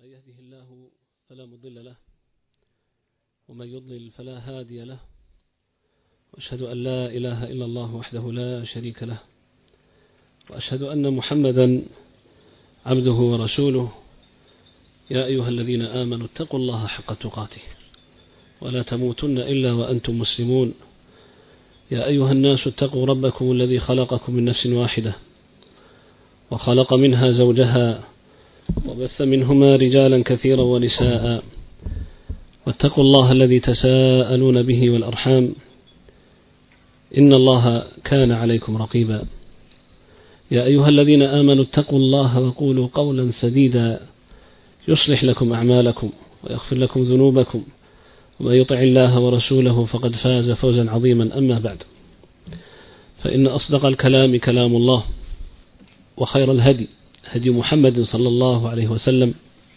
من يهده الله فلا مضل له ومن يضلل فلا هادي له، وأشهد أن لا إله إلا الله وحده لا شريك له، وأشهد أن محمدا عبده ورسوله. يا أيها الذين آمنوا اتقوا الله حق تقاته ولا تموتن إلا وأنتم مسلمون. يا أيها الناس اتقوا ربكم الذي خلقكم من نفس واحدة وخلق منها زوجها وبث منهما رجالا كثيرا ونساء، واتقوا الله الذي تساءلون به والأرحام إن الله كان عليكم رقيبا. يا أيها الذين آمنوا اتقوا الله وقولوا قولا سديدا يصلح لكم أعمالكم ويغفر لكم ذنوبكم، ومن يطع الله ورسوله فقد فاز فوزا عظيما. أما بعد، فإن أصدق الكلام كلام الله، وخير الهدي هدي محمد صلى الله عليه وسلم،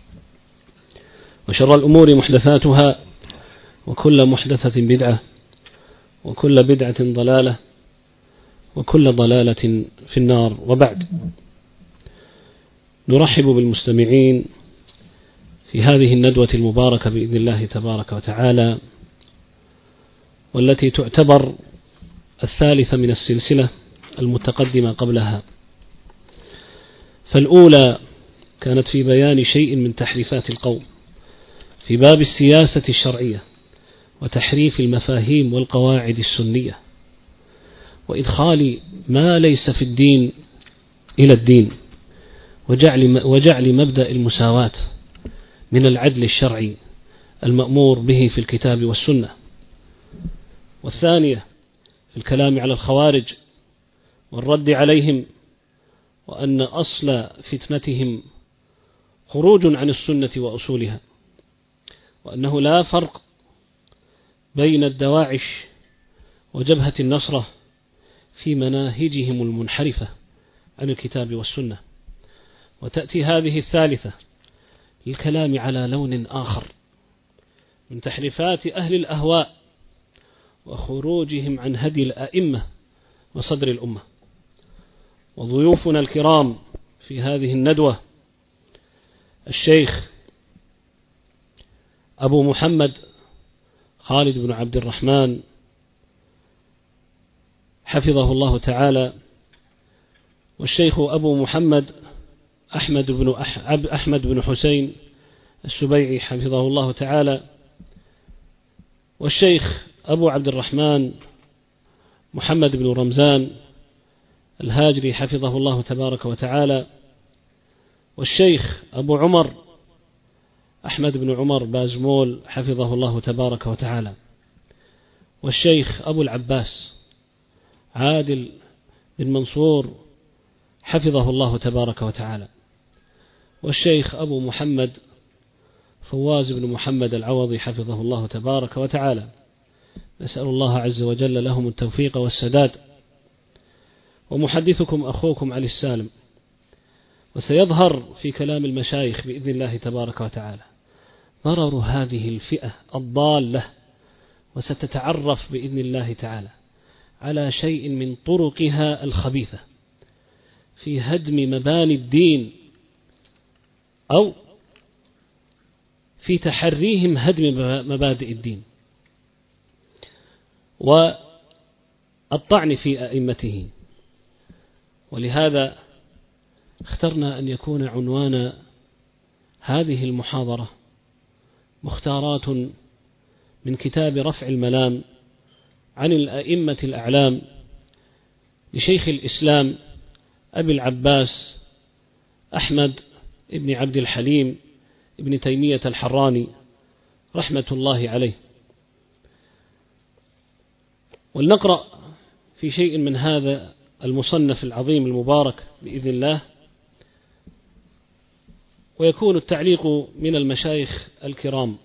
وشر الأمور محدثاتها، وكل محدثة بدعة، وكل بدعة ضلالة، وكل ضلالة في النار. وبعد، نرحب بالمستمعين في هذه الندوة المباركة بإذن الله تبارك وتعالى، والتي تعتبر الثالثة من السلسلة المتقدمة قبلها. فالأولى كانت في بيان شيء من تحريفات القوم في باب السياسة الشرعية وتحريف المفاهيم والقواعد السنية، وإدخال ما ليس في الدين إلى الدين، وجعل مبدأ المساواة من العدل الشرعي المأمور به في الكتاب والسنة. والثانية في الكلام على الخوارج والرد عليهم، وأن أصل فتنتهم خروج عن السنة وأصولها، وأنه لا فرق بين الدواعش وجبهة النصرة في مناهجهم المنحرفة عن الكتاب والسنة. وتأتي هذه الثالثة للكلام على لون آخر من تحريفات أهل الأهواء وخروجهم عن هدي الأئمة وصدر الأمة. وضيوفنا الكرام في هذه الندوة الشيخ أبو محمد خالد بن عبد الرحمن حفظه الله تعالى، والشيخ أبو محمد أحمد بن حسين السبيعي حفظه الله تعالى، والشيخ أبو عبد الرحمن محمد بن رمزان الهاجري حفظه الله تبارك وتعالى، والشيخ أبو عمر أحمد بن عمر بازمول حفظه الله تبارك وتعالى، والشيخ أبو العباس عادل بن منصور حفظه الله تبارك وتعالى، والشيخ أبو محمد فواز بن محمد العوضي حفظه الله تبارك وتعالى. نسأل الله عز وجل لهم التوفيق والسداد. ومحدثكم أخوكم علي السالم. وسيظهر في كلام المشايخ بإذن الله تبارك وتعالى ضرر هذه الفئة الضالة، وستتعرف بإذن الله تعالى على شيء من طرقها الخبيثة في هدم مباني الدين، أو في تحريهم هدم مبادئ الدين والطعن في أئمته. ولهذا اخترنا أن يكون عنوان هذه المحاضرة مختارات من كتاب رفع الملام عن الأئمة الأعلام لشيخ الإسلام أبي العباس أحمد ابن عبد الحليم ابن تيمية الحراني رحمة الله عليه. ولنقرأ في شيء من هذا المصنف العظيم المبارك بإذن الله، ويكون التعليق من المشايخ الكرام.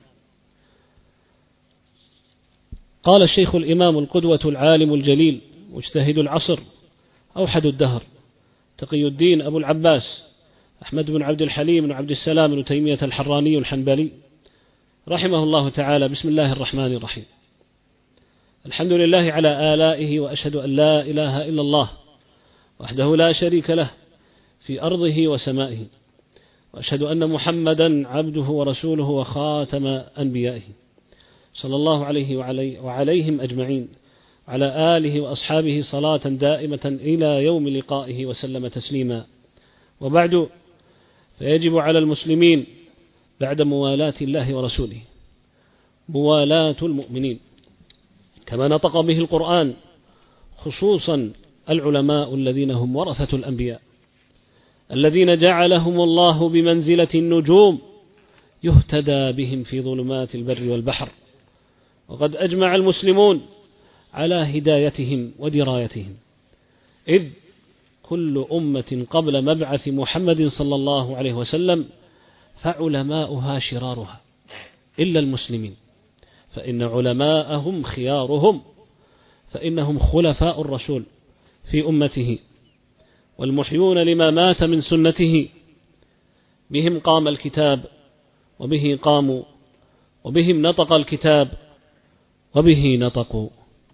قال الشيخ الإمام القدوة العالم الجليل مجتهد العصر أوحد الدهر تقي الدين أبو العباس أحمد بن عبد الحليم بن عبد السلام بن تيمية الحراني الحنبلي رحمه الله تعالى. بسم الله الرحمن الرحيم. الحمد لله على آلائه، وأشهد أن لا إله إلا الله وحده لا شريك له في أرضه وسمائه، وأشهد أن محمدا عبده ورسوله وخاتم أنبيائه صلى الله عليه وعليهم أجمعين، على آله وأصحابه صلاة دائمة إلى يوم لقائه وسلم تسليما. وبعد، فيجب على المسلمين بعد موالاة الله ورسوله موالاة المؤمنين كما نطق به القرآن، خصوصا العلماء الذين هم ورثة الأنبياء، الذين جعلهم الله بمنزلة النجوم يهتدى بهم في ظلمات البر والبحر. وقد أجمع المسلمون على هدايتهم ودرايتهم، إذ كل أمة قبل مبعث محمد صلى الله عليه وسلم فعلماؤها شرارها إلا المسلمين، فإن علماءهم خيارهم، فإنهم خلفاء الرسول في أمته والمحيون لما مات من سنته. بهم قام الكتاب وبه قاموا، وبهم نطق الكتاب وبه نطقوا.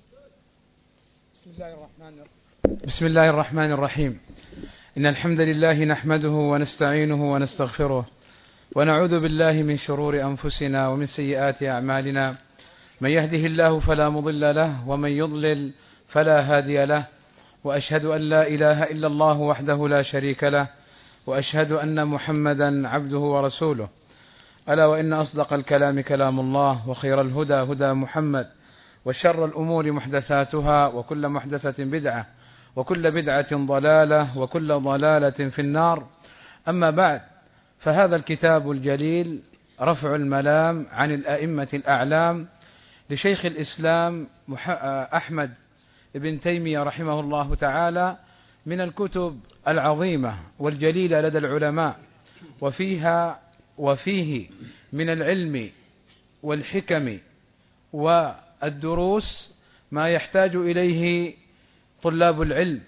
بسم الله الرحمن الرحيم. إن الحمد لله نحمده ونستعينه ونستغفره، ونعوذ بالله من شرور أنفسنا ومن سيئات أعمالنا. من يهده الله فلا مضل له، ومن يضلل فلا هادي له. وأشهد أن لا إله إلا الله وحده لا شريك له، وأشهد أن محمدا عبده ورسوله. ألا وإن أصدق الكلام كلام الله، وخير الهدى هدى محمد، وشر الأمور محدثاتها، وكل محدثة بدعة، وكل بدعة ضلالة، وكل ضلالة في النار. أما بعد، فهذا الكتاب الجليل رفع الملام عن الأئمة الأعلام لشيخ الإسلام أحمد ابن تيمية رحمه الله تعالى من الكتب العظيمة والجليلة لدى العلماء، وفيه من العلم والحكم والدروس ما يحتاج إليه طلاب العلم،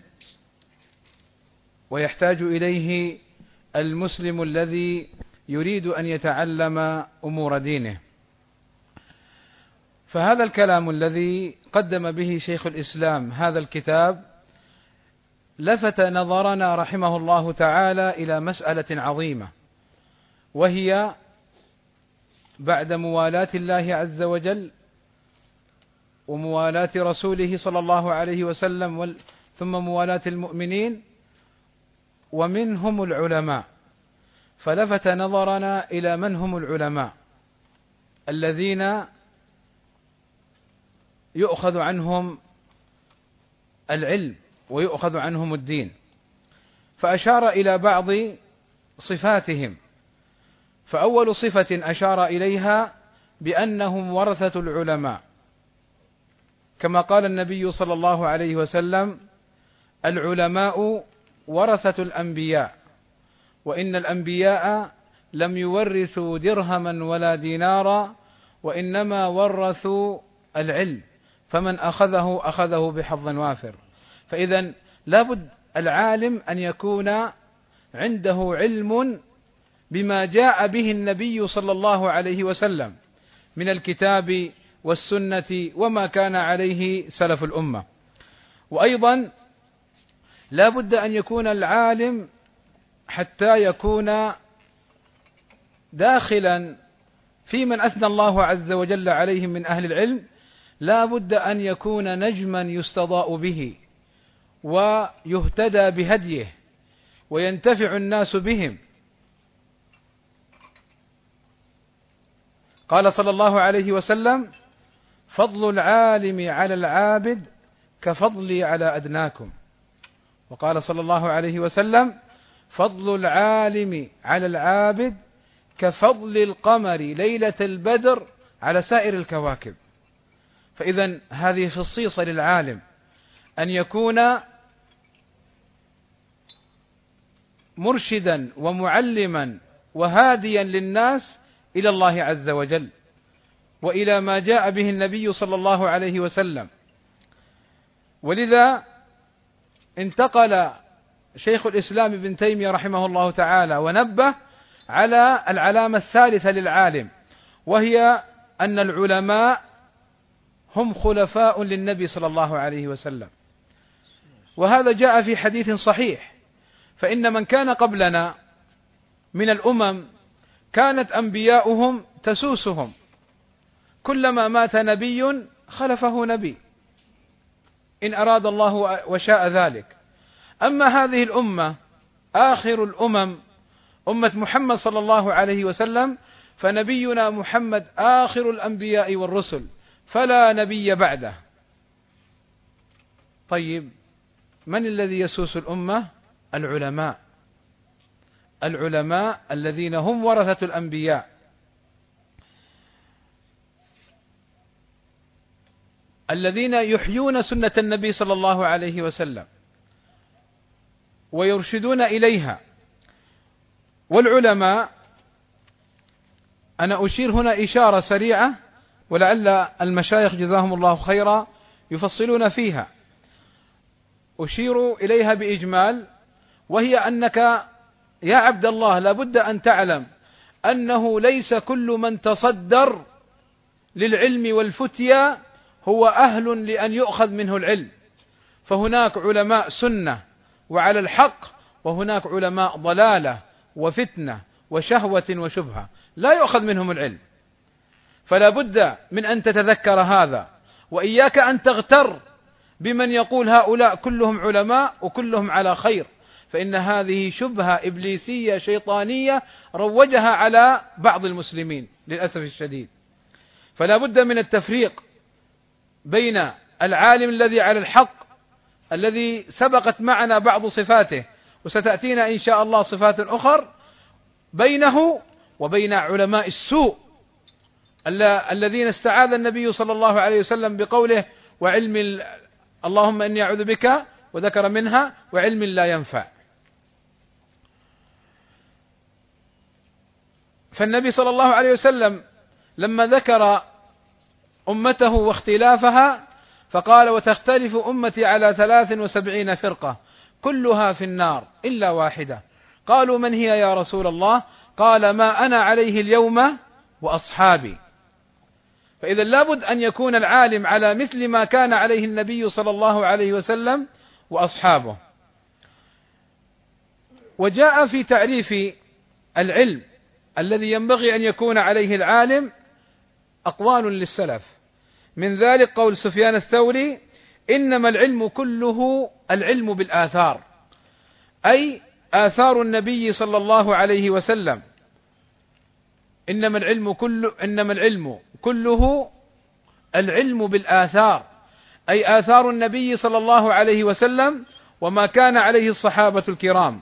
ويحتاج إليه المسلم الذي يريد أن يتعلم أمور دينه. فهذا الكلام الذي قدم به شيخ الإسلام هذا الكتاب لفت نظرنا رحمه الله تعالى إلى مسألة عظيمة، وهي بعد موالاة الله عز وجل وموالاة رسوله صلى الله عليه وسلم ثم موالاة المؤمنين ومنهم العلماء. فلفت نظرنا إلى من هم العلماء الذين يؤخذ عنهم العلم ويؤخذ عنهم الدين، فأشار إلى بعض صفاتهم. فأول صفة أشار إليها بأنهم ورثة العلماء، كما قال النبي صلى الله عليه وسلم: العلماء ورثة الأنبياء، وإن الأنبياء لم يورثوا درهما ولا دينارا، وإنما ورثوا العلم، فمن أخذه بحظ وافر. فإذا لابد العالم أن يكون عنده علم بما جاء به النبي صلى الله عليه وسلم من الكتاب والسنة وما كان عليه سلف الأمة. وأيضا لا بد أن يكون العالم حتى يكون داخلا في من أثنى الله عز وجل عليهم من أهل العلم، لا بد أن يكون نجما يستضاء به ويهتدى بهديه وينتفع الناس بهم. قال صلى الله عليه وسلم: فضل العالم على العابد كفضلي على أدناكم. وقال صلى الله عليه وسلم: فضل العالم على العابد كفضل القمر ليلة البدر على سائر الكواكب. فإذا هذه خصيصة للعالم أن يكون مرشدا ومعلما وهاديا للناس إلى الله عز وجل وإلى ما جاء به النبي صلى الله عليه وسلم. ولذا انتقل شيخ الإسلام ابن تيمية رحمه الله تعالى ونبه على العلامة الثالثة للعالم، وهي أن العلماء هم خلفاء للنبي صلى الله عليه وسلم. وهذا جاء في حديث صحيح: فإن من كان قبلنا من الأمم كانت أنبياؤهم تسوسهم، كلما مات نبي خلفه نبي إن أراد الله وشاء ذلك. أما هذه الأمة آخر الأمم أمة محمد صلى الله عليه وسلم، فنبينا محمد آخر الأنبياء والرسل، فلا نبي بعده. طيب، من الذي يسوس الأمة؟ العلماء، العلماء الذين هم ورثة الأنبياء، الذين يحيون سنة النبي صلى الله عليه وسلم ويرشدون إليها. والعلماء، أنا أشير هنا إشارة سريعة ولعل المشايخ جزاهم الله خيرا يفصلون فيها، أشير إليها بإجمال، وهي أنك يا عبد الله لابد أن تعلم أنه ليس كل من تصدر للعلم والفتيا هو أهل لأن يؤخذ منه العلم، فهناك علماء سنة وعلى الحق، وهناك علماء ضلالة وفتنة وشهوة وشبهة لا يؤخذ منهم العلم. فلا بد من أن تتذكر هذا، وإياك أن تغتر بمن يقول هؤلاء كلهم علماء وكلهم على خير، فإن هذه شبهة إبليسية شيطانية روجها على بعض المسلمين للأسف الشديد. فلا بد من التفريق بين العالم الذي على الحق الذي سبقت معنا بعض صفاته، وستأتينا إن شاء الله صفات أخر، بينه وبين علماء السوء الذين استعاذ النبي صلى الله عليه وسلم بقوله وعلم اللهم إني أعوذ بك، وذكر منها وعلم لا ينفع. فالنبي صلى الله عليه وسلم لما ذكر أمته واختلافها فقال وتختلف أمتي على 73 فرقة كلها في النار إلا واحدة. قالوا من هي يا رسول الله؟ قال ما أنا عليه اليوم وأصحابي. فإذا لابد أن يكون العالم على مثل ما كان عليه النبي صلى الله عليه وسلم وأصحابه. وجاء في تعريف العلم الذي ينبغي أن يكون عليه العالم أقوال للسلف، من ذلك قول سفيان الثوري إنما العلم كله العلم بالآثار، أي آثار النبي صلى الله عليه وسلم. إنما العلم كله العلم بالآثار، أي آثار النبي صلى الله عليه وسلم وما كان عليه الصحابة الكرام.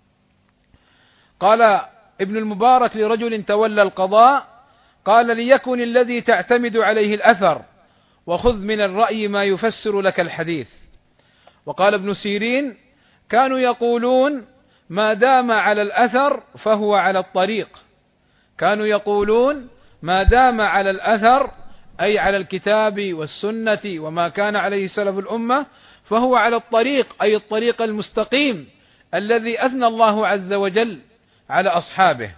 قال ابن المبارك لرجل تولى القضاء قال ليكن الذي تعتمد عليه الأثر وخذ من الرأي ما يفسر لك الحديث. وقال ابن سيرين كانوا يقولون ما دام على الأثر فهو على الطريق، كانوا يقولون ما دام على الأثر أي على الكتاب والسنة وما كان عليه سلف الأمة فهو على الطريق، أي الطريق المستقيم الذي أثنى الله عز وجل على أصحابه.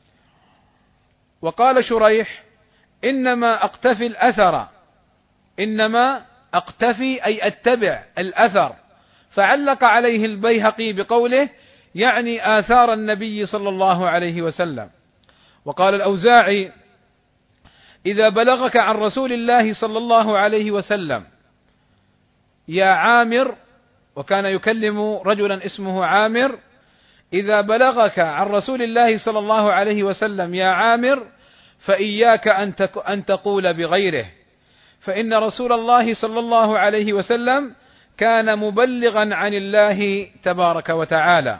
وقال شريح إنما أقتفي الأثر، إنما أقتفي أي أتبع الأثر، فعلق عليه البيهقي بقوله يعني آثار النبي صلى الله عليه وسلم. وقال الأوزاعي إذا بلغك عن رسول الله صلى الله عليه وسلم يا عامر، وكان يكلم رجلا اسمه عامر، إذا بلغك عن رسول الله صلى الله عليه وسلم يا عامر فإياك أن تقول بغيره، فإن رسول الله صلى الله عليه وسلم كان مبلغا عن الله تبارك وتعالى.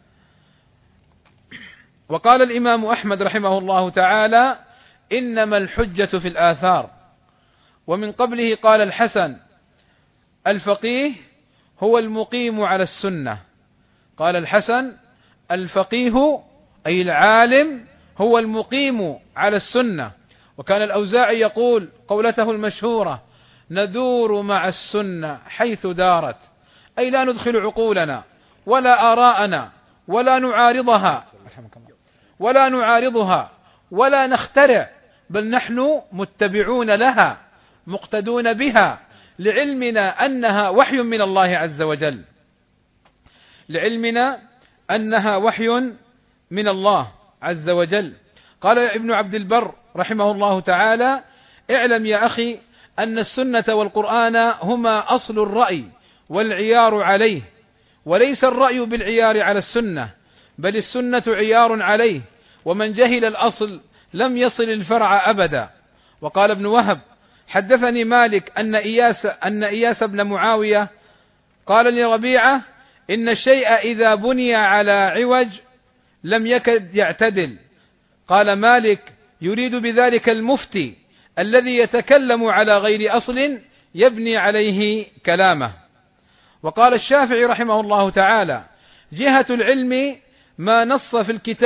وقال الإمام أحمد رحمه الله تعالى إنما الحجة في الآثار. ومن قبله قال الحسن الفقيه هو المقيم على السنة، قال الحسن الفقيه أي العالم هو المقيم على السنة. وكان الأوزاعي يقول قولته المشهورة ندور مع السنة حيث دارت، أي لا ندخل عقولنا ولا آراءنا ولا نعارضها ولا نخترع، بل نحن متبعون لها مقتدون بها لعلمنا أنها وحي من الله عز وجل، لعلمنا أنها وحي من الله عز وجل. قال ابن عبد البر رحمه الله تعالى: اعلم يا أخي أن السنة والقرآن هما أصل الرأي والعيار عليه، وليس الرأي بالعيار على السنة، بل السنة عيار عليه، ومن جهل الأصل لم يصل الفرع أبدا. وقال ابن وهب: حدثني مالك أن إياس بن معاوية قال لربيعة: إن الشيء إذا بني على عوج لم يكد يعتدل. قال مالك: يريد بذلك المفتي الذي يتكلم على غير أصل يبني عليه كلامه. وقال الشافعي رحمه الله تعالى: جهة العلم ما نص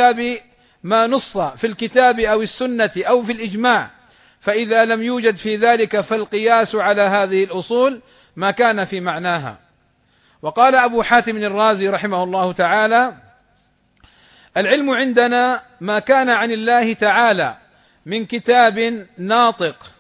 في الكتاب أو السنة أو في الإجماع، فإذا لم يوجد في ذلك فالقياس على هذه الأصول ما كان في معناها. وقال أبو حاتم الرازي رحمه الله تعالى: العلم عندنا ما كان عن الله تعالى من كتاب ناطق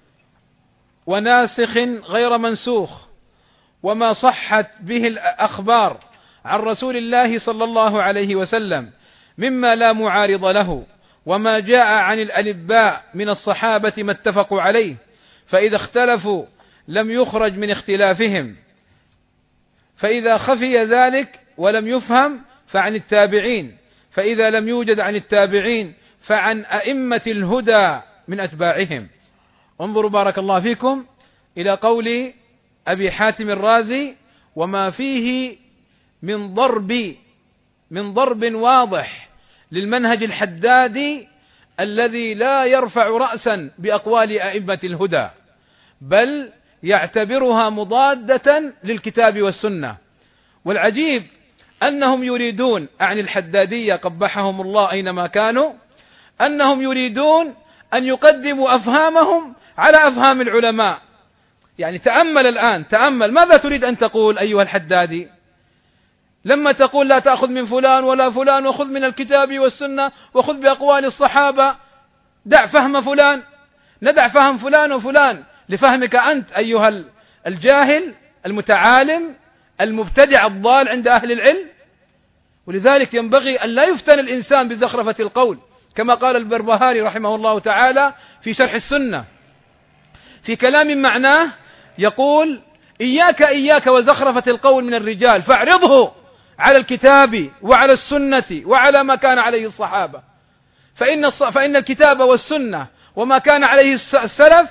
وناسخ غير منسوخ، وما صحت به الأخبار عن رسول الله صلى الله عليه وسلم مما لا معارض له، وما جاء عن الألباء من الصحابة ما اتفقوا عليه، فإذا اختلفوا لم يخرج من اختلافهم، فإذا خفي ذلك ولم يفهم فعن التابعين، فإذا لم يوجد عن التابعين فعن أئمة الهدى من أتباعهم. انظروا بارك الله فيكم إلى قول أبي حاتم الرازي: وما فيه من ضرب واضح للمنهج الحدادي الذي لا يرفع رأسا بأقوال أئمة الهدى، بل يعتبرها مضادة للكتاب والسنة. والعجيب أنهم يريدون، عن الحدادية قبحهم الله أينما كانوا، أنهم يريدون أن يقدموا أفهامهم على أفهام العلماء. يعني تأمل الآن، تأمل ماذا تريد أن تقول أيها الحدادي لما تقول لا تأخذ من فلان ولا فلان وخذ من الكتاب والسنة وخذ بأقوال الصحابة، دع فهم فلان، ندع فهم فلان وفلان لفهمك أنت أيها الجاهل المتعالم المبتدع الضال عند أهل العلم. ولذلك ينبغي أن لا يفتن الإنسان بزخرفة القول، كما قال البربهاري رحمه الله تعالى في شرح السنة في كلام معناه، يقول: إياك وزخرفة القول من الرجال، فاعرضه على الكتاب وعلى السنة وعلى ما كان عليه الصحابة، فإن الكتاب والسنة وما كان عليه السلف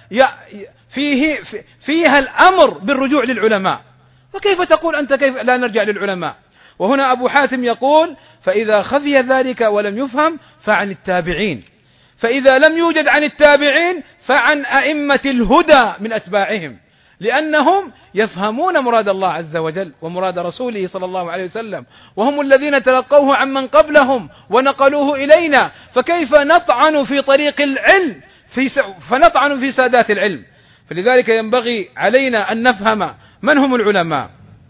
فيها الأمر بالرجوع للعلماء. وكيف تقول أنت كيف لا نرجع للعلماء؟ وهنا أبو حاتم يقول: فإذا خفي ذلك ولم يفهم فعن التابعين، فإذا لم يوجد عن التابعين فعن أئمة الهدى من أتباعهم، لأنهم يفهمون مراد الله عز وجل ومراد رسوله صلى الله عليه وسلم، وهم الذين تلقوه عمن قبلهم ونقلوه إلينا، فكيف نطعن في طريق العلم فنطعن في سادات العلم؟ فلذلك ينبغي علينا أن نفهم من هم العلماء.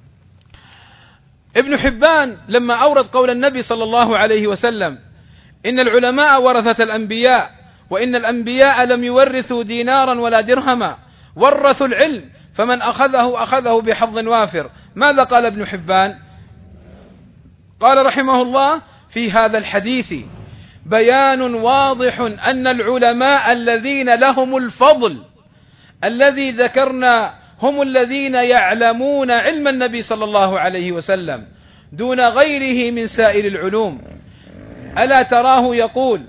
ابن حبان لما أورد قول النبي صلى الله عليه وسلم: إن العلماء ورثة الأنبياء، وإن الأنبياء لم يورثوا دينارا ولا درهما، ورثوا العلم، فمن أخذه بحظ وافر. ماذا قال ابن حبان؟ قال رحمه الله: في هذا الحديث بيان واضح أن العلماء الذين لهم الفضل الذي ذكرنا هم الذين يعلمون علم النبي صلى الله عليه وسلم دون غيره من سائر العلوم. ألا تراه يقول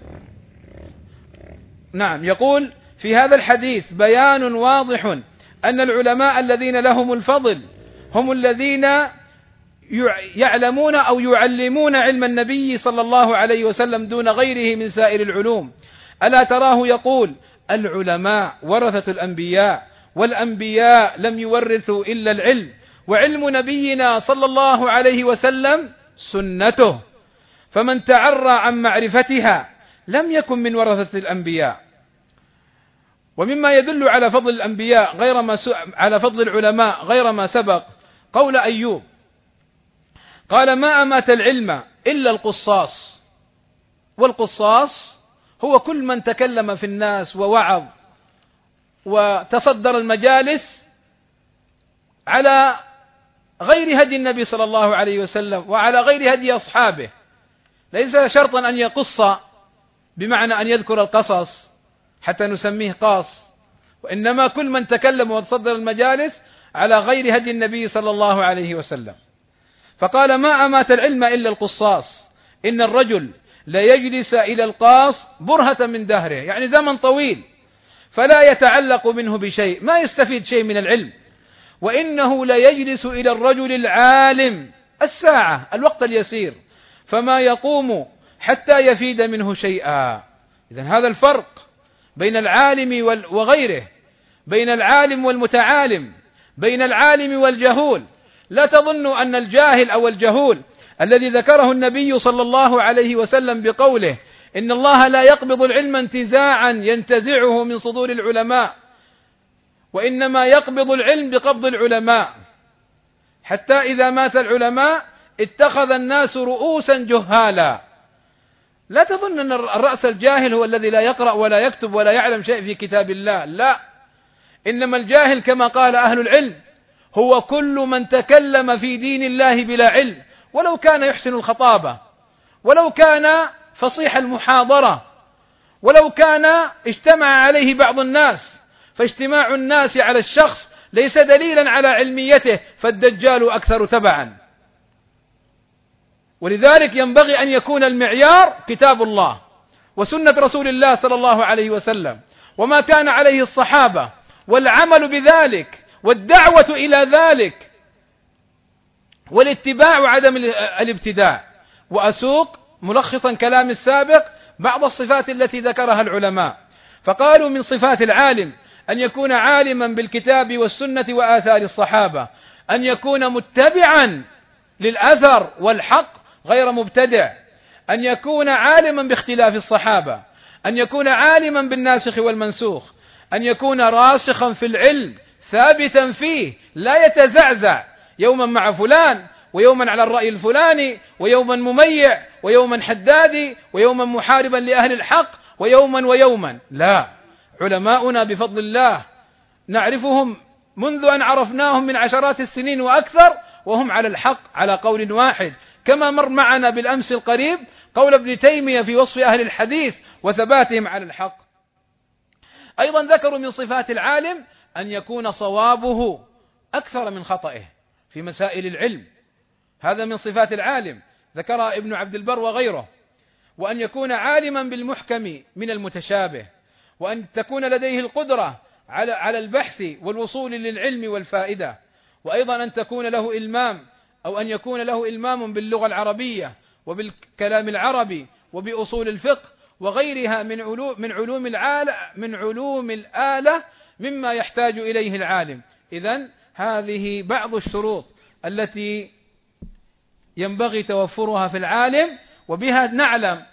يقول في هذا الحديث بيان واضح أن العلماء الذين لهم الفضل هم الذين يعلمون أو يعلمون علم النبي صلى الله عليه وسلم دون غيره من سائر العلوم. ألا تراه يقول: العلماء ورثة الأنبياء، والأنبياء لم يورثوا إلا العلم، وعلم نبينا صلى الله عليه وسلم سنته، فمن تعرى عن معرفتها لم يكن من ورثة الأنبياء. ومما يدل على فضل الأنبياء على فضل العلماء غير ما سبق قول أيوب: قال: ما أمات العلم إلا القصاص. والقصاص هو كل من تكلم في الناس ووعظ وتصدر المجالس على غير هدي النبي صلى الله عليه وسلم وعلى غير هدي أصحابه، ليس شرطا أن يقص بمعنى أن يذكر القصص حتى نسميه قاص، وإنما كل من تكلم وتصدر المجالس على غير هدي النبي صلى الله عليه وسلم. فقال: ما أمات العلم إلا القصاص، إن الرجل لا يجلس إلى القاص برهة من دهره، يعني زمن طويل، فلا يتعلق منه بشيء، ما يستفيد شيء من العلم. وإنه لا يجلس إلى الرجل العالم الساعة، الوقت اليسير، فما يقوم حتى يفيد منه شيئا. إذن هذا الفرق بين العالم وغيره، بين العالم والمتعالم، بين العالم والجهول. لا تظنوا أن الجاهل أو الجهول الذي ذكره النبي صلى الله عليه وسلم بقوله إن الله لا يقبض العلم انتزاعا ينتزعه من صدور العلماء، وإنما يقبض العلم بقبض العلماء، حتى إذا مات العلماء اتخذ الناس رؤوسا جهالا. لا تظن أن الرأس الجاهل هو الذي لا يقرأ ولا يكتب ولا يعلم شيء في كتاب الله، لا، إنما الجاهل كما قال أهل العلم هو كل من تكلم في دين الله بلا علم، ولو كان يحسن الخطابة، ولو كان فصيح المحاضرة، ولو كان اجتمع عليه بعض الناس، فاجتماع الناس على الشخص ليس دليلا على علميته، فالدجال أكثر تبعا. ولذلك ينبغي أن يكون المعيار كتاب الله وسنة رسول الله صلى الله عليه وسلم، وما كان عليه الصحابة، والعمل بذلك، والدعوة إلى ذلك، والاتباع وعدم الابتداع. وأسوق ملخصا كلام السابق بعض الصفات التي ذكرها العلماء، فقالوا من صفات العالم أن يكون عالما بالكتاب والسنة وآثار الصحابة، أن يكون متبعا للأثر والحق غير مبتدع، أن يكون عالما باختلاف الصحابة، أن يكون عالما بالناسخ والمنسوخ، أن يكون راسخا في العلم ثابتا فيه، لا يتزعزع يوما مع فلان، ويوما على الرأي الفلاني، ويوما مميع، ويوما حدادي، ويوما محاربا لأهل الحق، ويوما، لا. علماؤنا بفضل الله نعرفهم منذ أن عرفناهم من عشرات السنين وأكثر، وهم على الحق على قول واحد، كما مر معنا بالأمس القريب قول ابن تيمية في وصف أهل الحديث وثباتهم على الحق. أيضا ذكروا من صفات العالم أن يكون صوابه أكثر من خطئه في مسائل العلم، هذا من صفات العالم ذكرها ابن عبد البر وغيره. وأن يكون عالما بالمحكم من المتشابه، وأن تكون لديه القدرة على البحث والوصول للعلم والفائدة، وأيضا أن تكون له إلمام أو أن يكون له إلمام باللغة العربية وبالكلام العربي وبأصول الفقه وغيرها من علوم الآلة مما يحتاج إليه العالم. إذن هذه بعض الشروط التي ينبغي توفرها في العالم، وبها نعلم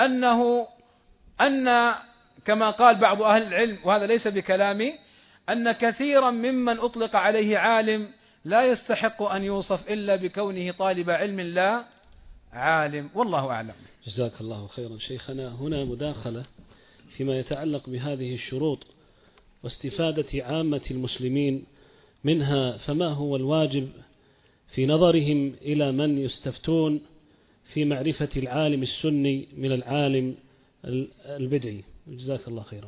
أن كما قال بعض أهل العلم، وهذا ليس بكلامي، أن كثيرا ممن أطلق عليه عالم لا يستحق أن يوصف إلا بكونه طالب علم لا عالم، والله أعلم. جزاك الله خيرا شيخنا. هنا مداخلة فيما يتعلق بهذه الشروط واستفادة عامة المسلمين منها، فما هو الواجب في نظرهم إلى من يستفتون في معرفة العالم السني من العالم البدعي؟ جزاك الله خيرا.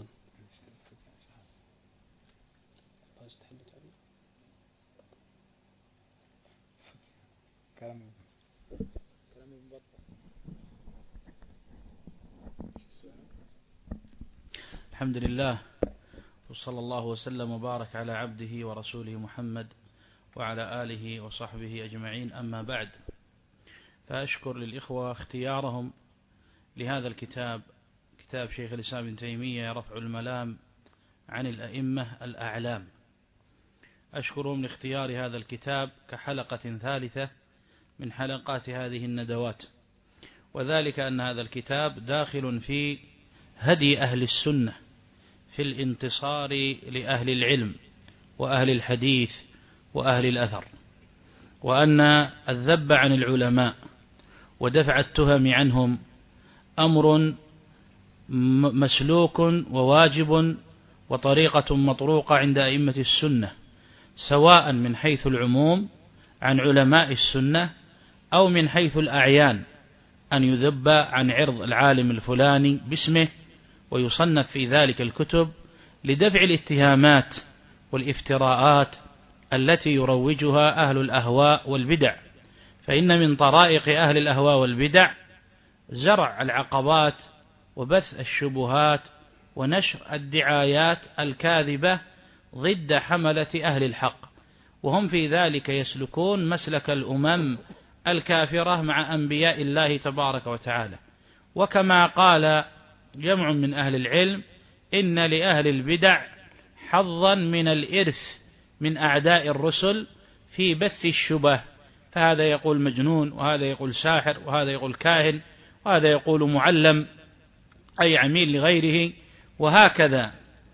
الحمد لله، وصلى الله وسلم وبارك على عبده ورسوله محمد وعلى آله وصحبه أجمعين، أما بعد، فأشكر للإخوة اختيارهم لهذا الكتاب، كتاب شيخ الإسلام ابن تيمية رفع الملام عن الأئمة الأعلام. أشكرهم لاختيار هذا الكتاب كحلقة ثالثة من حلقات هذه الندوات، وذلك أن هذا الكتاب داخل في هدي أهل السنة في الانتصار لأهل العلم وأهل الحديث وأهل الأثر، وأن الذب عن العلماء ودفع التهم عنهم أمر مسلوك وواجب وطريقة مطروقة عند أئمة السنة، سواء من حيث العموم عن علماء السنة أو من حيث الأعيان أن يذب عن عرض العالم الفلاني باسمه ويصنف في ذلك الكتب لدفع الاتهامات والافتراءات التي يروجها أهل الأهواء والبدع. فإن من طرائق أهل الأهواء والبدع زرع العقبات وبث الشبهات ونشر الدعايات الكاذبة ضد حملة أهل الحق، وهم في ذلك يسلكون مسلك الأمم الكافرة مع أنبياء الله تبارك وتعالى. وكما قال جمع من أهل العلم: إن لأهل البدع حظا من الإرث من أعداء الرسل في بث الشبه، فهذا يقول مجنون، وهذا يقول ساحر، وهذا يقول كاهن، وهذا يقول معلم أي عميل لغيره، وهكذا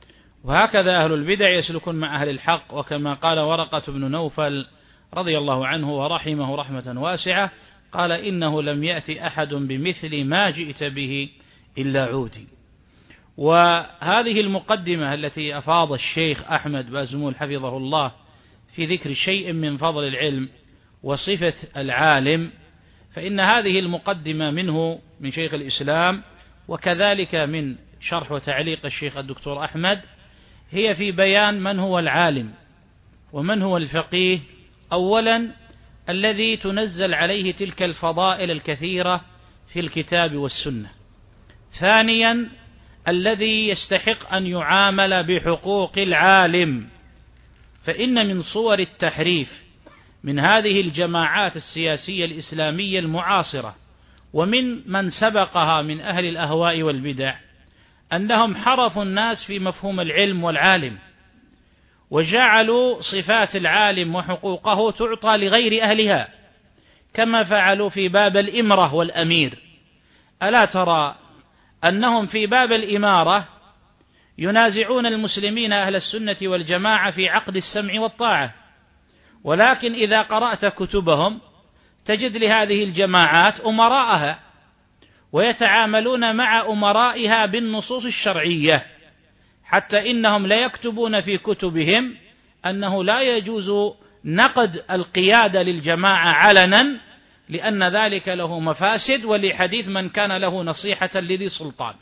أهل البدع يسلكون مع أهل الحق. وكما قال ورقة بن نوفل رضي الله عنه ورحمه رحمة واسعة، قال: إنه لم يأتي أحد بمثل ما جئت به إلا عودي. وهذه المقدمة التي أفاض الشيخ أحمد بازمول حفظه الله في ذكر شيء من فضل العلم وصفة العالم، فإن هذه المقدمة منه من شيخ الإسلام، وكذلك من شرح وتعليق الشيخ الدكتور أحمد، هي في بيان من هو العالم ومن هو الفقيه. أولا الذي تنزل عليه تلك الفضائل الكثيرة في الكتاب والسنة. ثانيا الذي يستحق أن يعامل بحقوق العالم، فإن من صور التحريف من هذه الجماعات السياسية الإسلامية المعاصرة ومن سبقها من أهل الأهواء والبدع أنهم حرفوا الناس في مفهوم العلم والعالم، وجعلوا صفات العالم وحقوقه تعطى لغير أهلها، كما فعلوا في باب الإمرة والأمير. ألا ترى أنهم في باب الإمارة ينازعون المسلمين أهل السنة والجماعة في عقد السمع والطاعة، ولكن إذا قرأت كتبهم تجد لهذه الجماعات أمراءها، ويتعاملون مع أمرائها بالنصوص الشرعية، حتى إنهم لا يكتبون في كتبهم أنه لا يجوز نقد القيادة للجماعة علنا، لأن ذلك له مفاسد، ولحديث من كان له نصيحة لذي سلطان.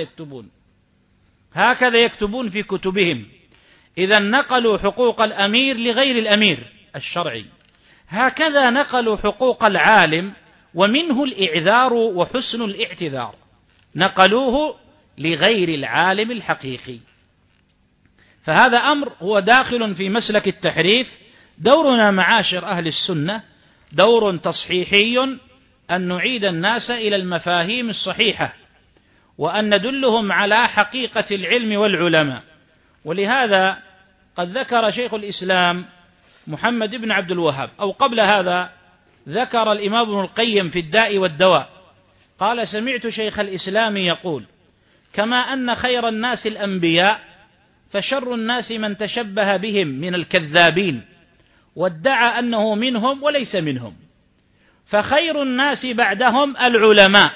هكذا يكتبون في كتبهم. إذا نقلوا حقوق الأمير لغير الأمير الشرعي، هكذا نقلوا حقوق العالم، ومنه الإعذار وحسن الاعتذار، نقلوه لغير العالم الحقيقي. فهذا أمر هو داخل في مسلك التحريف. دورنا معاشر أهل السنة دور تصحيحي، أن نعيد الناس إلى المفاهيم الصحيحة، وأن ندلهم على حقيقة العلم والعلماء. ولهذا قد ذكر شيخ الإسلام محمد بن عبد الوهاب، أو قبل هذا ذكر الإمام ابن القيم في الداء والدواء، قال: سمعت شيخ الإسلام يقول: كما أن خير الناس الأنبياء، فشر الناس من تشبه بهم من الكذابين وادعى أنه منهم وليس منهم، فخير الناس بعدهم العلماء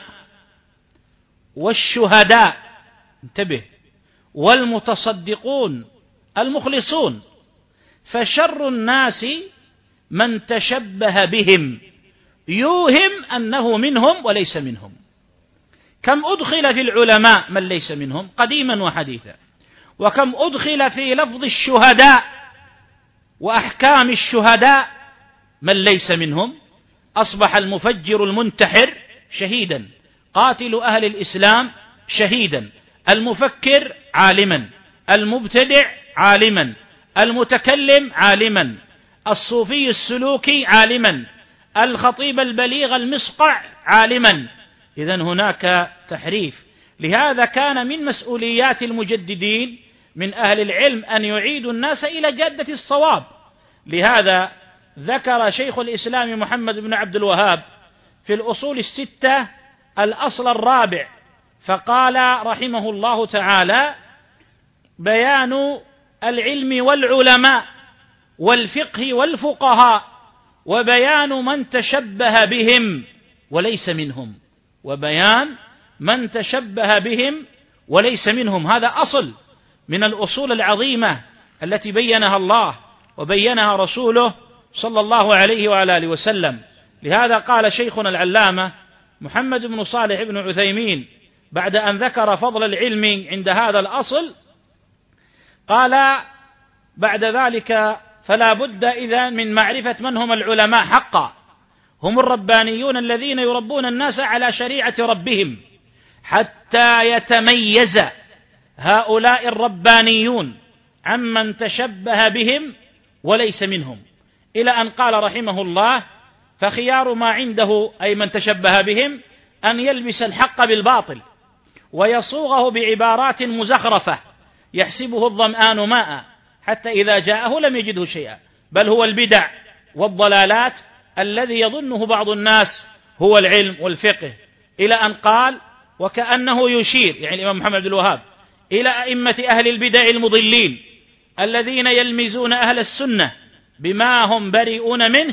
والشهداء، انتبه، والمتصدقون المخلصون، فشر الناس من تشبه بهم يوهم أنه منهم وليس منهم. كم أدخل في العلماء من ليس منهم قديما وحديثا، وكم أدخل في لفظ الشهداء وأحكام الشهداء من ليس منهم. أصبح المفجر المنتحر شهيدا، قاتل أهل الإسلام شهيدا، المفكر عالما، المبتدع عالما، المتكلم عالما، الصوفي السلوكي عالما، الخطيب البليغ المصقع عالما. إذن هناك تحريف. لهذا كان من مسؤوليات المجددين من أهل العلم أن يعيدوا الناس إلى جادة الصواب. لهذا ذكر شيخ الإسلام محمد بن عبد الوهاب في الأصول الستة الأصل الرابع، فقال رحمه الله تعالى: بيان العلم والعلماء والفقه والفقهاء، وبيان من تشبه بهم وليس منهم، وبيان من تشبه بهم وليس منهم. هذا أصل من الأصول العظيمة التي بينها الله وبينها رسوله صلى الله عليه وعلى آله وسلم. لهذا قال شيخنا العلامة محمد بن صالح بن عثيمين بعد أن ذكر فضل العلم عند هذا الأصل قال بعد ذلك: فلا بد إذن من معرفة من هم العلماء حقا، هم الربانيون الذين يربون الناس على شريعة ربهم حتى يتميز هؤلاء الربانيون عمن تشبه بهم وليس منهم، إلى أن قال رحمه الله: فخيار ما عنده أي من تشبه بهم أن يلبس الحق بالباطل ويصوغه بعبارات مزخرفة يحسبه الظمآن ماء حتى إذا جاءه لم يجده شيئا، بل هو البدع والضلالات الذي يظنه بعض الناس هو العلم والفقه، إلى أن قال: وكأنه يشير، يعني الإمام محمد بن الوهاب، إلى أئمة أهل البدع المضلين الذين يلمزون أهل السنة بما هم بريئون منه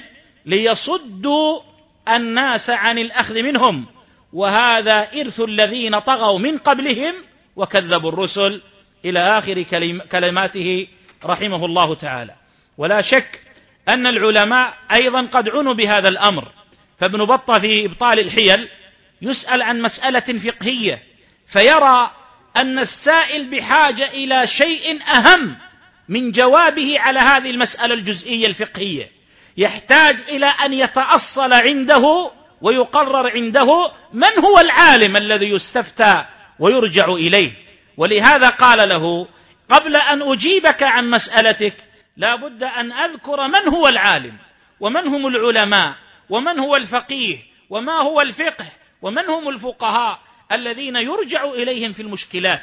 ليصدوا الناس عن الأخذ منهم، وهذا إرث الذين طغوا من قبلهم وكذبوا الرسل، إلى آخر كلماته رحمه الله تعالى. ولا شك أن العلماء أيضا قد عنوا بهذا الأمر، فابن بطة في إبطال الحيل يسأل عن مسألة فقهية فيرى أن السائل بحاجة إلى شيء أهم من جوابه على هذه المسألة الجزئية الفقهية، يحتاج إلى أن يتأصل عنده ويقرر عنده من هو العالم الذي يستفتى ويرجع إليه. ولهذا قال له: قبل أن أجيبك عن مسألتك لا بد أن أذكر من هو العالم ومن هم العلماء ومن هو الفقيه وما هو الفقه ومن هم الفقهاء الذين يرجع إليهم في المشكلات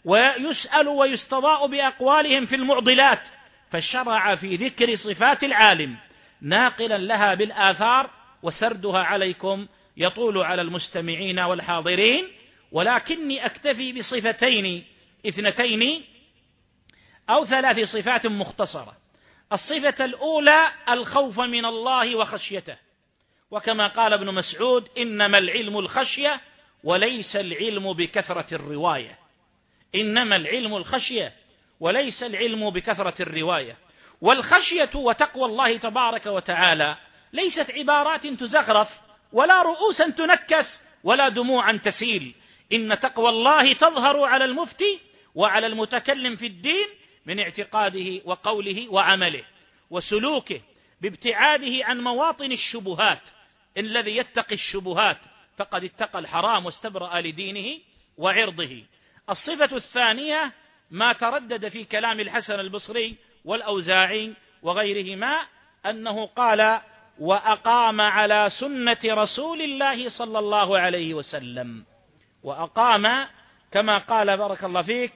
ويسأل ويستضاء بأقوالهم في المعضلات. فشرع في ذكر صفات العالم ناقلا لها بالآثار، وسردها عليكم يطول على المستمعين والحاضرين، ولكني أكتفي بصفتين 2 أو 3 صفات مختصرة. الصفة الأولى الخوف من الله وخشيته، وكما قال ابن مسعود: إنما العلم الخشية وليس العلم بكثرة الرواية. إنما العلم الخشية وليس العلم بكثرة الرواية. والخشية وتقوى الله تبارك وتعالى ليست عبارات تزخرف ولا رؤوسا تنكس ولا دموعا تسيل، إن تقوى الله تظهر على المفتي وعلى المتكلم في الدين من اعتقاده وقوله وعمله وسلوكه، بابتعاده عن مواطن الشبهات. الذي يتقي الشبهات فقد اتقى الحرام واستبرأ لدينه وعرضه. الصفة الثانية ما تردد في كلام الحسن البصري والأوزاعي وغيرهما، أنه قال: وأقام على سنة رسول الله صلى الله عليه وسلم. وأقام كما قال بارك الله فيك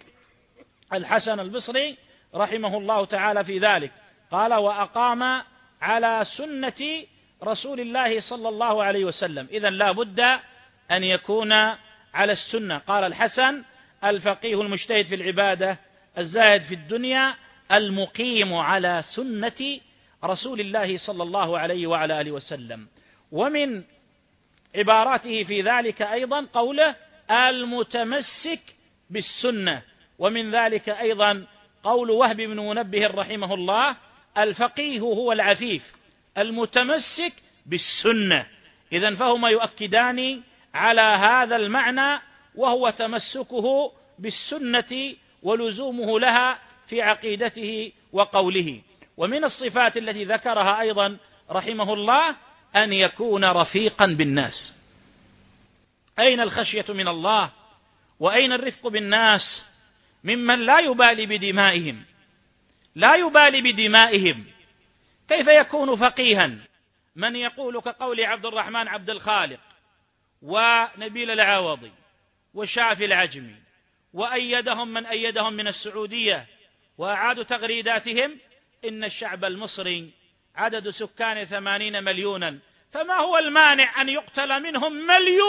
الحسن البصري رحمه الله تعالى في ذلك، قال: وأقام على سنة رسول الله صلى الله عليه وسلم. إذن لا بد أن يكون على السنة. قال الحسن: الفقيه المجتهد في العبادة الزاهد في الدنيا المقيم على سنة رسول الله صلى الله عليه وعلى آله وسلم. ومن عباراته في ذلك أيضا قوله: المتمسك بالسنة. ومن ذلك أيضا قول وهب بن منبه رحمه الله: الفقيه هو العفيف المتمسك بالسنة. إذن فهما يؤكدان على هذا المعنى، وهو تمسكه بالسنة ولزومه لها في عقيدته وقوله. ومن الصفات التي ذكرها أيضا رحمه الله أن يكون رفيقا بالناس. أين الخشية من الله وأين الرفق بالناس ممن لا يبالي بدمائهم؟ لا يبالي بدمائهم. كيف يكون فقيها من يقول كقول عبد الرحمن عبد الخالق ونبيل العوضي وشافي العجمي، وأيدهم من أيدهم من السعودية وأعادوا تغريداتهم: إن الشعب المصري عدد سكان 80 مليونا، فما هو المانع أن يقتل منهم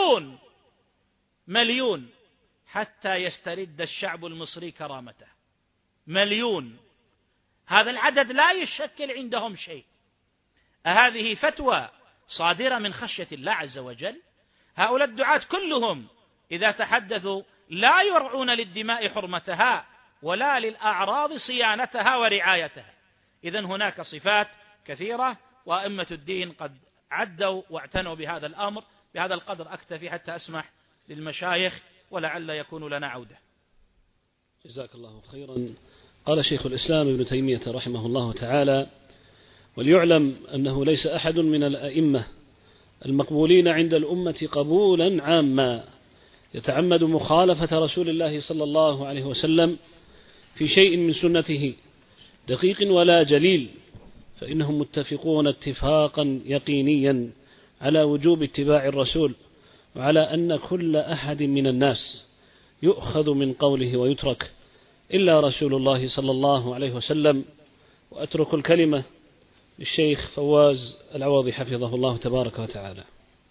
مليون حتى يسترد الشعب المصري كرامته. 1,000,000، هذا العدد لا يشكل عندهم شيء. هذه فتوى صادرة من خشية الله عز وجل؟ هؤلاء الدعاة كلهم إذا تحدثوا لا يرعون للدماء حرمتها ولا للأعراض صيانتها ورعايتها. إذن هناك صفات كثيرة، وأئمة الدين قد عدوا واعتنوا بهذا الأمر بهذا القدر أكتفي حتى أسمح للمشايخ ولعل يكون لنا عودة. جزاك الله خيرا. قال شيخ الإسلام ابن تيمية رحمه الله تعالى: وليعلم أنه ليس أحد من الأئمة المقبولين عند الأمة قبولا عاما يتعمد مخالفة رسول الله صلى الله عليه وسلم في شيء من سنته دقيق ولا جليل، فإنهم متفقون اتفاقا يقينيا على وجوب اتباع الرسول، وعلى أن كل أحد من الناس يؤخذ من قوله ويترك إلا رسول الله صلى الله عليه وسلم. وأترك الكلمة للشيخ فواز العوضي حفظه الله تبارك وتعالى.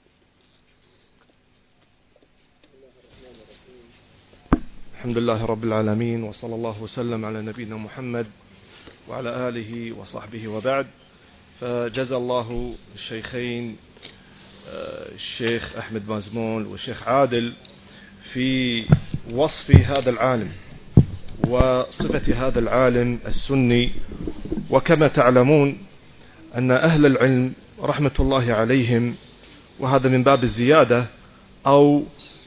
الحمد لله رب العالمين، وصلى الله وسلم على نبينا محمد وعلى آله وصحبه وبعد. فجزى الله الشيخين الشيخ أحمد بازمول والشيخ عادل في وصف هذا العالم وصفة هذا العالم السني. وكما تعلمون أن أهل العلم رحمة الله عليهم، وهذا من باب الزيادة أو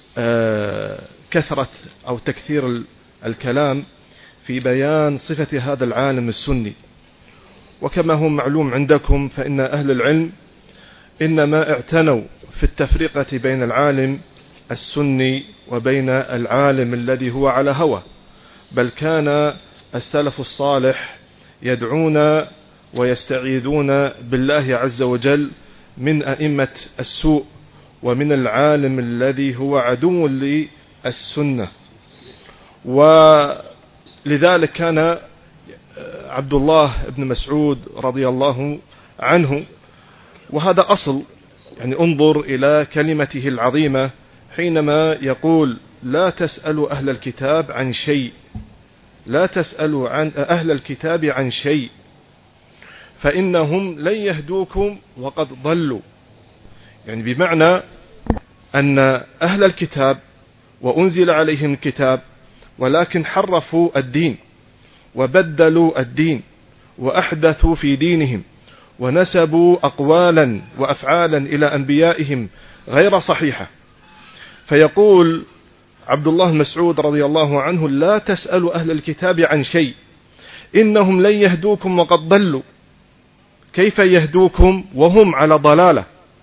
كثرة أو تكثير الكلام في بيان صفة هذا العالم السني. وكما هو معلوم عندكم فإن أهل العلم إنما اعتنوا في التفرقة بين العالم السني وبين العالم الذي هو على هوى، بل كان السلف الصالح يدعون ويستعيذون بالله عز وجل من أئمة السوء ومن العالم الذي هو عدو للسنة. ولذلك كان عبد الله بن مسعود رضي الله عنه، وهذا أصل، يعني انظر إلى كلمته العظيمة حينما يقول: لا تسألوا أهل الكتاب عن شيء، لا تسألوا عن أهل الكتاب عن شيء فإنهم لن يهدوكم وقد ضلوا. يعني بمعنى أن أهل الكتاب وأنزل عليهم الكتاب، ولكن حرفوا الدين وبدلوا الدين وأحدثوا في دينهم ونسبوا أقوالا وأفعالا إلى أنبيائهم غير صحيحة. فيقول عبد الله بن مسعود رضي الله عنه: لا تسألوا أهل الكتاب عن شيء إنهم لن يهدوكم وقد ضلوا. كيف يهدوكم وهم على ضلالة؟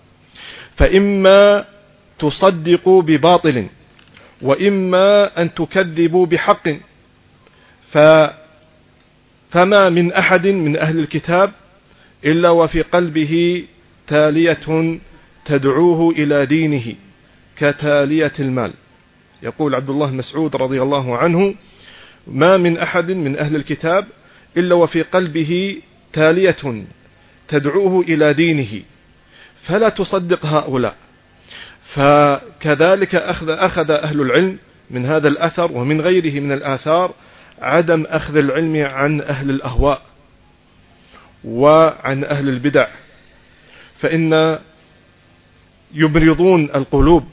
فإما تصدقوا بباطل وإما أن تكذبوا بحق. فما من أحد من أهل الكتاب إلا وفي قلبه تالية تدعوه إلى دينه كتالية المال. يقول عبد الله بن مسعود رضي الله عنه: ما من أحد من أهل الكتاب إلا وفي قلبه تالية تدعوه إلى دينه، فلا تصدق هؤلاء. فكذلك أخذ أهل العلم من هذا الأثر ومن غيره من الآثار عدم أخذ العلم عن أهل الأهواء وعن أهل البدع، فإن يبرضون القلوب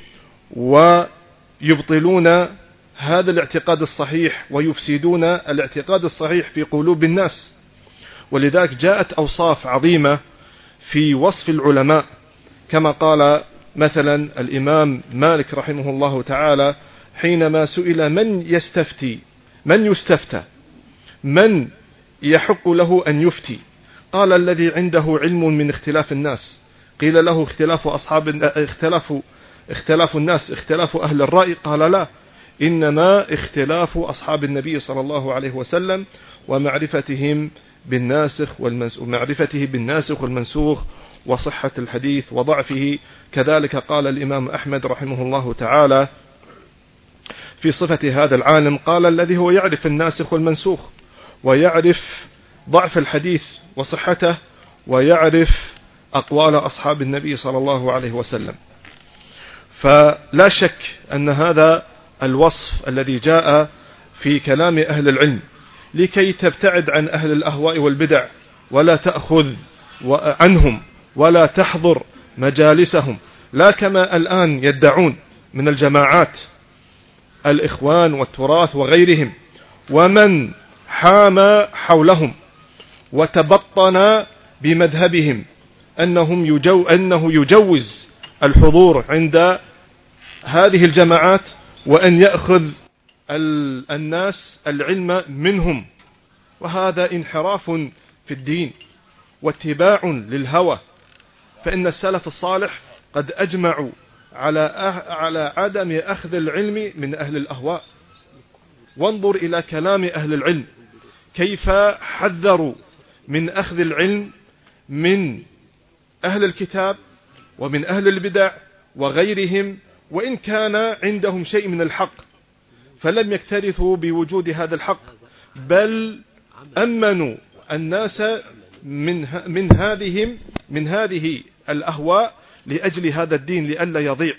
ويبطلون هذا الاعتقاد الصحيح ويفسدون الاعتقاد الصحيح في قلوب الناس. ولذلك جاءت أوصاف عظيمة في وصف العلماء، كما قال مثلا الإمام مالك رحمه الله تعالى حينما سئل: من يستفتى، من يحق له أن يفتي؟ قال: الذي عنده علم من اختلاف الناس. قيل له: اختلاف الناس اختلاف أهل الرأي؟ قال: لا، إنما اختلاف أصحاب النبي صلى الله عليه وسلم ومعرفته بالناسخ والمنسوخ وصحة الحديث وضعفه. كذلك قال الإمام أحمد رحمه الله تعالى في صفة هذا العالم، قال: الذي هو يعرف الناسخ والمنسوخ ويعرف ضعف الحديث وصحته ويعرف أقوال أصحاب النبي صلى الله عليه وسلم. فلا شك أن هذا الوصف الذي جاء في كلام أهل العلم لكي تبتعد عن أهل الأهواء والبدع ولا تأخذ عنهم ولا تحضر مجالسهم، لا كما الآن يدعون من الجماعات الإخوان والتراث وغيرهم، ومن حام حولهم وتبطن بمذهبهم أنه يجوز الحضور عند هذه الجماعات وأن يأخذ الناس العلم منهم، وهذا انحراف في الدين واتباع للهوى، فإن السلف الصالح قد أجمعوا على عدم أخذ العلم من أهل الأهواء. وانظر إلى كلام أهل العلم كيف حذروا من أخذ العلم من أهل الكتاب ومن أهل البدع وغيرهم، وإن كان عندهم شيء من الحق فلم يكترثوا بوجود هذا الحق، بل أمنوا الناس من هذه الأهواء لأجل هذا الدين لئلا يضيع.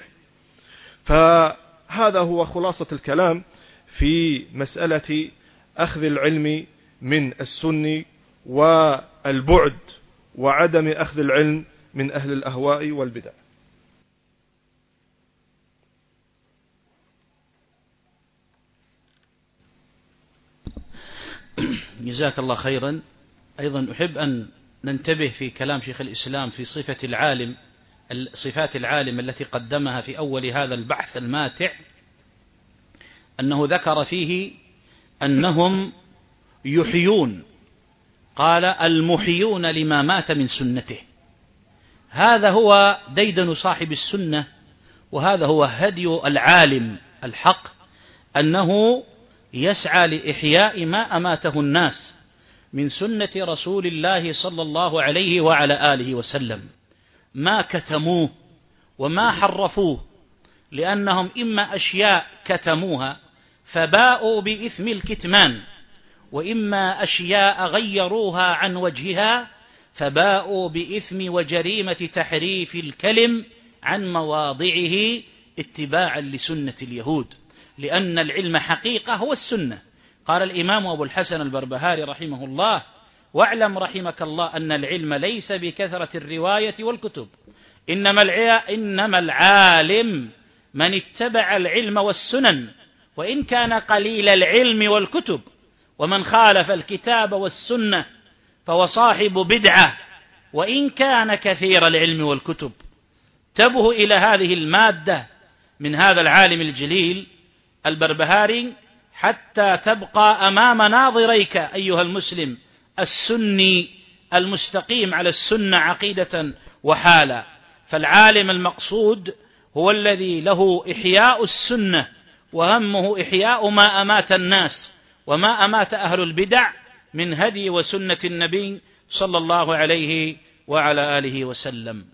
فهذا هو خلاصة الكلام في مسألة أخذ العلم من السني والبعد وعدم أخذ العلم من أهل الأهواء والبدع. جزاك الله خيرا. أيضا أحب أن ننتبه في كلام شيخ الإسلام في صفات العالم التي قدمها في أول هذا البحث الماتع، أنه ذكر فيه أنهم يحيون، قال المحيون لما مات من سنته. هذا هو ديدن صاحب السنة، وهذا هو هدي العالم الحق، أنه يسعى لإحياء ما أماته الناس من سنة رسول الله صلى الله عليه وعلى آله وسلم، ما كتموه وما حرفوه، لأنهم إما أشياء كتموها فباءوا بإثم الكتمان، وإما أشياء غيروها عن وجهها فباءوا بإثم وجريمة تحريف الكلم عن مواضعه اتباعا لسنة اليهود، لأن العلم حقيقة هو السنة. قال الإمام أبو الحسن البربهاري رحمه الله: واعلم رحمك الله أن العلم ليس بكثرة الرواية والكتب، إنما العالم من اتبع العلم والسنن، وإن كان قليل العلم والكتب، ومن خالف الكتاب والسنة فهو صاحب بدعة وإن كان كثير العلم والكتب. انتبهوا إلى هذه المادة من هذا العالم الجليل البربهاري حتى تبقى أمام ناظريك أيها المسلم السني المستقيم على السنة عقيدة وحالا. فالعالم المقصود هو الذي له إحياء السنة، وهمه إحياء ما أمات الناس وما أمات أهل البدع من هدي وسنة النبي صلى الله عليه وعلى آله وسلم.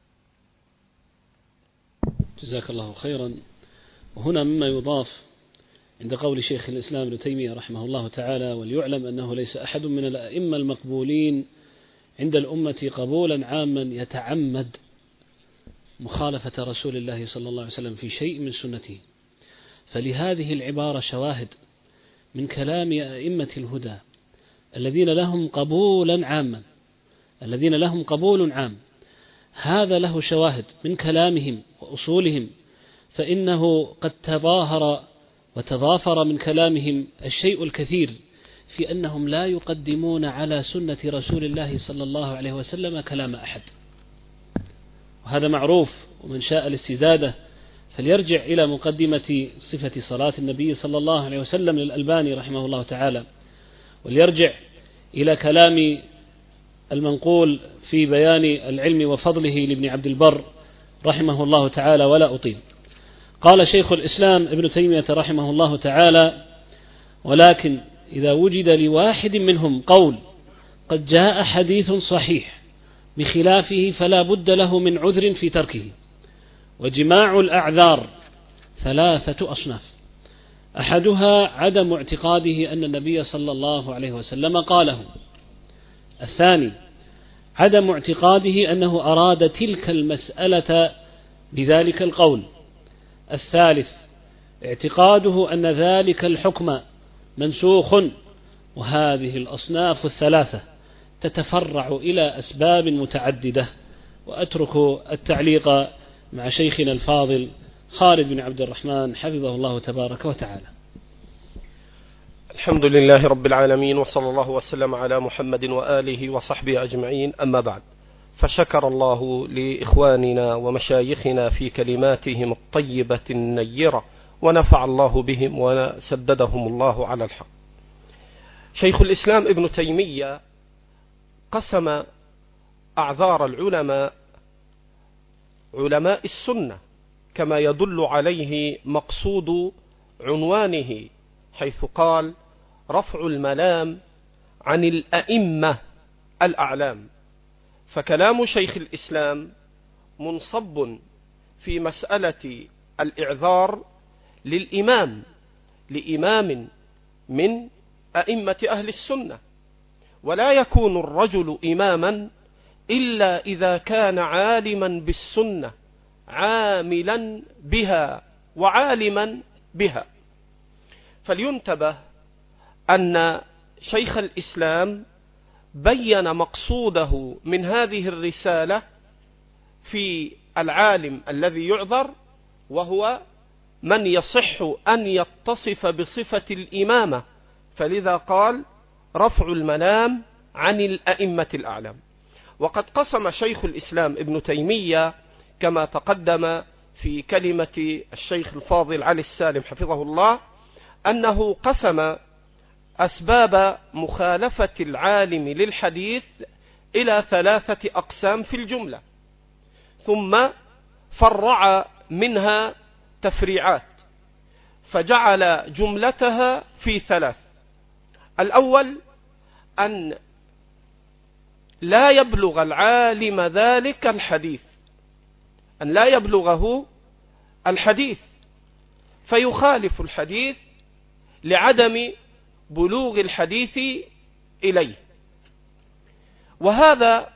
جزاك الله خيرا. وهنا مما يضاف عند قول شيخ الإسلام ابن تيمية رحمه الله تعالى: وليعلم أنه ليس أحد من الأئمة المقبولين عند الأمة قبولا عاما يتعمد مخالفة رسول الله صلى الله عليه وسلم في شيء من سنته. فلهذه العبارة شواهد من كلام أئمة الهدى الذين لهم قبول عام، هذا له شواهد من كلامهم وأصولهم، فإنه قد تظاهر وتضافر من كلامهم الشيء الكثير في أنهم لا يقدمون على سنة رسول الله صلى الله عليه وسلم كلام أحد، وهذا معروف. ومن شاء الاستزادة فليرجع إلى مقدمة صفة صلاة النبي صلى الله عليه وسلم للألباني رحمه الله تعالى، وليرجع إلى كلام المنقول في بيان العلم وفضله لابن عبد البر رحمه الله تعالى، ولا أطيل. قال شيخ الإسلام ابن تيمية رحمه الله تعالى: ولكن إذا وجد لواحد منهم قول قد جاء حديث صحيح بخلافه فلا بد له من عذر في تركه. وجماع الأعذار 3 أصناف: أحدها عدم اعتقاده أن النبي صلى الله عليه وسلم قاله. الثاني عدم اعتقاده أنه أراد تلك المسألة بذلك القول. الثالث اعتقاده أن ذلك الحكم منسوخ. وهذه الأصناف 3 تتفرع إلى أسباب متعددة. وأترك التعليق مع شيخنا الفاضل خالد بن عبد الرحمن حفظه الله تبارك وتعالى. الحمد لله رب العالمين، وصلى الله وسلم على محمد وآله وصحبه أجمعين، أما بعد. فشكر الله لإخواننا ومشايخنا في كلماتهم الطيبة النيرة، ونفع الله بهم وسددهم الله على الحق. شيخ الإسلام ابن تيمية قسم أعذار العلماء، علماء السنة، كما يدل عليه مقصود عنوانه، حيث قال: رفع الملام عن الأئمة الأعلام. فكلام شيخ الإسلام منصب في مسألة الإعذار لإمام من أئمة أهل السنة، ولا يكون الرجل إماما إلا إذا كان عالما بالسنة، عاملا بها وعالما بها. فلينتبه أن شيخ الإسلام بين مقصوده من هذه الرسالة في العالم الذي يعذر، وهو من يصح أن يتصف بصفة الإمامة، فلذا قال: رفع الملام عن الأئمة الأعلام. وقد قسم شيخ الإسلام ابن تيمية كما تقدم في كلمة الشيخ الفاضل علي السالم حفظه الله، أنه قسم أسباب مخالفة العالم للحديث إلى 3 أقسام في الجملة، ثم فرع منها تفريعات، فجعل جملتها في 3. الأول: أن لا يبلغ العالم ذلك الحديث، أن لا يبلغه الحديث فيخالف الحديث لعدم بلوغ الحديث إليه. وهذا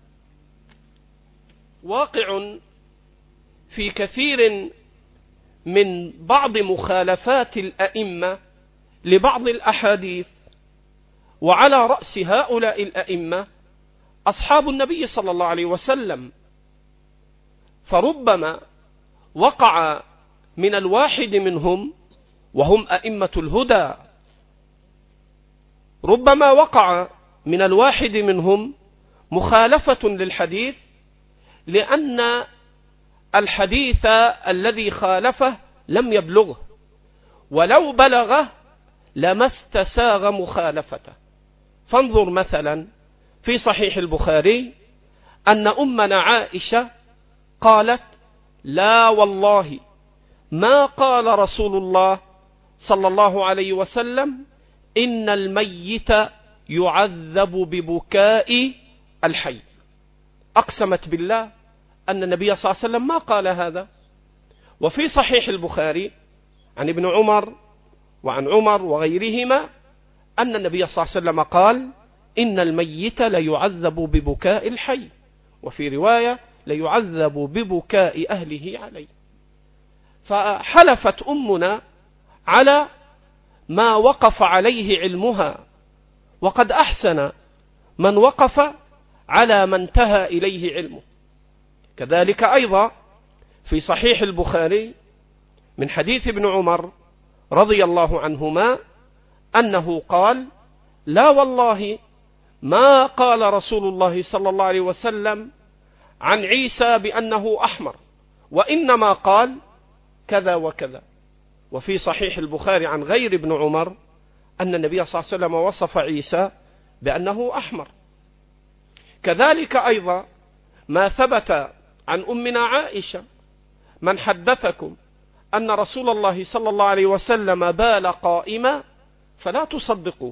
واقع في كثير من بعض مخالفات الأئمة لبعض الأحاديث، وعلى رأس هؤلاء الأئمة أصحاب النبي صلى الله عليه وسلم، فربما وقع من الواحد منهم، وهم أئمة الهدى، ربما وقع من الواحد منهم مخالفة للحديث، لأن الحديث الذي خالفه لم يبلغه، ولو بلغه لما استساغ مخالفته. فانظر مثلا في صحيح البخاري أن أمنا عائشة قالت: لا والله ما قال رسول الله صلى الله عليه وسلم إن الميت يعذب ببكاء الحي. أقسمت بالله أن النبي صلى الله عليه وسلم ما قال هذا. وفي صحيح البخاري عن ابن عمر وعن عمر وغيرهما أن النبي صلى الله عليه وسلم قال: إن الميت ليعذب ببكاء الحي، وفي رواية ليعذب ببكاء أهله عليه. فحلفت أمنا على ما وقف عليه علمها، وقد أحسن من وقف على ما انتهى إليه علمه. كذلك أيضا في صحيح البخاري من حديث ابن عمر رضي الله عنهما أنه قال: لا والله ما قال رسول الله صلى الله عليه وسلم عن عيسى بأنه أحمر، وإنما قال كذا وكذا. وفي صحيح البخاري عن غير ابن عمر أن النبي صلى الله عليه وسلم وصف عيسى بأنه أحمر. كذلك أيضا ما ثبت عن أمنا عائشة: من حدثكم أن رسول الله صلى الله عليه وسلم بال قائما فلا تصدقوه،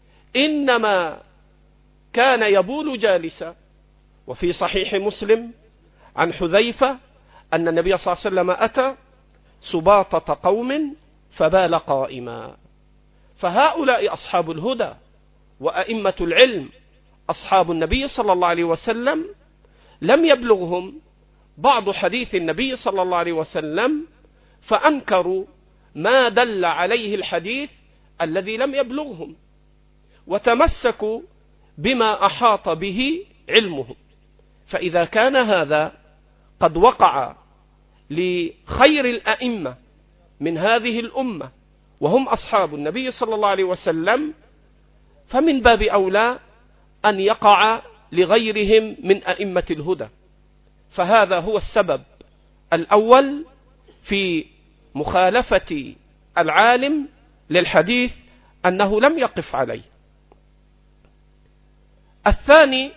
إنما كان يبول جالسا. وفي صحيح مسلم عن حذيفة أن النبي صلى الله عليه وسلم أتى سباطة قوم فبال قائما. فهؤلاء أصحاب الهدى وأئمة العلم، أصحاب النبي صلى الله عليه وسلم، لم يبلغهم بعض حديث النبي صلى الله عليه وسلم فأنكروا ما دل عليه الحديث الذي لم يبلغهم، وتمسكوا بما أحاط به علمهم. فإذا كان هذا قد وقع لخير الأئمة من هذه الأمة وهم أصحاب النبي صلى الله عليه وسلم، فمن باب أولى أن يقع لغيرهم من أئمة الهدى. فهذا هو السبب الأول في مخالفة العالم للحديث، أنه لم يقف عليه. الثاني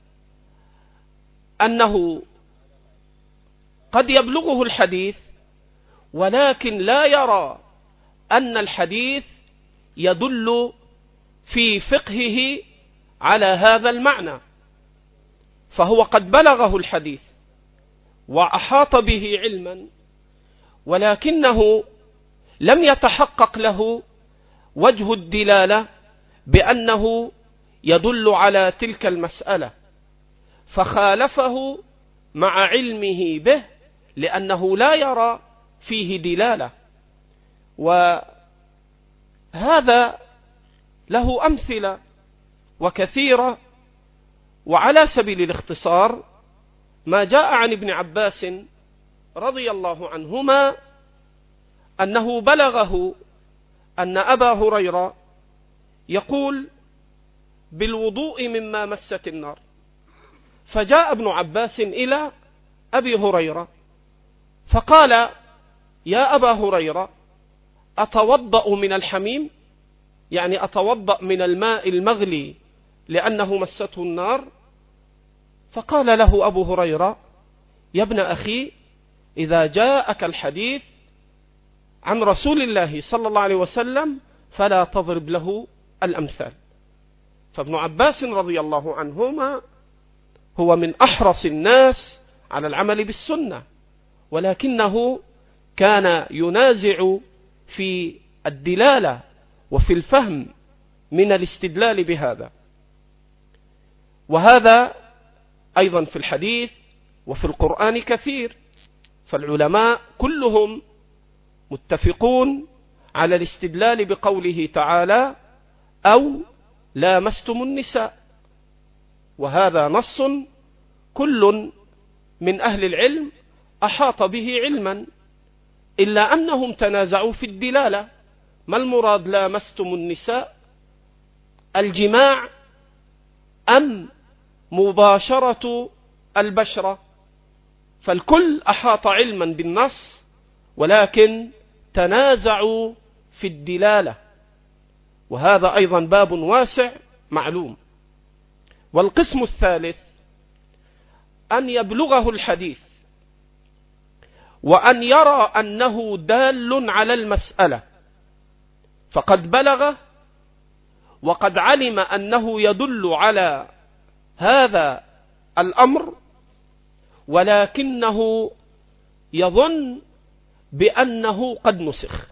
أنه قد يبلغه الحديث ولكن لا يرى أن الحديث يدل في فقهه على هذا المعنى، فهو قد بلغه الحديث وأحاط به علما، ولكنه لم يتحقق له وجه الدلالة بأنه يدل على تلك المسألة، فخالفه مع علمه به لأنه لا يرى فيه دلالة. وهذا له أمثلة وكثيرة، وعلى سبيل الاختصار ما جاء عن ابن عباس رضي الله عنهما أنه بلغه أن أبا هريرة يقول بالوضوء مما مست النار، فجاء ابن عباس إلى أبي هريرة فقال: يا أبا هريرة، أتوضأ من الحميم؟ يعني أتوضأ من الماء المغلي لأنه مسته النار؟ فقال له أبو هريرة: يا ابن أخي، إذا جاءك الحديث عن رسول الله صلى الله عليه وسلم فلا تضرب له الأمثال. فابن عباس رضي الله عنهما هو من أحرص الناس على العمل بالسنة، ولكنه كان ينازع في الدلالة وفي الفهم من الاستدلال بهذا. وهذا أيضا في الحديث وفي القرآن كثير، فالعلماء كلهم متفقون على الاستدلال بقوله تعالى: أو لامستم النساء، وهذا نص كل من أهل العلم أحاط به علما، إلا أنهم تنازعوا في الدلالة. ما المراد لامستم النساء؟ الجماع أم مباشرة البشرة؟ فالكل أحاط علما بالنص، ولكن تنازعوا في الدلالة، وهذا أيضا باب واسع معلوم. والقسم الثالث أن يبلغه الحديث وأن يرى أنه دال على المسألة، فقد بلغه وقد علم أنه يدل على هذا الأمر، ولكنه يظن بأنه قد نسخ.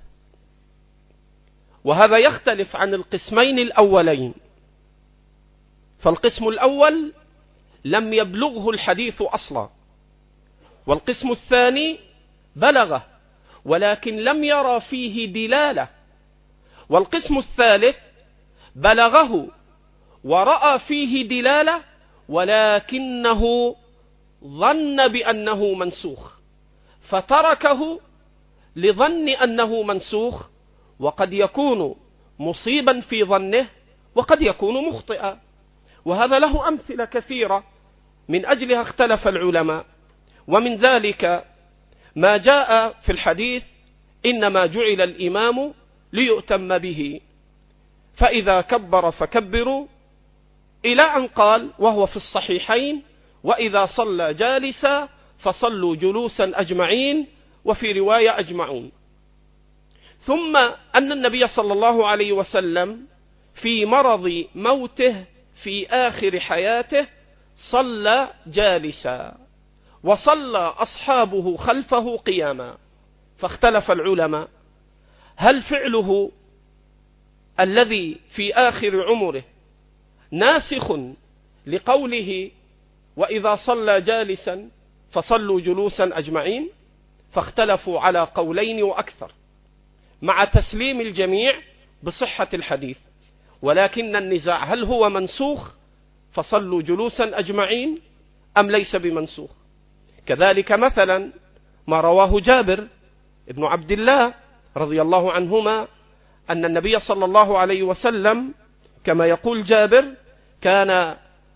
وهذا يختلف عن القسمين الأولين. فالقسم الأول لم يبلغه الحديث أصلا، والقسم الثاني بلغه ولكن لم يرى فيه دلالة، والقسم الثالث بلغه ورأى فيه دلالة ولكنه ظن بأنه منسوخ، فتركه لظن أنه منسوخ، وقد يكون مصيبا في ظنه وقد يكون مخطئا. وهذا له أمثلة كثيرة من أجلها اختلف العلماء، ومن ذلك ما جاء في الحديث: إنما جعل الإمام ليؤتم به، فإذا كبر فكبروا، إلى أن قال وهو في الصحيحين: وإذا صلى جالسا فصلوا جلوسا أجمعين، وفي رواية أجمعون. ثم أن النبي صلى الله عليه وسلم في مرض موته في آخر حياته صلى جالسا، وصلى أصحابه خلفه قياما. فاختلف العلماء: هل فعله الذي في آخر عمره ناسخ لقوله وإذا صلى جالسا فصلوا جلوسا أجمعين؟ فاختلفوا على قولين وأكثر، مع تسليم الجميع بصحة الحديث، ولكن النزاع هل هو منسوخ فصلوا جلوسا أجمعين أم ليس بمنسوخ. كذلك مثلا ما رواه جابر ابن عبد الله رضي الله عنهما أن النبي صلى الله عليه وسلم كما يقول جابر كان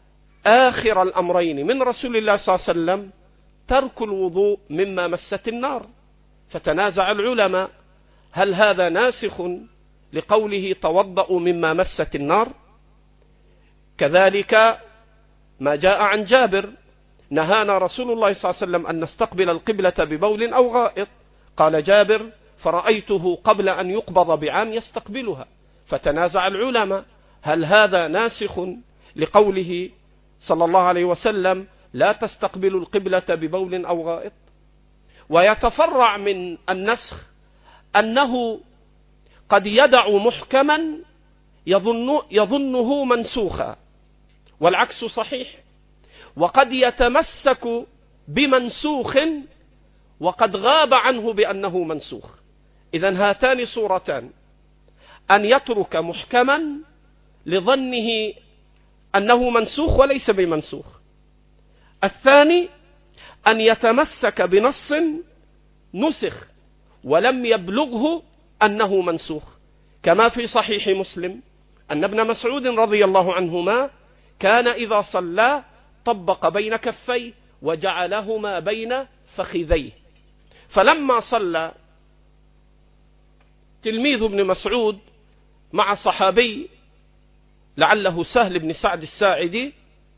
آخر الأمرين من رسول الله صلى الله عليه وسلم ترك الوضوء مما مست النار، فتنازع العلماء هل هذا ناسخ لقوله توضأوا مما مست النار؟ كذلك ما جاء عن جابر نهانا رسول الله صلى الله عليه وسلم أن نستقبل القبلة ببول أو غائط، قال جابر فرأيته قبل أن يقبض بعام يستقبلها، فتنازع العلماء هل هذا ناسخ لقوله صلى الله عليه وسلم لا تستقبلوا القبلة ببول أو غائط؟ ويتفرع من النسخ أنه قد يدع محكما يظنه منسوخا، والعكس صحيح، وقد يتمسك بمنسوخ وقد غاب عنه بأنه منسوخ. إذن هاتان صورتان: أن يترك محكما لظنه أنه منسوخ وليس بمنسوخ، الثاني أن يتمسك بنص نسخ ولم يبلغه أنه منسوخ، كما في صحيح مسلم أن ابن مسعود رضي الله عنهما كان إذا صلى طبق بين كفيه وجعلهما بين فخذيه، فلما صلى تلميذ ابن مسعود مع صحابي لعله سهل بن سعد الساعدي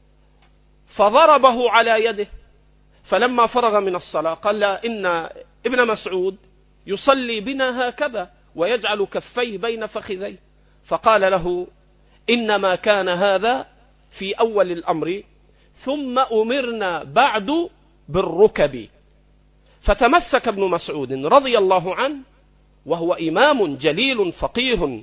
فضربه على يده، فلما فرغ من الصلاة قال إن ابن مسعود يصلي بنا هكذا ويجعل كفيه بين فخذيه، فقال له إنما كان هذا في أول الأمر ثم أمرنا بعد بالركب. فتمسك ابن مسعود رضي الله عنه وهو إمام جليل فقيه،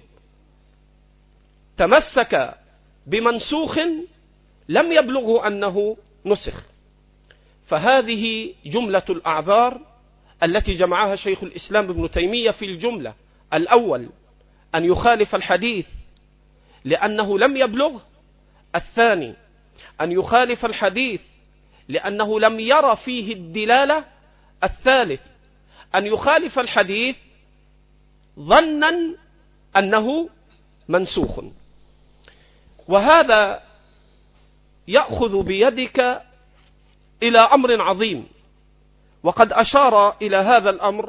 تمسك بمنسوخ لم يبلغه أنه نسخ. فهذه جملة الأعذار التي جمعها شيخ الإسلام ابن تيمية في الجملة: الأول أن يخالف الحديث لأنه لم يبلغ، الثاني أن يخالف الحديث لأنه لم ير فيه الدلالة، الثالث أن يخالف الحديث ظنا أنه منسوخ. وهذا يأخذ بيدك إلى أمر عظيم، وقد أشار إلى هذا الأمر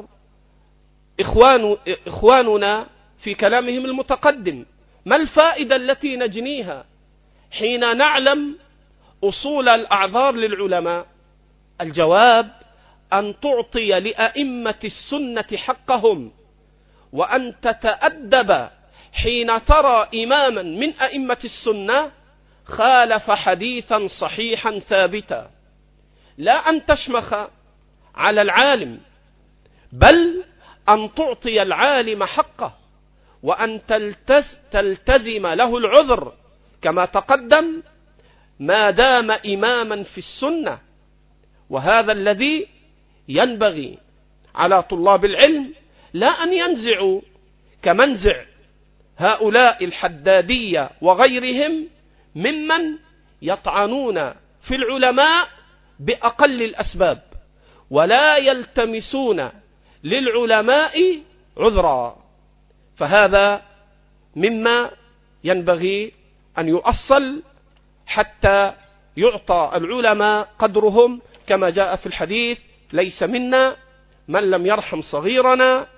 إخواننا في كلامهم المتقدم. ما الفائدة التي نجنيها حين نعلم أصول الأعذار للعلماء؟ الجواب أن تعطي لأئمة السنة حقهم، وأن تتأدب حين ترى إماما من أئمة السنة خالف حديثا صحيحا ثابتا، لا أن تشمخ على العالم، بل أن تعطي العالم حقه، وأن تلتزم له العذر كما تقدم ما دام إماما في السنة. وهذا الذي ينبغي على طلاب العلم، لا أن ينزعوا كمنزع هؤلاء الحدادية وغيرهم ممن يطعنون في العلماء بأقل الأسباب، ولا يلتمسون للعلماء عذرا. فهذا مما ينبغي أن يؤصل حتى يعطى العلماء قدرهم، كما جاء في الحديث: ليس منا من لم يرحم صغيرنا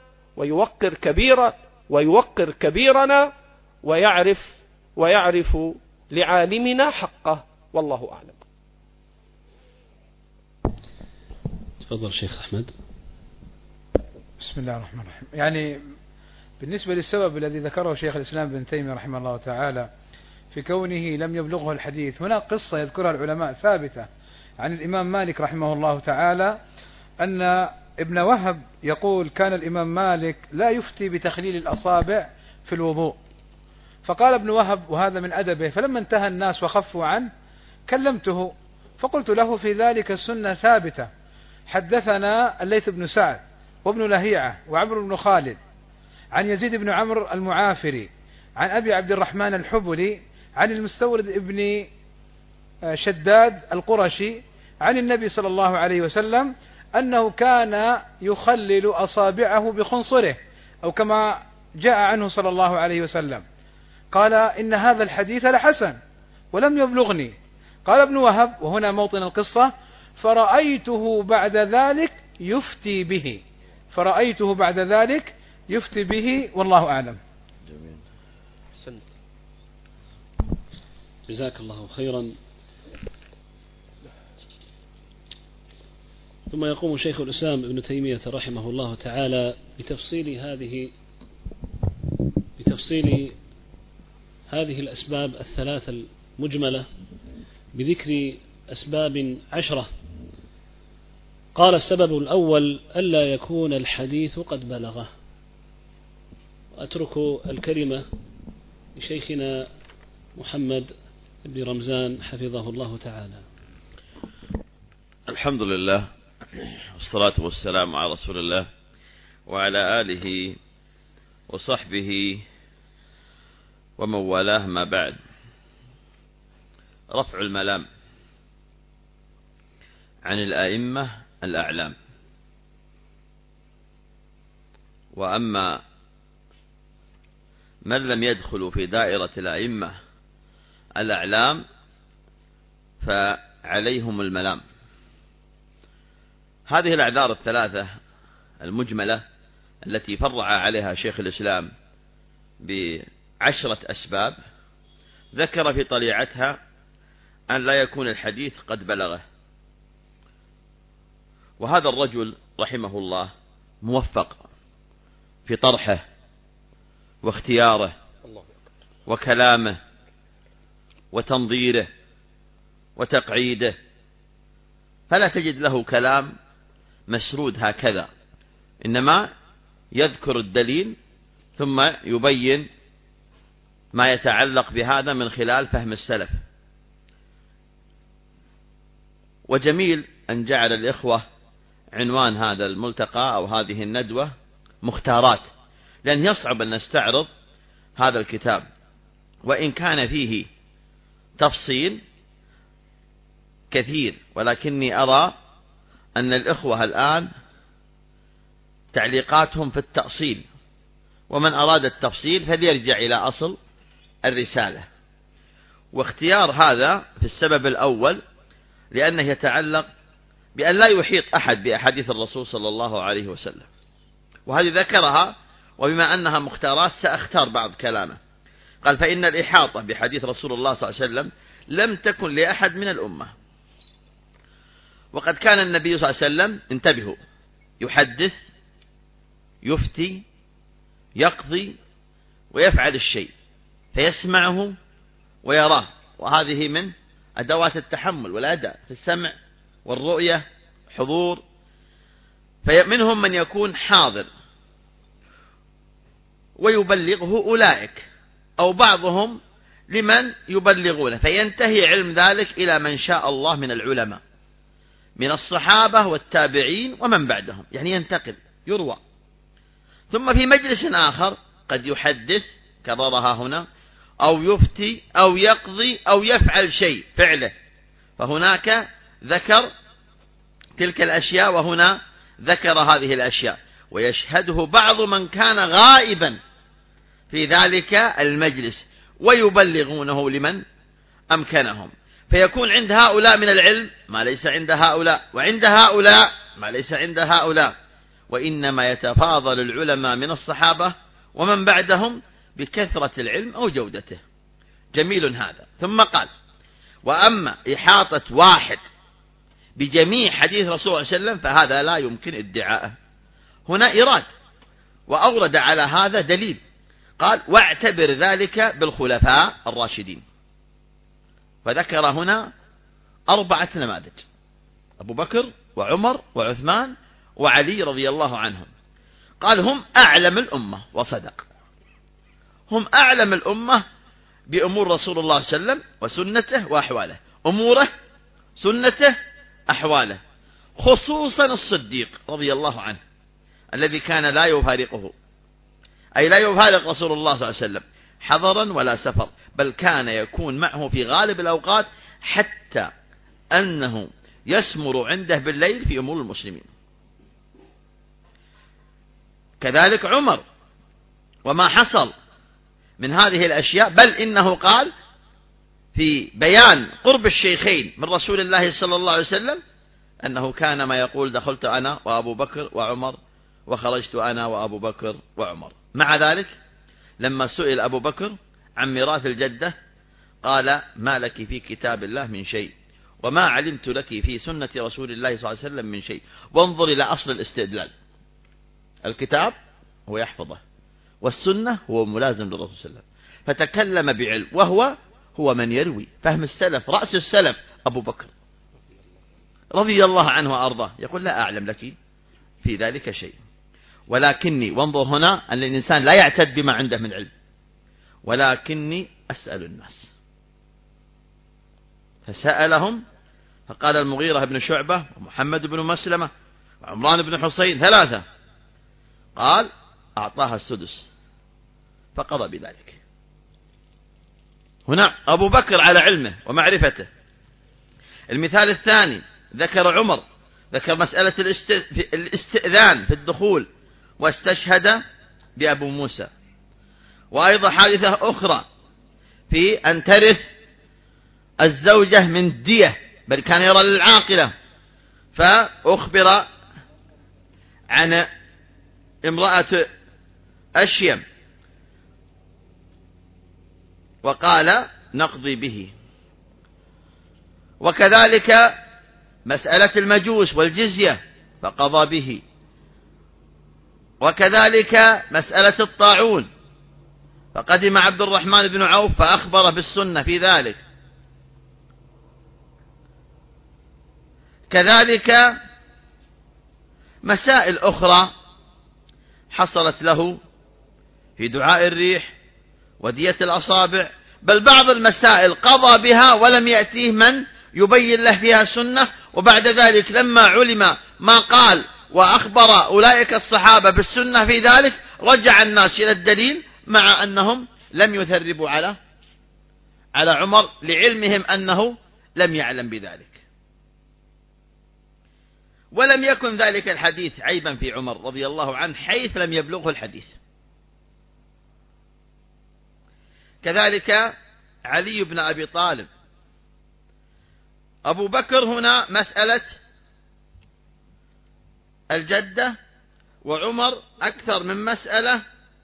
ويوقر كبيرنا ويعرف لعالمنا حقه، والله أعلم. تفضل شيخ أحمد. بسم الله الرحمن الرحيم. يعني بالنسبة للسبب الذي ذكره شيخ الإسلام ابن تيمية رحمه الله تعالى في كونه لم يبلغه الحديث، هنا قصة يذكرها العلماء ثابتة عن الإمام مالك رحمه الله تعالى أن ابن وهب يقول: كان الإمام مالك لا يفتي بتخليل الأصابع في الوضوء. فقال ابن وهب وهذا من أدبه: فلما انتهى الناس وخفوا عنه كلمته فقلت له: في ذلك السنة ثابتة، حدثنا الليث بن سعد وابن لهيعة وعمرو بن خالد عن يزيد بن عمرو المعافري عن أبي عبد الرحمن الحبلي عن المستورد ابن شداد القرشي عن النبي صلى الله عليه وسلم أنه كان يخلل أصابعه بخنصره، أو كما جاء عنه صلى الله عليه وسلم. قال: إن هذا الحديث لحسن ولم يبلغني. قال ابن وهب وهنا موطن القصة: فرأيته بعد ذلك يفتي به، فرأيته بعد ذلك يفتي به، والله أعلم. جميل. أحسنت. جزاك الله خيرا. ثم يقوم شيخ الإسلام ابن تيمية رحمه الله تعالى بتفصيل هذه الأسباب الثلاثة المجملة بذكر أسباب 10. قال: السبب الأول ألا يكون الحديث قد بلغه. وأترك الكلمة لشيخنا محمد بن رمزان حفظه الله تعالى. الحمد لله والصلاة والسلام على رسول الله وعلى آله وصحبه ومن والاه، ما بعد. رفع الملام عن الأئمة الأعلام. وأما من لم يدخلوا في دائرة الأئمة الأعلام فعليهم الملام. هذه الأعذار الثلاثة المجملة التي فرع عليها شيخ الإسلام ب10 أسباب، ذكر في طليعتها أن لا يكون الحديث قد بلغه. وهذا الرجل رحمه الله موفق في طرحه واختياره وكلامه وتنظيره وتقعيده، فلا تجد له كلام مسرود هكذا، إنما يذكر الدليل ثم يبين ما يتعلق بهذا من خلال فهم السلف. وجميل أن جعل الإخوة عنوان هذا الملتقى أو هذه الندوة مختارات، لأن يصعب أن نستعرض هذا الكتاب، وإن كان فيه تفصيل كثير، ولكني أرى أن الإخوة الآن تعليقاتهم في التأصيل، ومن أراد التفصيل فليرجع إلى أصل الرسالة. واختيار هذا في السبب الأول لأنه يتعلق بأن لا يحيط أحد بأحاديث الرسول صلى الله عليه وسلم، وهذه ذكرها، وبما أنها مختارات سأختار بعض كلامه. قال: فإن الإحاطة بحديث رسول الله صلى الله عليه وسلم لم تكن لأحد من الأمة، وقد كان النبي صلى الله عليه وسلم، انتبهوا، يحدث، يفتي، يقضي، ويفعل الشيء، فيسمعه ويراه، وهذه من أدوات التحمل والأداء في السمع والرؤية، حضور. فمنهم من يكون حاضر ويبلغه أولئك، أو بعضهم لمن يبلغونه، فينتهي علم ذلك إلى من شاء الله من العلماء من الصحابة والتابعين ومن بعدهم، يعني ينتقل، يروى. ثم في مجلس آخر قد يحدث، كررها هنا، أو يفتي أو يقضي أو يفعل شيء فعله، فهناك ذكر تلك الأشياء وهنا ذكر هذه الأشياء، ويشهده بعض من كان غائبا في ذلك المجلس ويبلغونه لمن أمكنهم، فيكون عند هؤلاء من العلم ما ليس عند هؤلاء، وعند هؤلاء ما ليس عند هؤلاء، وإنما يتفاضل العلماء من الصحابة ومن بعدهم بكثرة العلم أو جودته. جميل هذا. ثم قال: وأما إحاطة واحد بجميع حديث رسول الله صلى الله عليه وسلم فهذا لا يمكن ادعاءه. هنا إيراد، وأورد على هذا دليل. قال: واعتبر ذلك بالخلفاء الراشدين، فذكر هنا 4 نماذج: أبو بكر وعمر وعثمان وعلي رضي الله عنهم. قال: هم أعلم الأمة، وصدق، هم أعلم الأمة بأمور رسول الله صلى الله عليه وسلم وسنته وأحواله، أموره، سنته، أحواله، خصوصا الصديق رضي الله عنه الذي كان لا يفارقه، أي لا يفارق رسول الله صلى الله عليه وسلم حضرا ولا سفر، بل كان يكون معه في غالب الأوقات، حتى أنه يسمر عنده بالليل في أمور المسلمين. كذلك عمر وما حصل من هذه الأشياء، بل إنه قال: في بيان قرب الشيخين من رسول الله صلى الله عليه وسلم أنه كان ما يقول دخلت أنا وأبو بكر وعمر وخرجت أنا وأبو بكر وعمر. مع ذلك لما سئل أبو بكر عن ميراث الجدة قال ما لك في كتاب الله من شيء وما علمت لك في سنة رسول الله صلى الله عليه وسلم من شيء. وانظر إلى أصل الاستدلال، الكتاب هو يحفظه والسنة هو ملازم للرسول صلى الله عليه وسلم، فتكلم بعلم وهو من يروي فهم السلف. رأس السلف أبو بكر رضي الله عنه وأرضاه يقول لا أعلم لك في ذلك شيء، ولكني، وانظر هنا أن الإنسان لا يعتد بما عنده من علم، ولكني أسأل الناس. فسألهم فقال المغيرة بن شعبة ومحمد بن مسلمة وعمران بن حسين ثلاثة، قال أعطاها السدس فقضى بذلك. هنا أبو بكر على علمه ومعرفته. المثال الثاني ذكر عمر، ذكر مسألة الاستئذان في الدخول واستشهد بأبو موسى. وأيضا حادثة أخرى في أن ترث الزوجة من دية، بل كان يرى للعاقلة، فأخبر عن امرأة أشيم وقال نقضي به. وكذلك مسألة المجوس والجزية فقضى به. وكذلك مسألة الطاعون فقدم عبد الرحمن بن عوف فأخبر بالسنة في ذلك. كذلك مسائل أخرى حصلت له في دعاء الريح ودية الأصابع، بل بعض المسائل قضى بها ولم يأتيه من يبين له فيها سنة. وبعد ذلك لما علم ما قال وأخبر أولئك الصحابة بالسنة في ذلك رجع الناس إلى الدليل، مع أنهم لم يثربوا على عمر لعلمهم أنه لم يعلم بذلك. ولم يكن ذلك الحديث عيبا في عمر رضي الله عنه حيث لم يبلغه الحديث. كذلك علي بن أبي طالب. أبو بكر هنا مسألة الجدة، وعمر أكثر من مسألة.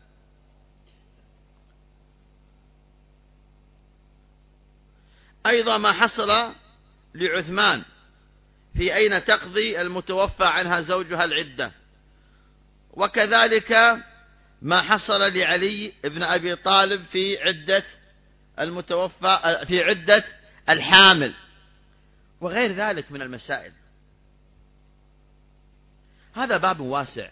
أيضا ما حصل لعثمان في أين تقضي المتوفى عنها زوجها العدة. وكذلك ما حصل لعلي بن أبي طالب في عدة المتوفى في عدة الحامل، وغير ذلك من المسائل. هذا باب واسع.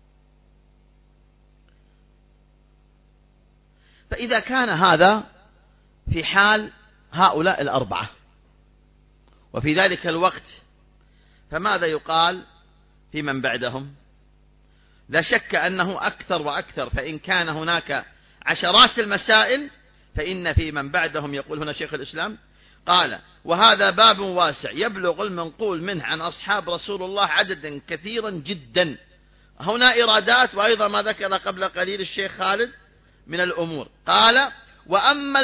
فإذا كان هذا في حال هؤلاء الأربعة وفي ذلك الوقت، فماذا يقال في من بعدهم؟ لا شك أنه أكثر وأكثر. فإن كان هناك عشرات المسائل فإن في من بعدهم، يقول هنا شيخ الإسلام قال وهذا باب واسع يبلغ المنقول منه عن أصحاب رسول الله عددا كثيرا جدا. هنا إرادات، وأيضا ما ذكر قبل قليل الشيخ خالد من الأمور. قال وأما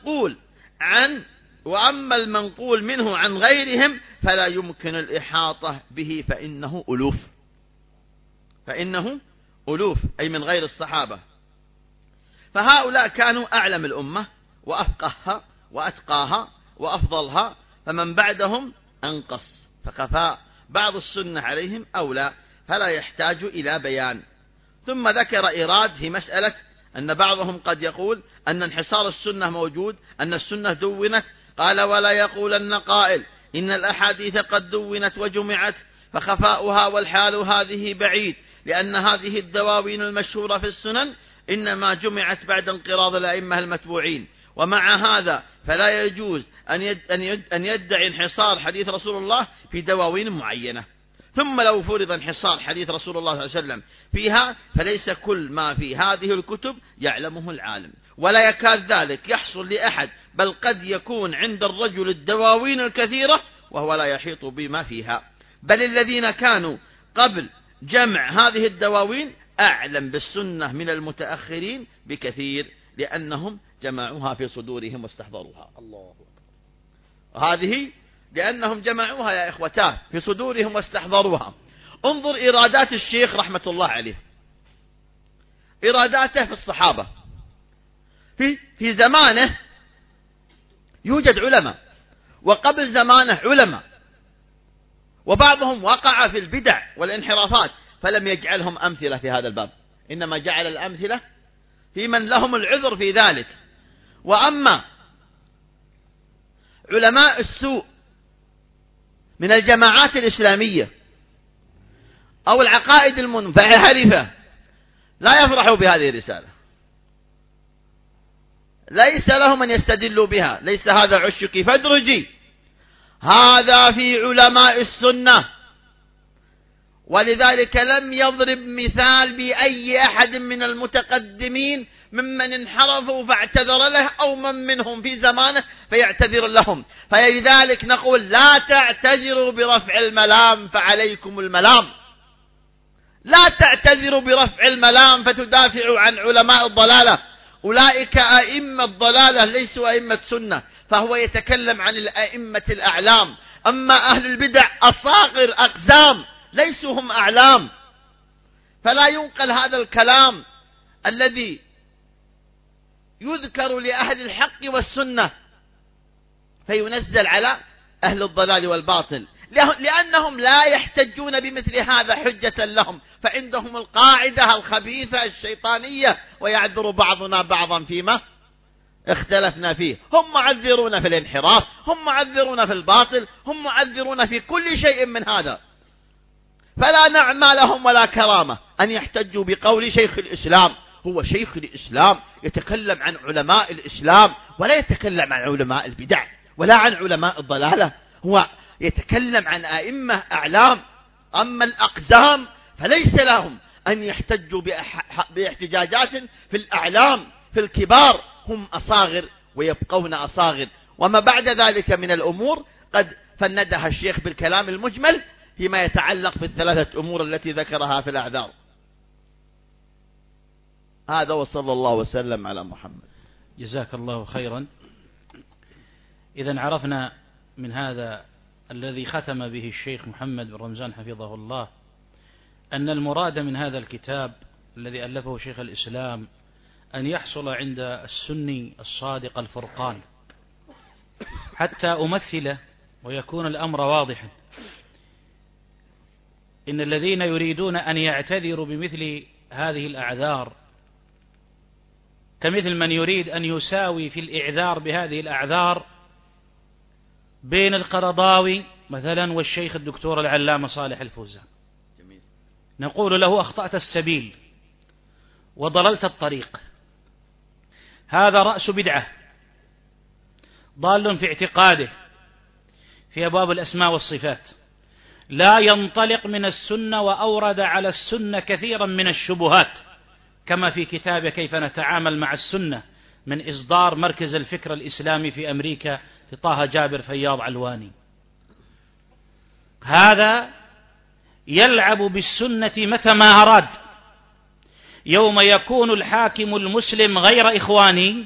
المنقول منه عن غيرهم فلا يمكن الإحاطة به فإنه ألوف أي من غير الصحابة. فهؤلاء كانوا أعلم الأمة وأفقهها وأتقاها وأفضلها، فمن بعدهم أنقص، فخفاء بعض السنة عليهم أولى، فلا يحتاج إلى بيان. ثم ذكر إيراد في مسألة أن بعضهم قد يقول أن انحصار السنة موجود، أن السنة دونت. قال ولا يقولن قائل إن الأحاديث قد دونت وجمعت فخفاؤها والحال هذه بعيد، لأن هذه الدواوين المشهورة في السنن إنما جمعت بعد انقراض الأئمة المتبوعين. ومع هذا فلا يجوز أن يدعي انحصار حديث رسول الله في دواوين معينة. ثم لو فرض انحصار حديث رسول الله صلى الله عليه وسلم فيها فليس كل ما في هذه الكتب يعلمه العالم، ولا يكاد ذلك يحصل لأحد، بل قد يكون عند الرجل الدواوين الكثيرة وهو لا يحيط بما فيها. بل الذين كانوا قبل جمع هذه الدواوين أعلم بالسنة من المتأخرين بكثير، لأنهم جمعوها في صدورهم واستحضروها. الله أكبر. هذه لأنهم جمعوها يا إخوتاه في صدورهم واستحضروها. انظر إيرادات الشيخ رحمة الله عليه، إيراداته في الصحابة. في زمانه يوجد علماء، وقبل زمانه علماء، وبعضهم وقع في البدع والانحرافات فلم يجعلهم أمثلة في هذا الباب، إنما جعل الأمثلة في من لهم العذر في ذلك. وأما علماء السوء من الجماعات الإسلامية أو العقائد المنحرفة لا يفرحوا بهذه الرسالة، ليس لهم أن يستدلوا بها، ليس هذا عشك فادرجي، هذا في علماء السنة. ولذلك لم يضرب مثال بأي أحد من المتقدمين ممن انحرفوا فاعتذر له، أو من منهم في زمانه فيعتذر لهم. فلذلك نقول لا تعتذروا برفع الملام فعليكم الملام، لا تعتذروا برفع الملام فتدافعوا عن علماء الضلالة. أولئك أئمة الضلالة ليسوا أئمة سنة، فهو يتكلم عن الأئمة الأعلام. أما أهل البدع أصاغر أقزام ليسوا هم أعلام، فلا ينقل هذا الكلام الذي يذكر لأهل الحق والسنة فينزل على أهل الضلال والباطل، لأنهم لا يحتجون بمثل هذا حجة لهم، فعندهم القاعدة الخبيثة الشيطانية، ويعذر بعضنا بعضا فيما اختلفنا فيه. هم معذرون في الانحراف، هم معذرون في الباطل، هم معذرون في كل شيء من هذا، فلا نعمى لهم ولا كرامة أن يحتجوا بقول شيخ الإسلام. هو شيخ الإسلام يتكلم عن علماء الإسلام، ولا يتكلم عن علماء البدع ولا عن علماء الضلالة، هو يتكلم عن أئمة أعلام. أما الأقزام فليس لهم أن يحتجوا باحتجاجات في الأعلام، في الكبار، هم أصاغر ويبقون أصاغر. وما بعد ذلك من الأمور قد فندها الشيخ بالكلام المجمل فيما يتعلق بالثلاثة أمور التي ذكرها في الأعذار. هذا وصلى الله وسلم على محمد. جزاك الله خيرا. إذن عرفنا من هذا الذي ختم به الشيخ محمد بن رمزان حفظه الله أن المراد من هذا الكتاب الذي ألفه شيخ الإسلام أن يحصل عند السني الصادق الفرقان، حتى أمثله ويكون الأمر واضحا. إن الذين يريدون أن يعتذروا بمثل هذه الأعذار كمثل من يريد أن يساوي في الإعذار بهذه الأعذار بين القرضاوي مثلا والشيخ الدكتور العلامة صالح الفوزان. نقول له أخطأت السبيل وضللت الطريق، هذا رأس بدعة، ضال في اعتقاده في أبواب الأسماء والصفات، لا ينطلق من السنة، وأورد على السنة كثيرا من الشبهات كما في كتابه كيف نتعامل مع السنة من إصدار مركز الفكر الإسلامي في أمريكا لطه جابر فياض علواني. هذا يلعب بالسنة متى ما أراد. يوم يكون الحاكم المسلم غير إخواني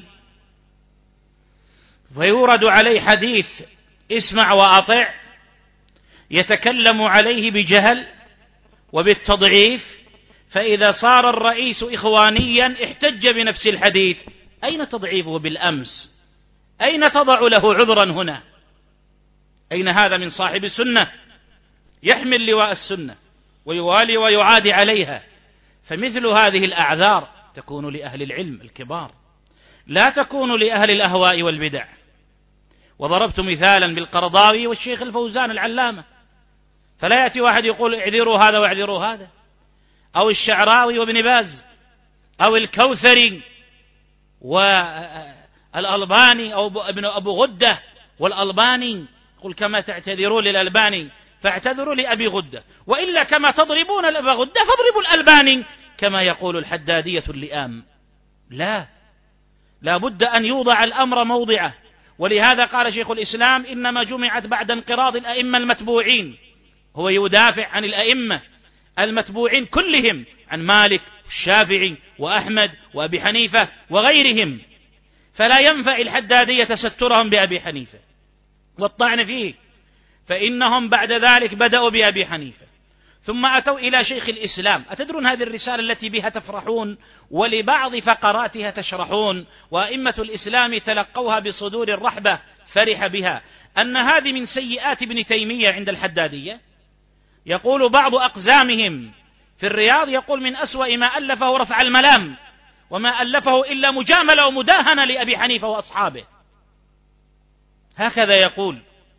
فيورد عليه حديث اسمع وأطع، يتكلم عليه بجهل وبالتضعيف، فإذا صار الرئيس إخوانيا احتج بنفس الحديث. أين تضعيفه بالأمس؟ أين تضع له عذرا هنا؟ أين هذا من صاحب السنة يحمل لواء السنة ويوالي ويعادي عليها؟ فمثل هذه الأعذار تكون لأهل العلم الكبار، لا تكون لأهل الأهواء والبدع. وضربت مثالا بالقرضاوي والشيخ الفوزان العلامة، فلا يأتي واحد يقول اعذروا هذا واعذروا هذا، أو الشعراوي وابن باز، أو الكوثري والألباني، أو ابن أبو غدة والألباني، قل كما تعتذرون للألباني فاعتذروا لأبي غدة، وإلا كما تضربون لأبي غدة فاضربوا الألباني، كما يقول الحدادية اللئام. لا بد أن يوضع الأمر موضعه. ولهذا قال شيخ الإسلام إنما جمعت بعد انقراض الأئمة المتبوعين. هو يدافع عن الأئمة المتبوعين كلهم، عن مالك والشافعي وأحمد وأبي حنيفة وغيرهم، فلا ينفع الحدادية سترهم بأبي حنيفة، والطعن فيه، فإنهم بعد ذلك بدأوا بأبي حنيفة ثم أتوا إلى شيخ الإسلام. أتدرون هذه الرسالة التي بها تفرحون ولبعض فقراتها تشرحون، وأئمة الإسلام تلقوها بصدور الرحبة فرح بها، أن هذه من سيئات ابن تيمية عند الحدادية. يقول بعض أقزامهم في الرياض، يقول من أسوأ ما ألفه رفع الملام، وما ألفه إلا مجاملة ومداهنة لأبي حنيفة وأصحابه، هكذا يقول.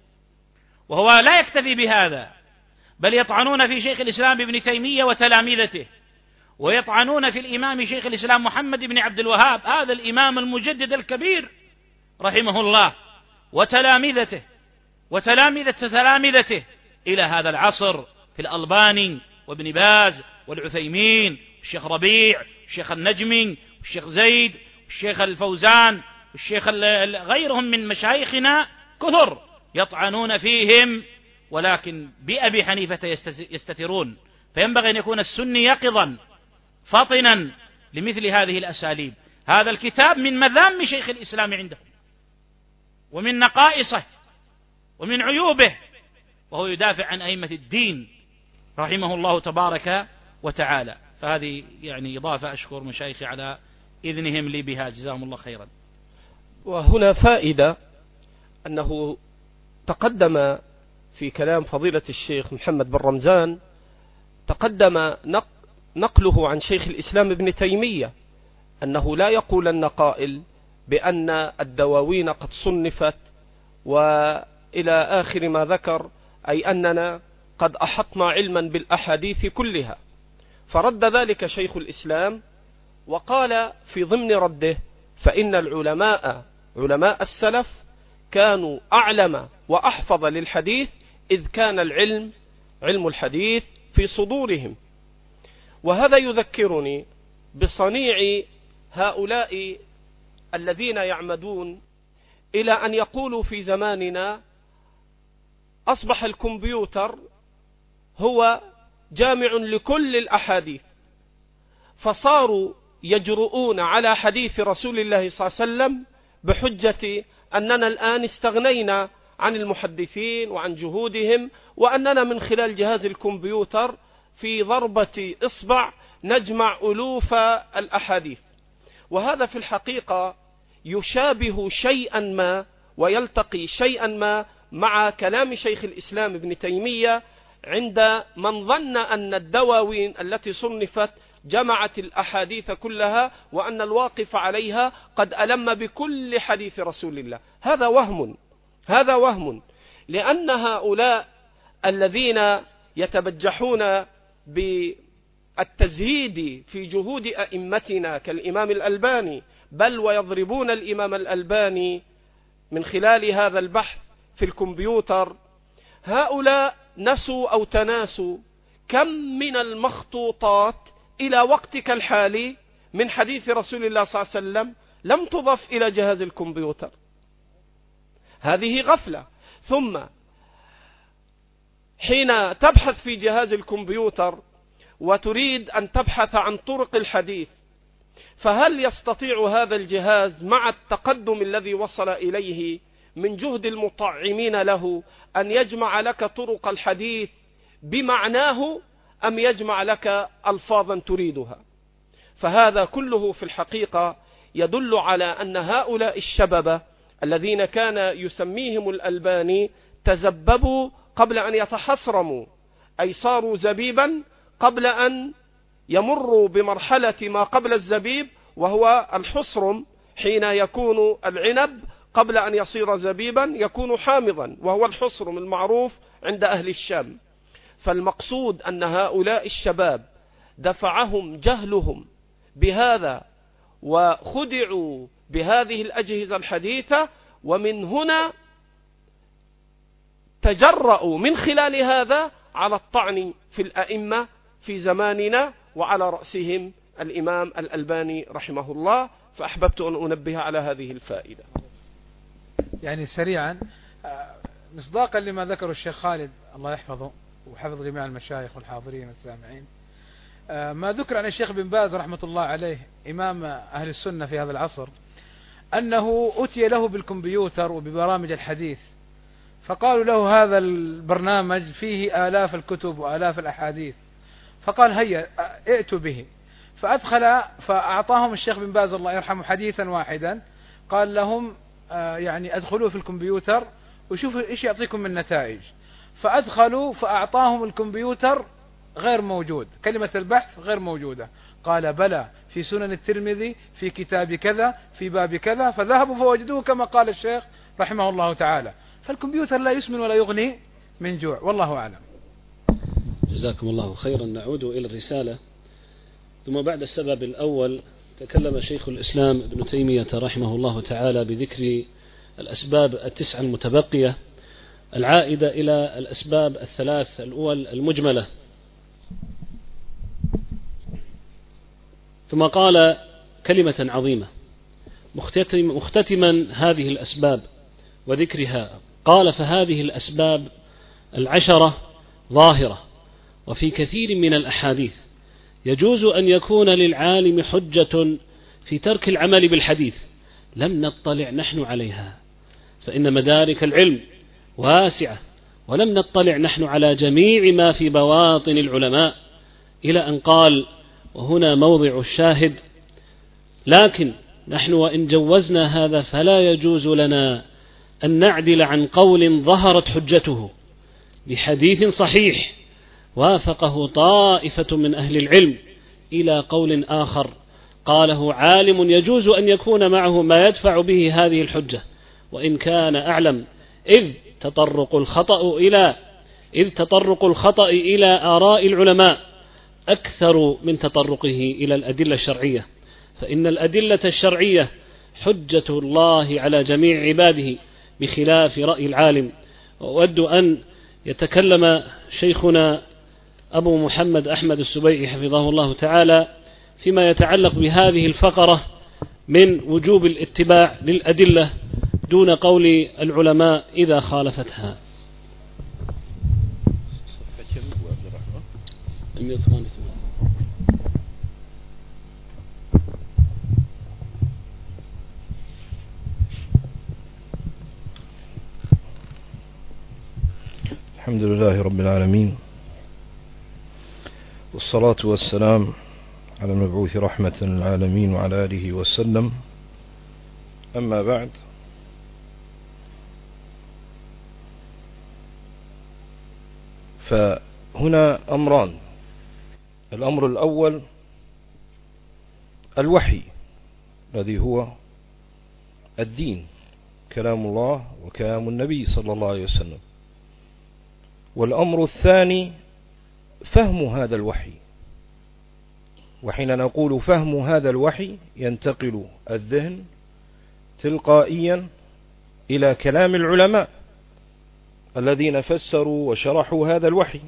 وهو لا يكتفي بهذا، بل يطعنون في شيخ الإسلام ابن تيمية وتلامذته، ويطعنون في الإمام شيخ الإسلام محمد بن عبد الوهاب، هذا الإمام المجدد الكبير رحمه الله، وتلامذته وتلامذة تلامذته إلى هذا العصر، في الألباني وابن باز والعثيمين والشيخ ربيع والشيخ النجمي والشيخ زيد والشيخ الفوزان والشيخ غيرهم من مشايخنا كثر يطعنون فيهم، ولكن بأبي حنيفة يستترون. فينبغي أن يكون السني يقظا فطنا لمثل هذه الأساليب. هذا الكتاب من مذام شيخ الإسلام عنده، ومن نقائصه، ومن عيوبه، وهو يدافع عن أئمة الدين رحمه الله تبارك وتعالى. فهذه يعني إضافة، أشكر مشايخي على إذنهم لي بها، جزاهم الله خيرا. وهنا فائدة، أنه تقدم في كلام فضيلة الشيخ محمد بن رمزان، تقدم نقله عن شيخ الإسلام ابن تيمية أنه لا يقولن قائل بأن الدواوين قد صنفت وإلى آخر ما ذكر، أي أننا قد أحطنا علما بالأحاديث كلها. فرد ذلك شيخ الإسلام وقال في ضمن رده: فإن علماء السلف كانوا أعلم وأحفظ للحديث، إذ كان علم الحديث في صدورهم. وهذا يذكرني بصنيع هؤلاء الذين يعمدون إلى أن يقولوا في زماننا: أصبح الكمبيوتر هو جامع لكل الأحاديث، فصاروا يجرؤون على حديث رسول الله صلى الله عليه وسلم بحجة أننا الآن استغنينا عن المحدثين وعن جهودهم، وأننا من خلال جهاز الكمبيوتر في ضربة إصبع نجمع ألوف الأحاديث. وهذا في الحقيقة يشابه شيئا ما ويلتقي شيئا ما مع كلام شيخ الإسلام ابن تيمية عند من ظن أن الدواوين التي صنفت جمعت الأحاديث كلها، وأن الواقف عليها قد ألم بكل حديث رسول الله. هذا وهم، لأن هؤلاء الذين يتبجحون بالتزهيد في جهود أئمتنا كالإمام الألباني، بل ويضربون الإمام الألباني من خلال هذا البحث في الكمبيوتر، هؤلاء نسوا أو تناسوا كم من المخطوطات إلى وقتك الحالي من حديث رسول الله صلى الله عليه وسلم لم تضف إلى جهاز الكمبيوتر. هذه غفلة. ثم حين تبحث في جهاز الكمبيوتر وتريد أن تبحث عن طرق الحديث، فهل يستطيع هذا الجهاز مع التقدم الذي وصل إليه من جهد المطعمين له أن يجمع لك طرق الحديث بمعناه، أم يجمع لك ألفاظا تريدها؟ فهذا كله في الحقيقة يدل على أن هؤلاء الشباب الذين كان يسميهم الألباني تزببوا قبل أن يتحصرموا، أي صاروا زبيبا قبل أن يمروا بمرحلة ما قبل الزبيب، وهو الحصرم، حين يكون العنب قبل أن يصير زبيبا يكون حامضا، وهو الحصرم المعروف عند أهل الشام. فالمقصود أن هؤلاء الشباب دفعهم جهلهم بهذا وخدعوا بهذه الأجهزة الحديثة، ومن هنا تجرؤوا من خلال هذا على الطعن في الأئمة في زماننا، وعلى رأسهم الإمام الألباني رحمه الله. فأحببت أن أنبه على هذه الفائدة. يعني سريعا، مصداقا لما ذكر الشيخ خالد الله يحفظه وحفظ جميع المشايخ والحاضرين والسامعين، ما ذكر عن الشيخ بن باز رحمة الله عليه إمام أهل السنة في هذا العصر، أنه أتي له بالكمبيوتر وببرامج الحديث، فقالوا له هذا البرنامج فيه آلاف الكتب وآلاف الأحاديث، فقال هيا ائتوا به. فأعطاهم الشيخ بن باز الله يرحمه حديثا واحدا، قال لهم يعني أدخلوا في الكمبيوتر وشوفوا إيش يعطيكم من نتائج. فأدخلوا فأعطاهم الكمبيوتر غير موجود، كلمة البحث غير موجودة. قال بلى في سنن الترمذي في كتاب كذا في باب كذا، فذهبوا فوجدوه كما قال الشيخ رحمه الله تعالى. فالكمبيوتر لا يسمن ولا يغني من جوع، والله أعلم. جزاكم الله خيرا. نعود إلى الرسالة. ثم بعد السبب الأول تكلم شيخ الإسلام ابن تيمية رحمه الله تعالى بذكر الأسباب التسعة المتبقية العائدة إلى الأسباب الثلاث الأول المجملة، ثم قال كلمة عظيمة مختتما هذه الأسباب وذكرها، قال فهذه الأسباب العشرة ظاهرة، وفي كثير من الأحاديث يجوز أن يكون للعالم حجة في ترك العمل بالحديث لم نطلع نحن عليها، فإن مدارك العلم واسعة، ولم نطلع نحن على جميع ما في بواطن العلماء، إلى أن قال وهنا موضع الشاهد: لكن نحن وإن جوزنا هذا فلا يجوز لنا أن نعدل عن قول ظهرت حجته بحديث صحيح وافقه طائفة من أهل العلم إلى قول آخر قاله عالم يجوز أن يكون معه ما يدفع به هذه الحجة، وإن كان أعلم، إذ تطرق الخطأ إلى آراء العلماء أكثر من تطرقه إلى الأدلة الشرعية، فإن الأدلة الشرعية حجة الله على جميع عباده بخلاف رأي العالم. وأود أن يتكلم شيخنا أبو محمد أحمد السبيعي حفظه الله تعالى فيما يتعلق بهذه الفقرة من وجوب الاتباع للأدلة دون قول العلماء إذا خالفتها. الحمد لله رب العالمين، والصلاة والسلام على المبعوث رحمة للعالمين وعلى آله وسلم. أما بعد، فهنا أمران. الأمر الأول الوحي الذي هو الدين، كلام الله وكلام النبي صلى الله عليه وسلم. والأمر الثاني فهم هذا الوحي، وحين نقول فهم هذا الوحي ينتقل الذهن تلقائيا إلى كلام العلماء الذين فسروا وشرحوا هذا الوحي.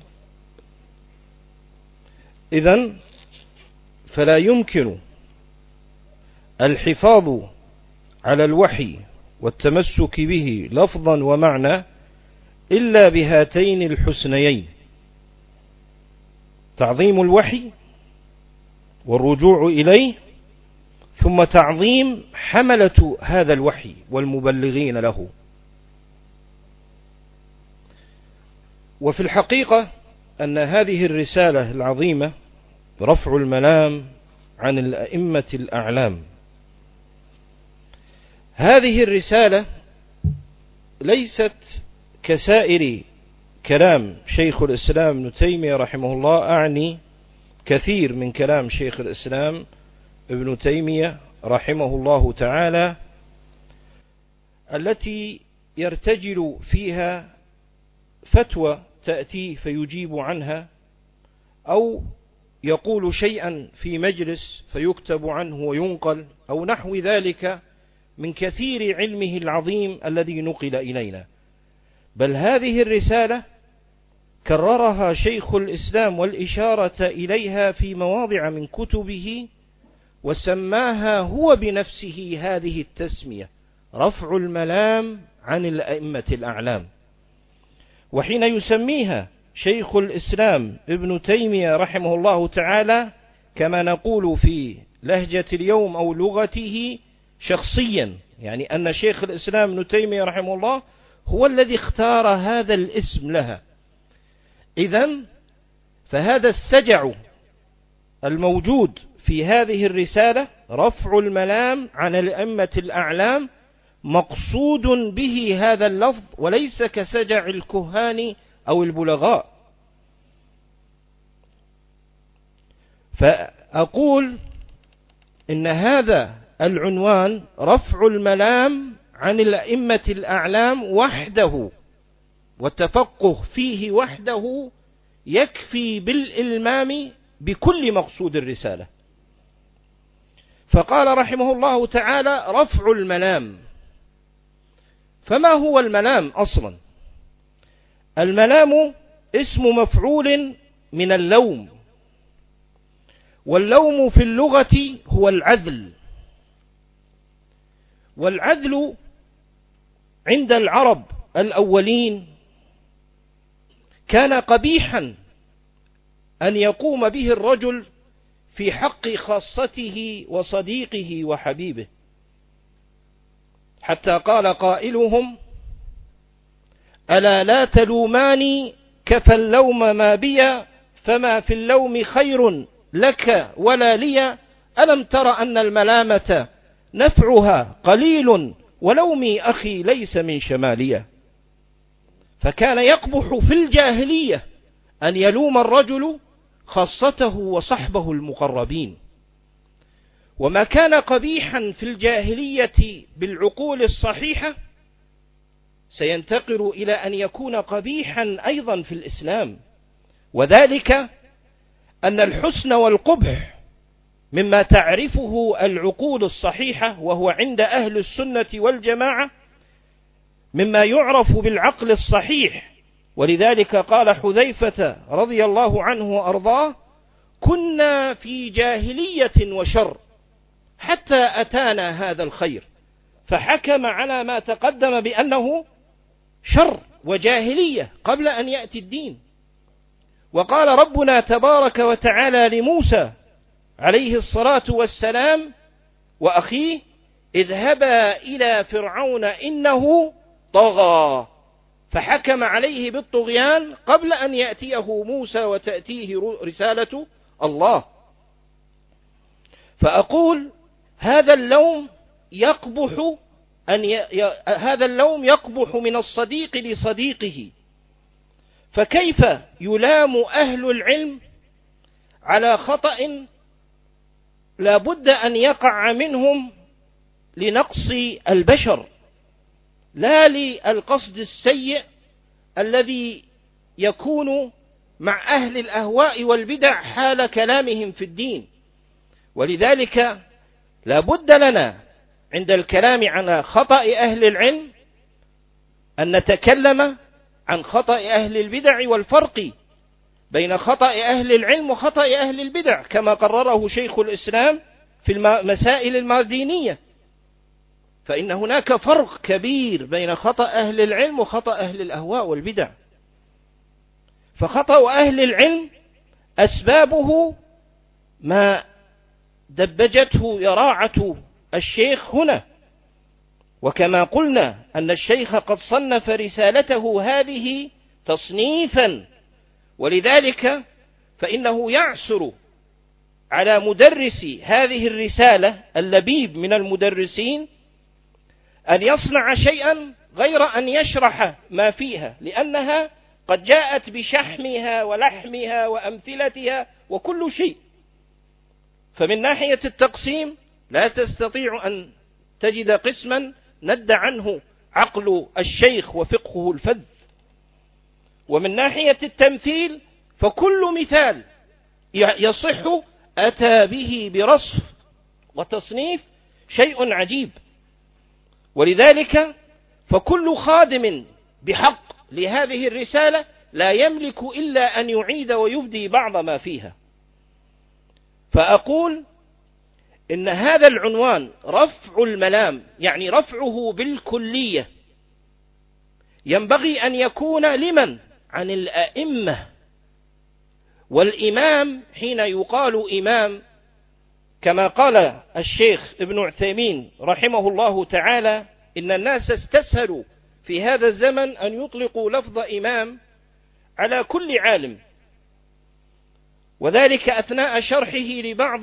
إذن فلا يمكن الحفاظ على الوحي والتمسك به لفظا ومعنى إلا بهاتين الحسنيين: تعظيم الوحي والرجوع إليه، ثم تعظيم حملة هذا الوحي والمبلغين له. وفي الحقيقة أن هذه الرسالة العظيمة رفع الملام عن الأئمة الأعلام، هذه الرسالة ليست كسائر كلام شيخ الإسلام ابن تيمية رحمه الله، أعني كثير من كلام شيخ الإسلام ابن تيمية رحمه الله تعالى، التي يرتجل فيها فتوى تأتي فيجيب عنها، أو يقول شيئا في مجلس فيكتب عنه وينقل، أو نحو ذلك من كثير علمه العظيم الذي نقل إلينا. بل هذه الرسالة كررها شيخ الإسلام والإشارة إليها في مواضع من كتبه، وسماها هو بنفسه هذه التسمية: رفع الملام عن الأئمة الأعلام. وحين يسميها شيخ الإسلام ابن تيمية رحمه الله تعالى كما نقول في لهجة اليوم أو لغته شخصيا، يعني أن شيخ الإسلام ابن تيمية رحمه الله هو الذي اختار هذا الاسم لها. إذن فهذا السجع الموجود في هذه الرسالة رفع الملام عن الأئمة الأعلام مقصود به هذا اللفظ، وليس كسجع الكهان أو البلغاء. فأقول إن هذا العنوان رفع الملام عن الأئمة الأعلام وحده والتفقه فيه وحده يكفي بالإلمام بكل مقصود الرسالة. فقال رحمه الله تعالى رفع الملام. فما هو الملام أصلا؟ الملام اسم مفعول من اللوم، واللوم في اللغة هو العدل، والعدل عند العرب الأولين كان قبيحا أن يقوم به الرجل في حق خاصته وصديقه وحبيبه، حتى قال قائلهم: ألا لا تلوماني كفى اللوم ما بي، فما في اللوم خير لك ولا لي، ألم تر أن الملامة نفعها قليل ولومي أخي ليس من شمالية. فكان يقبح في الجاهلية أن يلوم الرجل خاصته وصحبه المقربين، وما كان قبيحا في الجاهلية بالعقول الصحيحة سينتقل إلى أن يكون قبيحا أيضا في الإسلام، وذلك أن الحسن والقبح مما تعرفه العقول الصحيحة، وهو عند أهل السنة والجماعة مما يعرف بالعقل الصحيح. ولذلك قال حذيفة رضي الله عنه وأرضاه: كنا في جاهلية وشر حتى أتانا هذا الخير، فحكم على ما تقدم بأنه شر وجاهلية قبل أن يأتي الدين. وقال ربنا تبارك وتعالى لموسى عليه الصلاة والسلام وأخيه: اذهبا إلى فرعون إنه طغى، فحكم عليه بالطغيان قبل أن يأتيه موسى وتأتيه رسالة الله. فأقول هذا اللوم يقبح من الصديق لصديقه، فكيف يلام أهل العلم على خطأ لا بد أن يقع منهم لنقص البشر، لا للقصد السيء الذي يكون مع أهل الأهواء والبدع حال كلامهم في الدين. ولذلك لا بد لنا عند الكلام عن خطأ أهل العلم أن نتكلم عن خطأ أهل البدع والفرق بين خطأ أهل العلم وخطأ أهل البدع، كما قرره شيخ الإسلام في المسائل المادينية. فإن هناك فرق كبير بين خطأ أهل العلم وخطأ أهل الأهواء والبدع. فخطأ أهل العلم أسبابه ما دبجته يراعة الشيخ هنا، وكما قلنا أن الشيخ قد صنف رسالته هذه تصنيفا، ولذلك فإنه يعسر على مدرس هذه الرسالة اللبيب من المدرسين أن يصنع شيئا غير أن يشرح ما فيها، لأنها قد جاءت بشحمها ولحمها وأمثلتها وكل شيء. فمن ناحية التقسيم لا تستطيع أن تجد قسما ند عنه عقل الشيخ وفقهه الفذ. ومن ناحية التمثيل فكل مثال يصح أتى به برصف وتصنيف شيء عجيب. ولذلك فكل خادم بحق لهذه الرسالة لا يملك إلا أن يعيد ويبدي بعض ما فيها. فأقول إن هذا العنوان رفع الملام، يعني رفعه بالكلية، ينبغي أن يكون لمن؟ عن الأئمة. والإمام حين يقال إمام كما قال الشيخ ابن عثيمين رحمه الله تعالى: إن الناس استسهلوا في هذا الزمن أن يطلقوا لفظ إمام على كل عالم، وذلك أثناء شرحه لبعض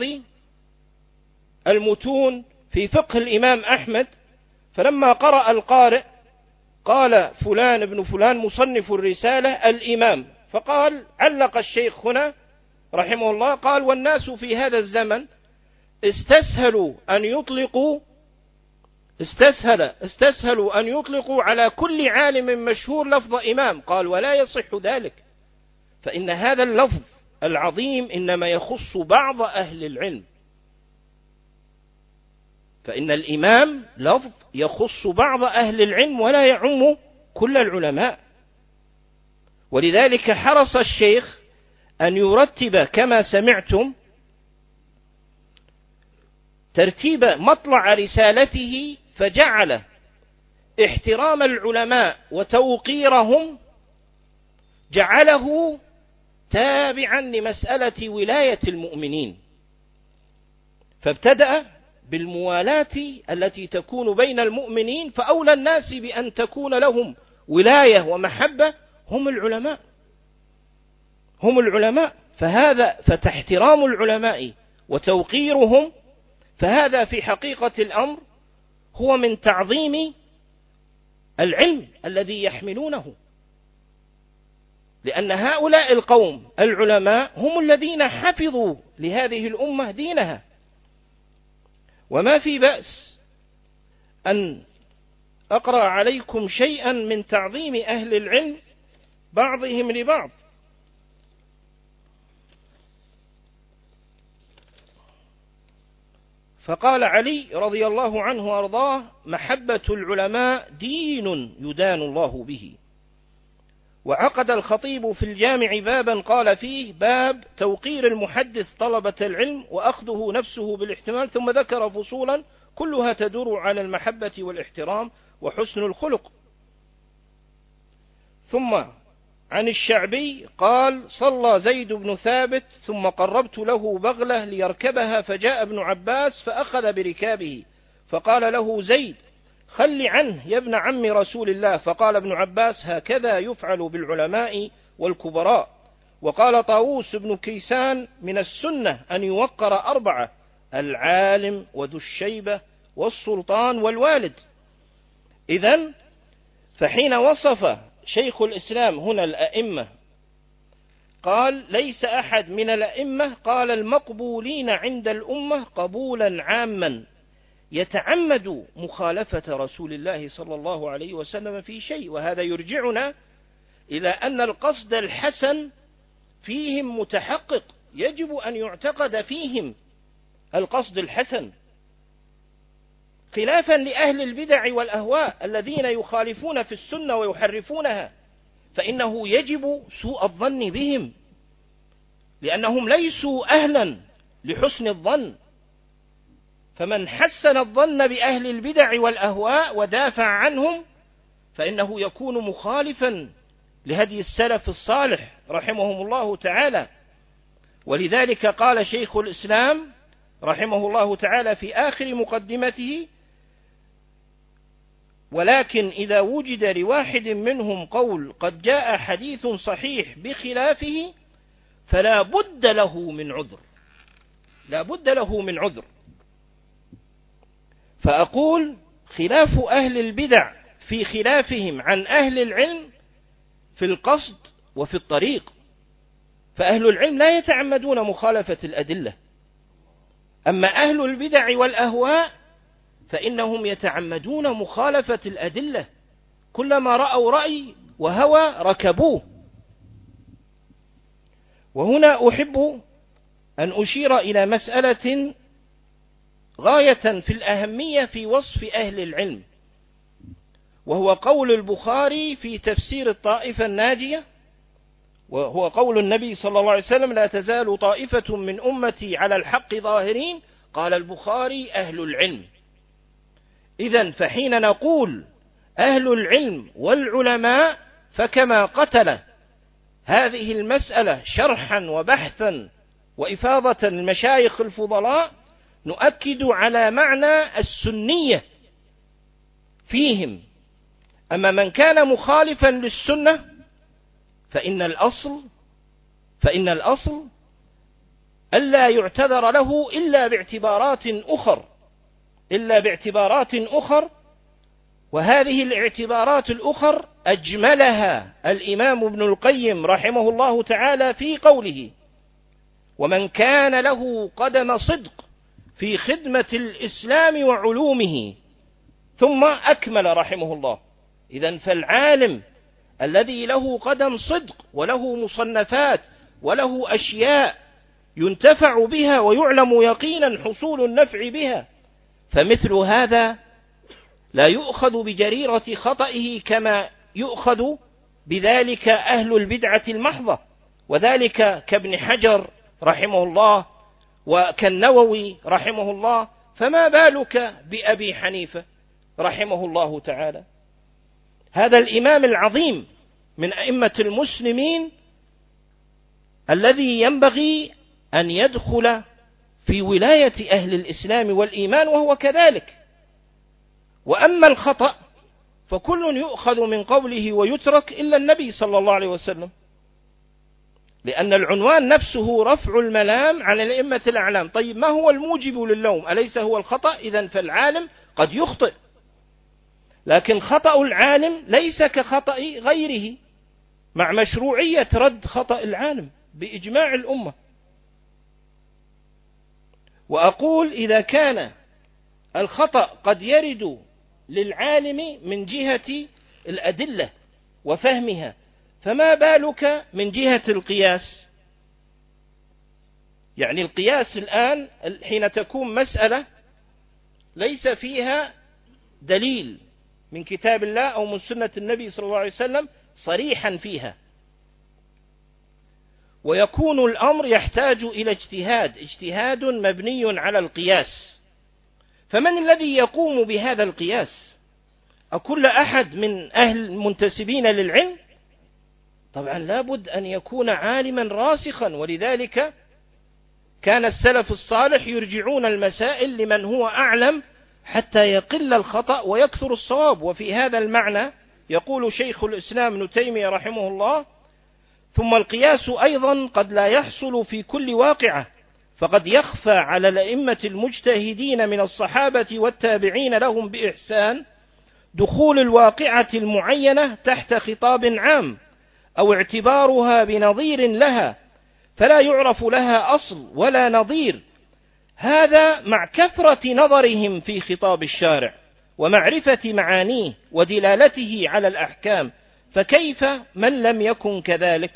المتون في فقه الإمام أحمد، فلما قرأ القارئ قال فلان ابن فلان مصنف الرسالة الإمام، فقال علق الشيخ هنا رحمه الله قال والناس في هذا الزمن استسهلوا أن يطلقوا على كل عالم مشهور لفظ إمام. قال ولا يصح ذلك، فإن هذا اللفظ العظيم إنما يخص بعض أهل العلم، فإن الإمام لفظ يخص بعض أهل العلم ولا يعم كل العلماء. ولذلك حرص الشيخ أن يرتب كما سمعتم ترتيب مطلع رسالته، فجعل احترام العلماء وتوقيرهم جعله تابعا لمسألة ولاية المؤمنين، فابتدأ بالموالاة التي تكون بين المؤمنين، فأولى الناس بأن تكون لهم ولاية ومحبة هم العلماء. فتحترام العلماء وتوقيرهم فهذا في حقيقة الأمر هو من تعظيم العلم الذي يحملونه، لأن هؤلاء القوم العلماء هم الذين حفظوا لهذه الأمة دينها. وما في بأس أن أقرأ عليكم شيئا من تعظيم أهل العلم بعضهم لبعض. فقال علي رضي الله عنه وأرضاه محبة العلماء دين يدان الله به. وعقد الخطيب في الجامع بابا قال فيه باب توقير المحدث طلبة العلم وأخذه نفسه بالاحتمال، ثم ذكر فصولا كلها تدور على المحبة والاحترام وحسن الخلق. ثم عن الشعبي قال صلى زيد بن ثابت ثم قربت له بغلة ليركبها، فجاء ابن عباس فأخذ بركابه، فقال له زيد خل عنه يا ابن عم رسول الله، فقال ابن عباس هكذا يفعل بالعلماء والكبراء. وقال طاووس بن كيسان من السنة أن يوقر 4: العالم وذو الشيبة والسلطان والوالد. إذن فحين وصف شيخ الإسلام هنا الأئمة قال ليس أحد من الأئمة، قال المقبولين عند الأمة قبولا عاما يتعمد مخالفة رسول الله صلى الله عليه وسلم في شيء. وهذا يرجعنا إلى أن القصد الحسن فيهم متحقق، يجب أن يعتقد فيهم القصد الحسن، خلافا لأهل البدع والأهواء الذين يخالفون في السنة ويحرفونها، فإنه يجب سوء الظن بهم، لأنهم ليسوا أهلا لحسن الظن. فمن حسن الظن بأهل البدع والأهواء ودافع عنهم فإنه يكون مخالفا لهدي السلف الصالح رحمهم الله تعالى. ولذلك قال شيخ الإسلام رحمه الله تعالى في آخر مقدمته ولكن إذا وجد لواحد منهم قول قد جاء حديث صحيح بخلافه فلا بد له من عذر، لا بد له من عذر. فأقول خلاف أهل البدع في خلافهم عن أهل العلم في القصد وفي الطريق، فأهل العلم لا يتعمدون مخالفة الأدلة، أما أهل البدع والأهواء فإنهم يتعمدون مخالفة الأدلة، كلما رأوا رأي وهوى ركبوه. وهنا أحب أن أشير إلى مسألة غاية في الأهمية في وصف أهل العلم، وهو قول البخاري في تفسير الطائفة الناجية، وهو قول النبي صلى الله عليه وسلم لا تزال طائفة من أمتي على الحق ظاهرين، قال البخاري أهل العلم. إذن فحين نقول أهل العلم والعلماء فكما قتل هذه المسألة شرحا وبحثا وإفاضة المشايخ الفضلاء، نؤكد على معنى السنية فيهم، أما من كان مخالفا للسنة فإن الأصل ألا يعتذر له إلا باعتبارات أخر، وهذه الاعتبارات الأخر أجملها الإمام ابن القيم رحمه الله تعالى في قوله: ومن كان له قدم صدق في خدمة الإسلام وعلومه، ثم أكمل رحمه الله: إذن فالعالم الذي له قدم صدق وله مصنفات وله أشياء ينتفع بها ويعلم يقينا حصول النفع بها، فمثل هذا لا يؤخذ بجريرة خطئه كما يؤخذ بذلك أهل البدعة المحضة، وذلك كابن حجر رحمه الله وكالنووي رحمه الله، فما بالك بأبي حنيفة رحمه الله تعالى؟ هذا الإمام العظيم من أئمة المسلمين الذي ينبغي أن يدخل في ولاية أهل الإسلام والإيمان، وهو كذلك. وأما الخطأ فكل يؤخذ من قوله ويترك إلا النبي صلى الله عليه وسلم، لأن العنوان نفسه رفع الملام عن الأئمة الأعلام. طيب ما هو الموجب للوم؟ أليس هو الخطأ؟ إذن فالعالم قد يخطئ، لكن خطأ العالم ليس كخطأ غيره، مع مشروعية رد خطأ العالم بإجماع الأمة. وأقول إذا كان الخطأ قد يرد للعالم من جهة الأدلة وفهمها، فما بالك من جهة القياس؟ يعني القياس الآن حين تكون مسألة ليس فيها دليل من كتاب الله أو من سنة النبي صلى الله عليه وسلم صريحا فيها، ويكون الأمر يحتاج إلى اجتهاد مبني على القياس، فمن الذي يقوم بهذا القياس؟ أكل أحد من أهل المنتسبين للعلم؟ طبعا لابد أن يكون عالما راسخا، ولذلك كان السلف الصالح يرجعون المسائل لمن هو أعلم حتى يقل الخطأ ويكثر الصواب. وفي هذا المعنى يقول شيخ الإسلام ابن تيمية رحمه الله: ثم القياس أيضا قد لا يحصل في كل واقعة، فقد يخفى على الأئمة المجتهدين من الصحابة والتابعين لهم بإحسان دخول الواقعة المعينة تحت خطاب عام أو اعتبارها بنظير لها، فلا يعرف لها أصل ولا نظير، هذا مع كثرة نظرهم في خطاب الشارع ومعرفة معانيه ودلالته على الأحكام، فكيف من لم يكن كذلك؟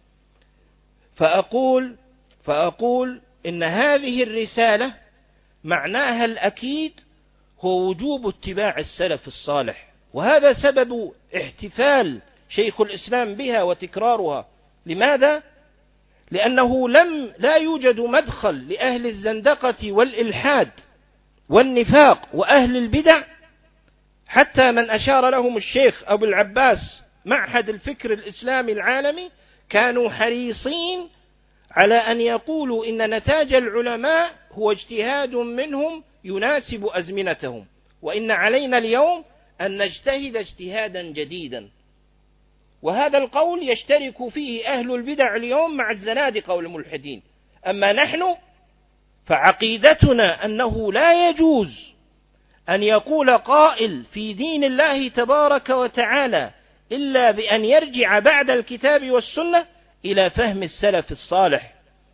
فأقول إن هذه الرسالة معناها الأكيد هو وجوب اتباع السلف الصالح، وهذا سبب احتفال شيخ الإسلام بها وتكرارها. لماذا؟ لأنه لا يوجد مدخل لأهل الزندقة والإلحاد والنفاق وأهل البدع، حتى من أشار لهم الشيخ أبو العباس معهد الفكر الإسلامي العالمي كانوا حريصين على أن يقولوا إن نتاج العلماء هو اجتهاد منهم يناسب أزمنتهم، وإن علينا اليوم أن نجتهد اجتهادا جديدا. وهذا القول يشترك فيه أهل البدع اليوم مع الزنادقة والملحدين. أما نحن فعقيدتنا أنه لا يجوز أن يقول قائل في دين الله تبارك وتعالى إلا بأن يرجع بعد الكتاب والسنة إلى فهم السلف الصالح.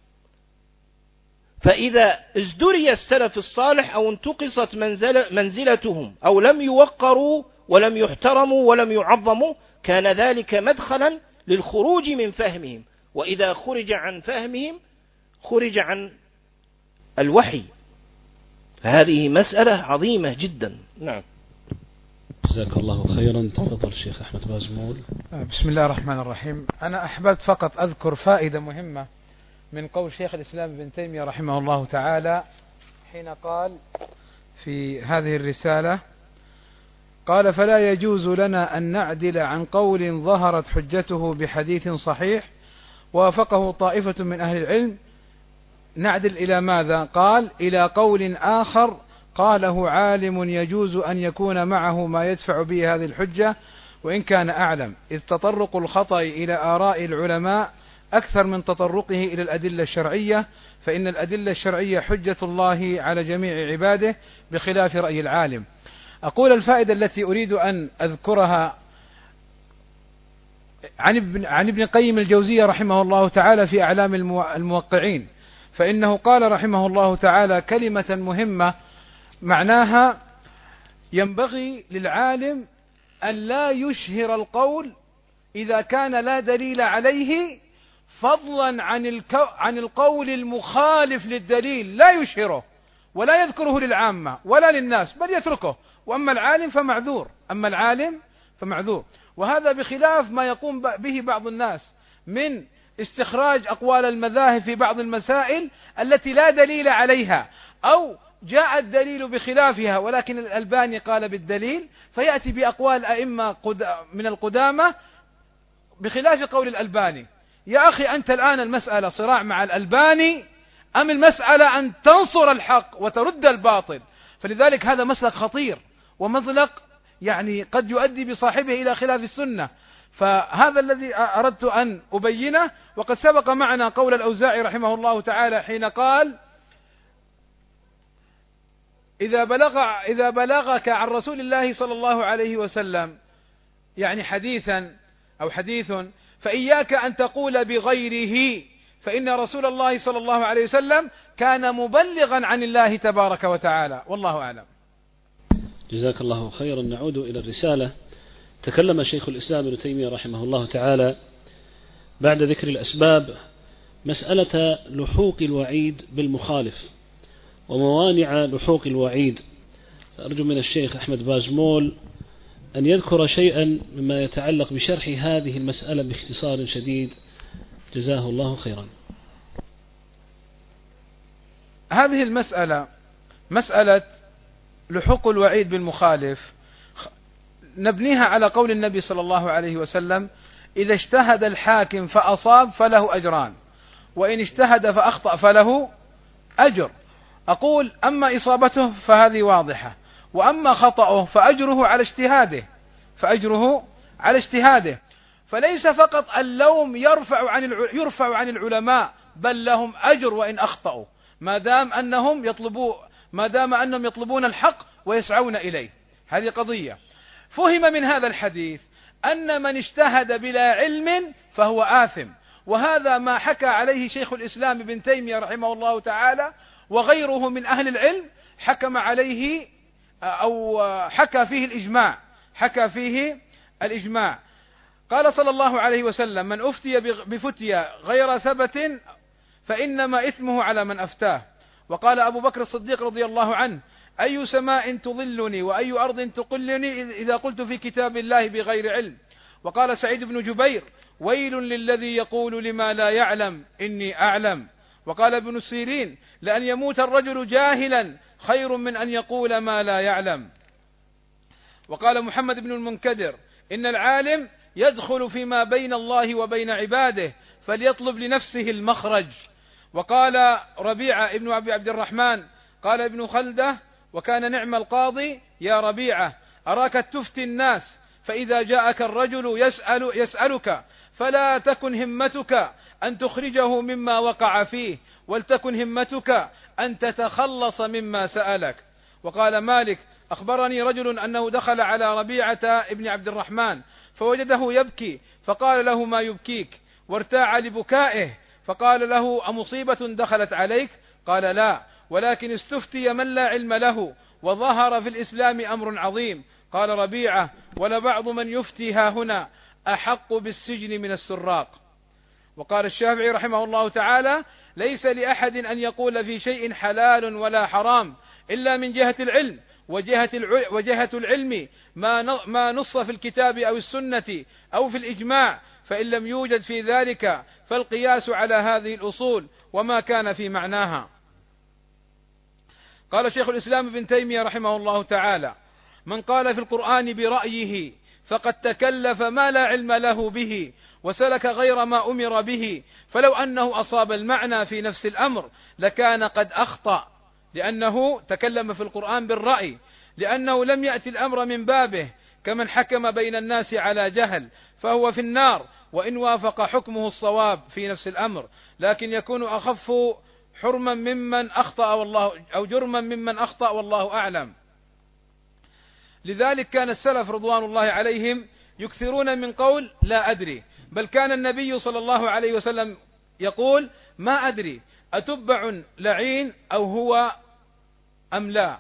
فإذا ازدري السلف الصالح أو انتقصت منزلتهم أو لم يوقروا ولم يحترموا ولم يعظموا، كان ذلك مدخلا للخروج من فهمهم، وإذا خرج عن فهمهم خرج عن الوحي، فهذه مسألة عظيمة جدا. نعم. جزاك الله خيرا. تفضل الشيخ أحمد بازمول. بسم الله الرحمن الرحيم. أنا أحببت فقط أذكر فائدة مهمة من قول شيخ الإسلام ابن تيمية رحمه الله تعالى حين قال في هذه الرسالة، قال: فلا يجوز لنا أن نعدل عن قول ظهرت حجته بحديث صحيح وافقه طائفة من أهل العلم. نعدل إلى ماذا؟ قال: إلى قول آخر قاله عالم يجوز أن يكون معه ما يدفع به هذه الحجة، وإن كان أعلم، إذ تطرق الخطأ إلى آراء العلماء أكثر من تطرقه إلى الأدلة الشرعية، فإن الأدلة الشرعية حجة الله على جميع عباده بخلاف رأي العالم. أقول الفائدة التي أريد أن أذكرها عن ابن قيم الجوزية رحمه الله تعالى في أعلام الموقعين، فإنه قال رحمه الله تعالى كلمة مهمة معناها: ينبغي للعالم أن لا يشهر القول إذا كان لا دليل عليه، فضلا عن القول المخالف للدليل لا يشهره ولا يذكره للعامة ولا للناس، بل يتركه. وأما العالم فمعذور. وهذا بخلاف ما يقوم به بعض الناس من استخراج أقوال المذاهب في بعض المسائل التي لا دليل عليها، أو جاء الدليل بخلافها ولكن الألباني قال بالدليل، فيأتي بأقوال أئمة من القدامى بخلاف قول الألباني. يا أخي، أنت الآن المسألة صراع مع الألباني أم المسألة أن تنصر الحق وترد الباطل؟ فلذلك هذا مسلك خطير ومزلق يعني قد يؤدي بصاحبه إلى خلاف السنة. فهذا الذي أردت أن أبينه. وقد سبق معنا قول الأوزاعي رحمه الله تعالى حين قال: إذا بلغك عن رسول الله صلى الله عليه وسلم يعني حديثا أو حديث فإياك أن تقول بغيره، فإن رسول الله صلى الله عليه وسلم كان مبلغا عن الله تبارك وتعالى. والله أعلم. جزاك الله خيرا. نعود إلى الرسالة. تكلم شيخ الإسلام ابن تيمية رحمه الله تعالى بعد ذكر الأسباب مسألة لحوق الوعيد بالمخالف وموانع لحوق الوعيد. أرجو من الشيخ أحمد بازمول أن يذكر شيئا مما يتعلق بشرح هذه المسألة باختصار شديد، جزاه الله خيرا. هذه المسألة مسألة لحوق الوعيد بالمخالف نبنيها على قول النبي صلى الله عليه وسلم: إذا اجتهد الحاكم فأصاب فله أجران، وإن اجتهد فأخطأ فله أجر. أقول: أما إصابته فهذه واضحة، وأما خطأه فأجره على اجتهاده. فليس فقط اللوم يرفع عن العلماء، بل لهم أجر وإن أخطأوا، ما دام أنهم يطلبون الحق ويسعون إليه. هذه قضية. فهم من هذا الحديث أن من اجتهد بلا علم فهو آثم، وهذا ما حكى عليه شيخ الإسلام ابن تيمية رحمه الله تعالى وغيره من أهل العلم، حكم عليه أو حكى فيه الإجماع. قال صلى الله عليه وسلم: من أفتي بفتيا غير ثبت فإنما إثمه على من أفتاه. وقال أبو بكر الصديق رضي الله عنه: أي سماء تظلني وأي أرض تقلني إذا قلت في كتاب الله بغير علم. وقال سعيد بن جبير: ويل للذي يقول لما لا يعلم إني أعلم. وقال ابن سيرين: لأن يموت الرجل جاهلا خير من أن يقول ما لا يعلم. وقال محمد بن المنكدر: إن العالم يدخل فيما بين الله وبين عباده فليطلب لنفسه المخرج. وقال ربيعة ابن أبي عبد الرحمن: قال ابن خلدة: وكان نعم القاضي يا ربيعة، أراك تفتي الناس، فإذا جاءك الرجل يسألك فلا تكن همتك أن تخرجه مما وقع فيه، ولتكن همتك أن تتخلص مما سألك. وقال مالك: أخبرني رجل أنه دخل على ربيعة ابن عبد الرحمن فوجده يبكي، فقال له: ما يبكيك؟ وارتاع لبكائه، فقال له: أمصيبة دخلت عليك؟ قال: لا، ولكن استفتي من لا علم له، وظهر في الإسلام أمر عظيم. قال ربيعة: ولبعض من يفتي ها هنا أحق بالسجن من السراق. وقال الشافعي رحمه الله تعالى: ليس لأحد أن يقول في شيء حلال ولا حرام إلا من جهة العلم، وجهة العلم ما نص في الكتاب أو السنة أو في الإجماع، فإن لم يوجد في ذلك فالقياس على هذه الأصول وما كان في معناها. قال شيخ الإسلام ابن تيمية رحمه الله تعالى: من قال في القرآن برأيه فقد تكلف ما لا علم له به وسلك غير ما أمر به، فلو أنه أصاب المعنى في نفس الأمر لكان قد أخطأ، لأنه تكلم في القرآن بالرأي، لأنه لم يأتي الأمر من بابه، كمن حكم بين الناس على جهل فهو في النار، وإن وافق حكمه الصواب في نفس الأمر، لكن يكون أخف حرما ممن أخطأ والله أو جرما ممن أخطأ والله أعلم. لذلك كان السلف رضوان الله عليهم يكثرون من قول لا أدري، بل كان النبي صلى الله عليه وسلم يقول ما أدري أتبع لعين أو هو أم لا.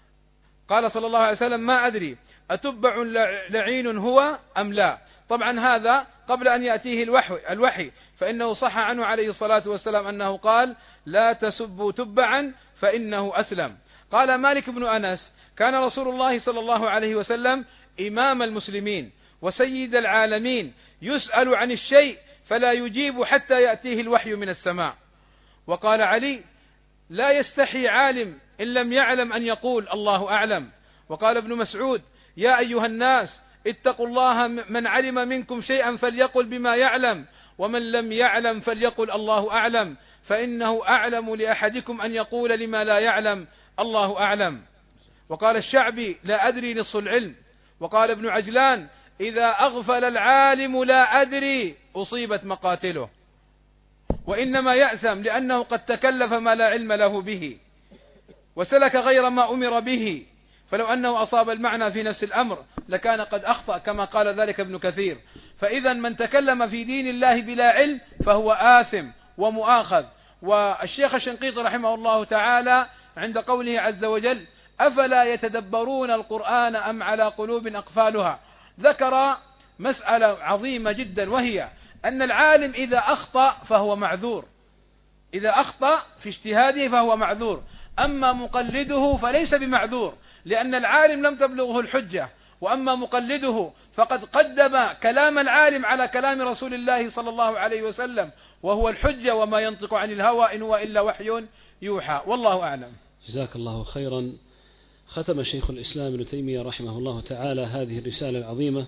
قال صلى الله عليه وسلم ما أدري أتبع لعين هو أم لا. طبعا هذا قبل أن يأتيه الوحي، فإنه صح عنه عليه الصلاة والسلام أنه قال لا تسبوا تبعا فإنه أسلم. قال مالك بن أنس كان رسول الله صلى الله عليه وسلم إمام المسلمين وسيد العالمين، يسأل عن الشيء فلا يجيب حتى يأتيه الوحي من السماء. وقال علي لا يستحي عالم إن لم يعلم أن يقول الله أعلم. وقال ابن مسعود يا أيها الناس اتقوا الله، من علم منكم شيئا فليقل بما يعلم، ومن لم يعلم فليقل الله أعلم، فإنه أعلم لأحدكم أن يقول لما لا يعلم الله أعلم. وقال الشعبي لا أدري نصف العلم. وقال ابن عجلان إذا أغفل العالم لا أدري أصيبت مقاتله، وإنما يأثم لأنه قد تكلف ما لا علم له به وسلك غير ما أمر به، فلو أنه أصاب المعنى في نفس الأمر لكان قد أخطأ كما قال ذلك ابن كثير. فإذا من تكلم في دين الله بلا علم فهو آثم ومؤاخذ. والشيخ الشنقيطي رحمه الله تعالى عند قوله عز وجل أفلا يتدبرون القرآن أم على قلوب أقفالها، ذكر مسألة عظيمة جدا، وهي أن العالم إذا أخطأ فهو معذور، إذا أخطأ في اجتهاده فهو معذور، أما مقلده فليس بمعذور، لأن العالم لم تبلغه الحجة، وأما مقلده فقد قدم كلام العالم على كلام رسول الله صلى الله عليه وسلم، وهو الحجة وما ينطق عن الهوى إن هو إلا وحي يوحى، والله أعلم. جزاك الله خيرا. ختم شيخ الإسلام ابن تيمية رحمه الله تعالى هذه الرسالة العظيمة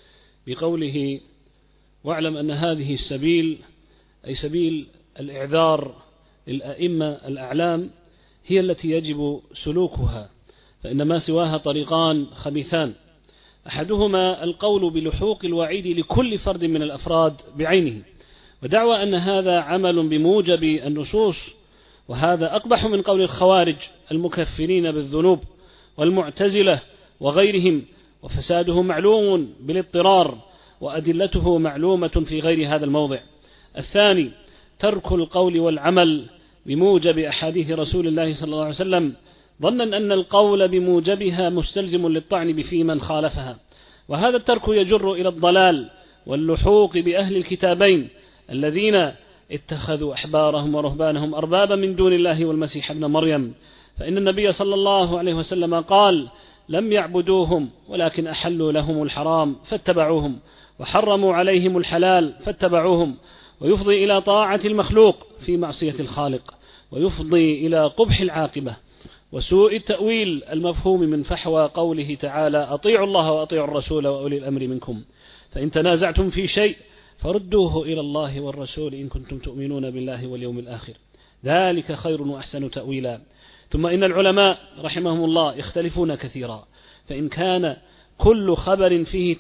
بقوله واعلم أن هذه السبيل أي سبيل الإعذار للأئمة الأعلام هي التي يجب سلوكها، فإن ما سواها طريقان خبيثان، أحدهما القول بلحوق الوعيد لكل فرد من الأفراد بعينه، ودعوى أن هذا عمل بموجب النصوص، وهذا أقبح من قول الخوارج المكفرين بالذنوب والمعتزلة وغيرهم، وفساده معلوم بالاضطرار وأدلته معلومة في غير هذا الموضع. الثاني ترك القول والعمل بموجب أحاديث رسول الله صلى الله عليه وسلم، ظنا أن القول بموجبها مستلزم للطعن في من خالفها، وهذا الترك يجر إلى الضلال واللحوق بأهل الكتابين الذين اتخذوا أحبارهم ورهبانهم أربابا من دون الله والمسيح ابن مريم، فإن النبي صلى الله عليه وسلم قال لم يعبدوهم ولكن أحلوا لهم الحرام فاتبعوهم، وحرموا عليهم الحلال فاتبعوهم، ويفضي إلى طاعة المخلوق في معصية الخالق، ويفضي إلى قبح العاقبة وسوء التأويل المفهوم من فحوى قوله تعالى أطيعوا الله وأطيعوا الرسول وأولي الأمر منكم، فإن تنازعتم في شيء فردوه إلى الله والرسول إن كنتم تؤمنون بالله واليوم الآخر، ذلك خير وأحسن تأويلا. ثم إن العلماء رحمهم الله يختلفون كثيرا، فإن كان كل خبر فيه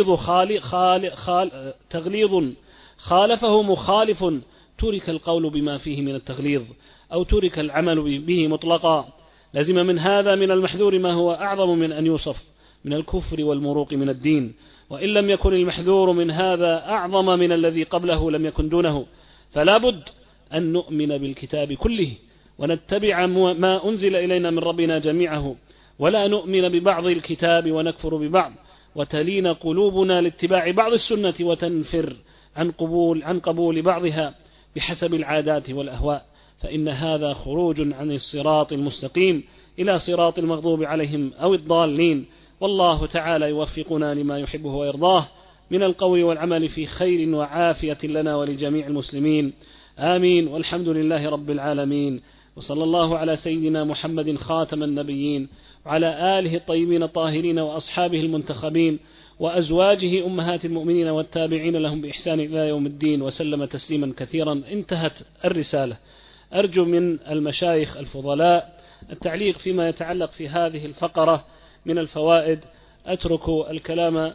تغليظ خالفه مخالف ترك القول بما فيه من التغليظ أو ترك العمل به مطلقا. لازم من هذا من المحذور ما هو أعظم من أن يوصف من الكفر والمروق من الدين، وإن لم يكن المحذور من هذا أعظم من الذي قبله لم يكن دونه، فلا بد أن نؤمن بالكتاب كله ونتبع ما أنزل إلينا من ربنا جميعه، ولا نؤمن ببعض الكتاب ونكفر ببعض، وتلين قلوبنا لاتباع بعض السنة وتنفر عن قبول بعضها بحسب العادات والأهواء، فإن هذا خروج عن الصراط المستقيم إلى صراط المغضوب عليهم أو الضالين. والله تعالى يوفقنا لما يحبه ويرضاه من القول والعمل في خير وعافية لنا ولجميع المسلمين، آمين، والحمد لله رب العالمين. وصلى الله على سيدنا محمد خاتم النبيين وعلى آله الطيبين الطاهرين وأصحابه المنتخبين وأزواجه أمهات المؤمنين والتابعين لهم بإحسان إلى يوم الدين، وسلم تسليما كثيرا. انتهت الرسالة. أرجو من المشايخ الفضلاء التعليق فيما يتعلق في هذه الفقرة من الفوائد أترك الكلام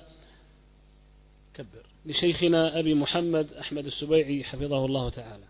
لشيخنا أبي محمد أحمد السبيعي حفظه الله تعالى.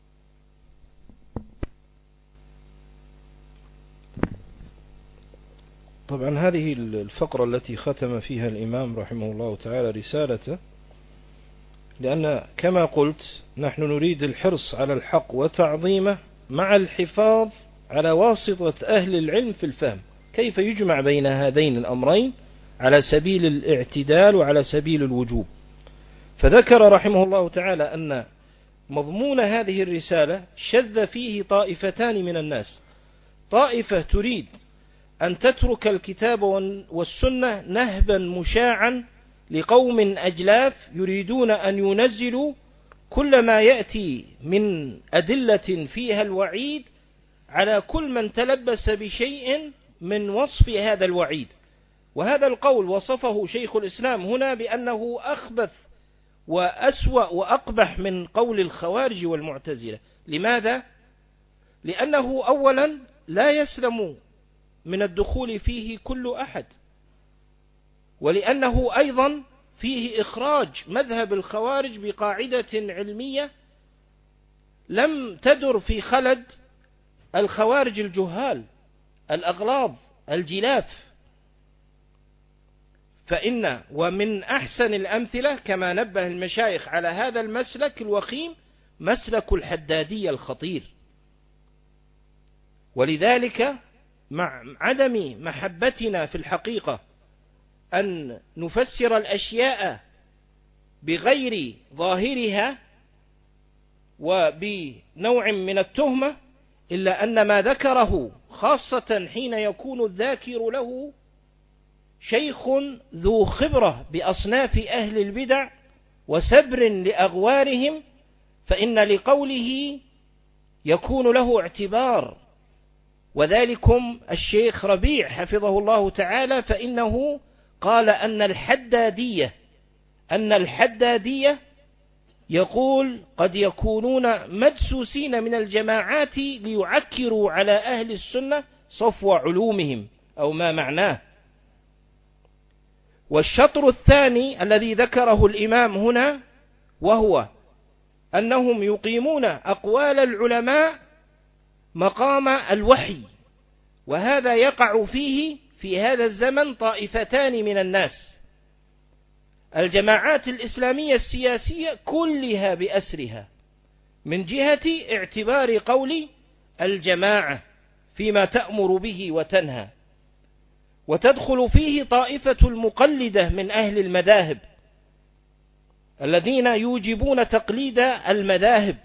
طبعا هذه الفقرة التي ختم فيها الإمام رحمه الله تعالى رسالته، لأن كما قلت نحن نريد الحرص على الحق وتعظيمه مع الحفاظ على واسطة أهل العلم في الفهم، كيف يجمع بين هذين الأمرين على سبيل الاعتدال وعلى سبيل الوجوب. فذكر رحمه الله تعالى أن مضمون هذه الرسالة شذ فيه طائفتان من الناس، طائفة تريد أن تترك الكتاب والسنة نهبا مشاعا لقوم أجلاف يريدون أن ينزلوا كل ما يأتي من أدلة فيها الوعيد على كل من تلبس بشيء من وصف هذا الوعيد. وهذا القول وصفه شيخ الإسلام هنا بأنه أخبث وأسوأ وأقبح من قول الخوارج والمعتزلة. لماذا؟ لأنه أولا لا يسلم من الدخول فيه كل أحد، ولأنه أيضا فيه إخراج مذهب الخوارج بقاعدة علمية لم تدر في خلد الخوارج الجهال الأغلاظ الجلاف. فإن ومن أحسن الأمثلة كما نبه المشايخ على هذا المسلك الوخيم مسلك الحدادية الخطير. ولذلك مع عدم محبتنا في الحقيقة أن نفسر الأشياء بغير ظاهرها وبنوع من التهمة، إلا أن ما ذكره خاصة حين يكون الذاكر له شيخ ذو خبرة بأصناف أهل البدع وسبر لأغوارهم، فإن لقوله يكون له اعتبار. وذلكم الشيخ ربيع حفظه الله تعالى فإنه قال أن الحدادية يقول قد يكونون مدسوسين من الجماعات ليعكروا على أهل السنة صفو علومهم أو ما معناه. والشطر الثاني الذي ذكره الإمام هنا وهو أنهم يقيمون أقوال العلماء مقام الوحي، وهذا يقع فيه في هذا الزمن طائفتان من الناس: الجماعات الإسلامية السياسية كلها بأسرها من جهة اعتبار قول الجماعة فيما تأمر به وتنهى، وتدخل فيه طائفة المقلدة من أهل المذاهب الذين يوجبون تقليد المذاهب.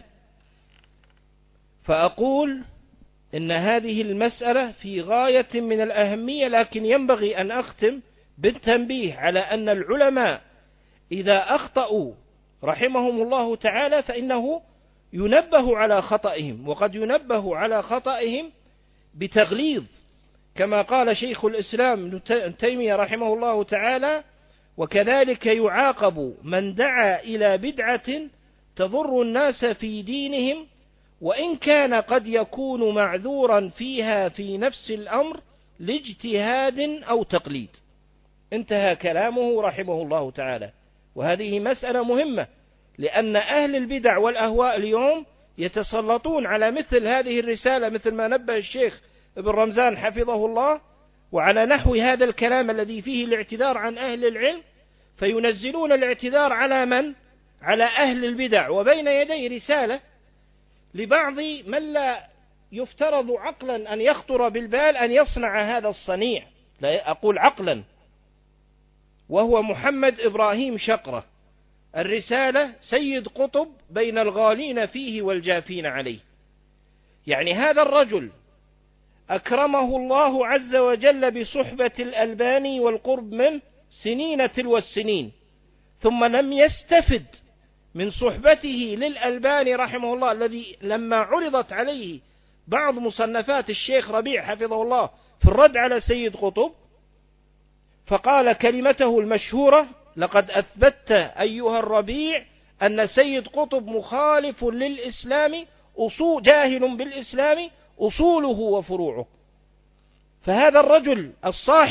فأقول إن هذه المسألة في غاية من الأهمية، لكن ينبغي أن أختم بالتنبيه على أن العلماء إذا أخطأوا رحمهم الله تعالى فإنه ينبه على خطئهم، وقد ينبه على خطئهم بتغليظ، كما قال شيخ الإسلام ابن تيمية رحمه الله تعالى: وكذلك يعاقب من دعا إلى بدعة تضر الناس في دينهم وإن كان قد يكون معذورا فيها في نفس الأمر لاجتهاد أو تقليد. انتهى كلامه رحمه الله تعالى. وهذه مسألة مهمة، لأن أهل البدع والأهواء اليوم يتسلطون على مثل هذه الرسالة، مثل ما نبه الشيخ ابن رمزان حفظه الله، وعلى نحو هذا الكلام الذي فيه الاعتذار عن أهل العلم، فينزلون الاعتذار على من؟ على أهل البدع، وبين يدي رسالة لبعض من لا يفترض عقلا أن يخطر بالبال أن يصنع هذا الصنيع، لا أقول عقلا، وهو محمد إبراهيم شقرة. الرسالة: سيد قطب بين الغالين فيه والجافين عليه. يعني هذا الرجل أكرمه الله عز وجل بصحبة الألباني والقرب منه سنين تلو السنين، ثم لم يستفد من صحبته للألباني رحمه الله، الذي لما عرضت عليه بعض مصنفات الشيخ ربيع حفظه الله في الرد على سيد قطب، فقال كلمته المشهورة: لقد أثبتت أيها الربيع أن سيد قطب مخالف للإسلام، جاهل بالإسلام أصوله وفروعه. فهذا الرجل الصاحب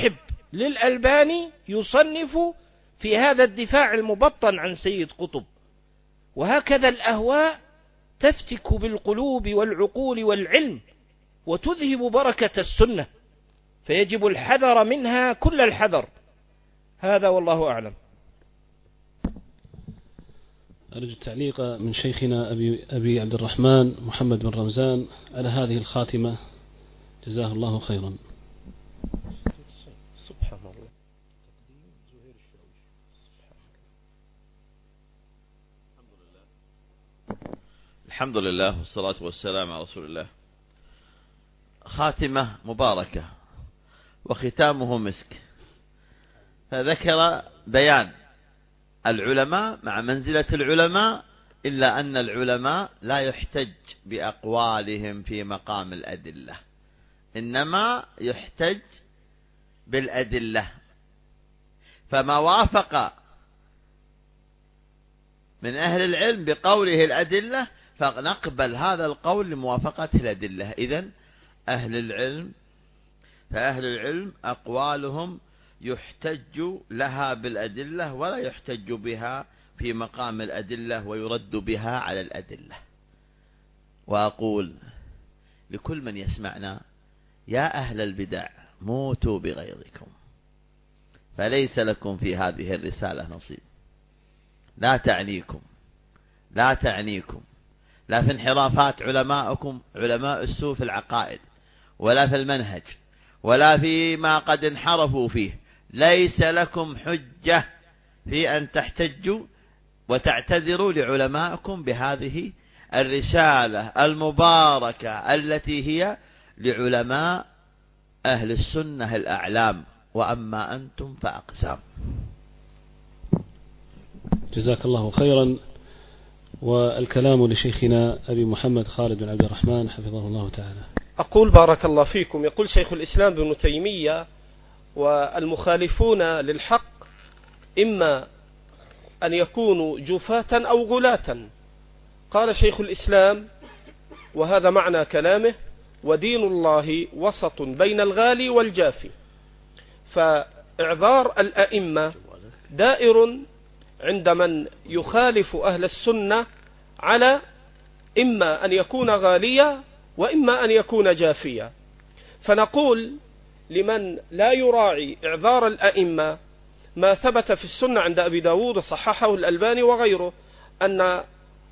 للألباني يصنف في هذا الدفاع المبطن عن سيد قطب. وهكذا الأهواء تفتك بالقلوب والعقول والعلم وتذهب بركة السنة، فيجب الحذر منها كل الحذر. هذا والله أعلم. أرجو التعليق من شيخنا أبي عبد الرحمن محمد بن رمزان على هذه الخاتمة، جزاه الله خيرا. سبحان الله. الحمد لله والصلاة والسلام على رسول الله. خاتمة مباركة وختامه مسك. فذكر بيان العلماء مع منزلة العلماء، إلا أن العلماء لا يحتج بأقوالهم في مقام الأدلة، إنما يحتج بالأدلة. فما وافق من أهل العلم بقوله الأدلة فنقبل هذا القول لموافقة الأدلة. إذن فأهل العلم أقوالهم يحتج لها بالأدلة ولا يحتج بها في مقام الأدلة ويرد بها على الأدلة. وأقول لكل من يسمعنا: يا أهل البدع موتوا بغيظكم، فليس لكم في هذه الرسالة نصيب. لا تعنيكم لا في انحرافات علماءكم علماء السوء في العقائد، ولا في المنهج، ولا فيما قد انحرفوا فيه. ليس لكم حجة في أن تحتجوا وتعتذروا لعلمائكم بهذه الرسالة المباركة التي هي لعلماء أهل السنة الأعلام. وأما أنتم فأقسام. جزاك الله خيرا. والكلام لشيخنا أبي محمد خالد بن عبد الرحمن حفظه الله تعالى. أقول بارك الله فيكم. يقول شيخ الإسلام ابن تيمية: والمخالفون للحق إما أن يكونوا جفاة أو غلاة. قال شيخ الإسلام، وهذا معنى كلامه: ودين الله وسط بين الغالي والجافي. فإعذار الأئمة دائر عند من يخالف أهل السنة على إما أن يكون غاليا وإما أن يكون جافيا. فنقول لمن لا يراعي إعذار الأئمة ما ثبت في السنة عند أبي داود وصححه الألباني وغيره، أن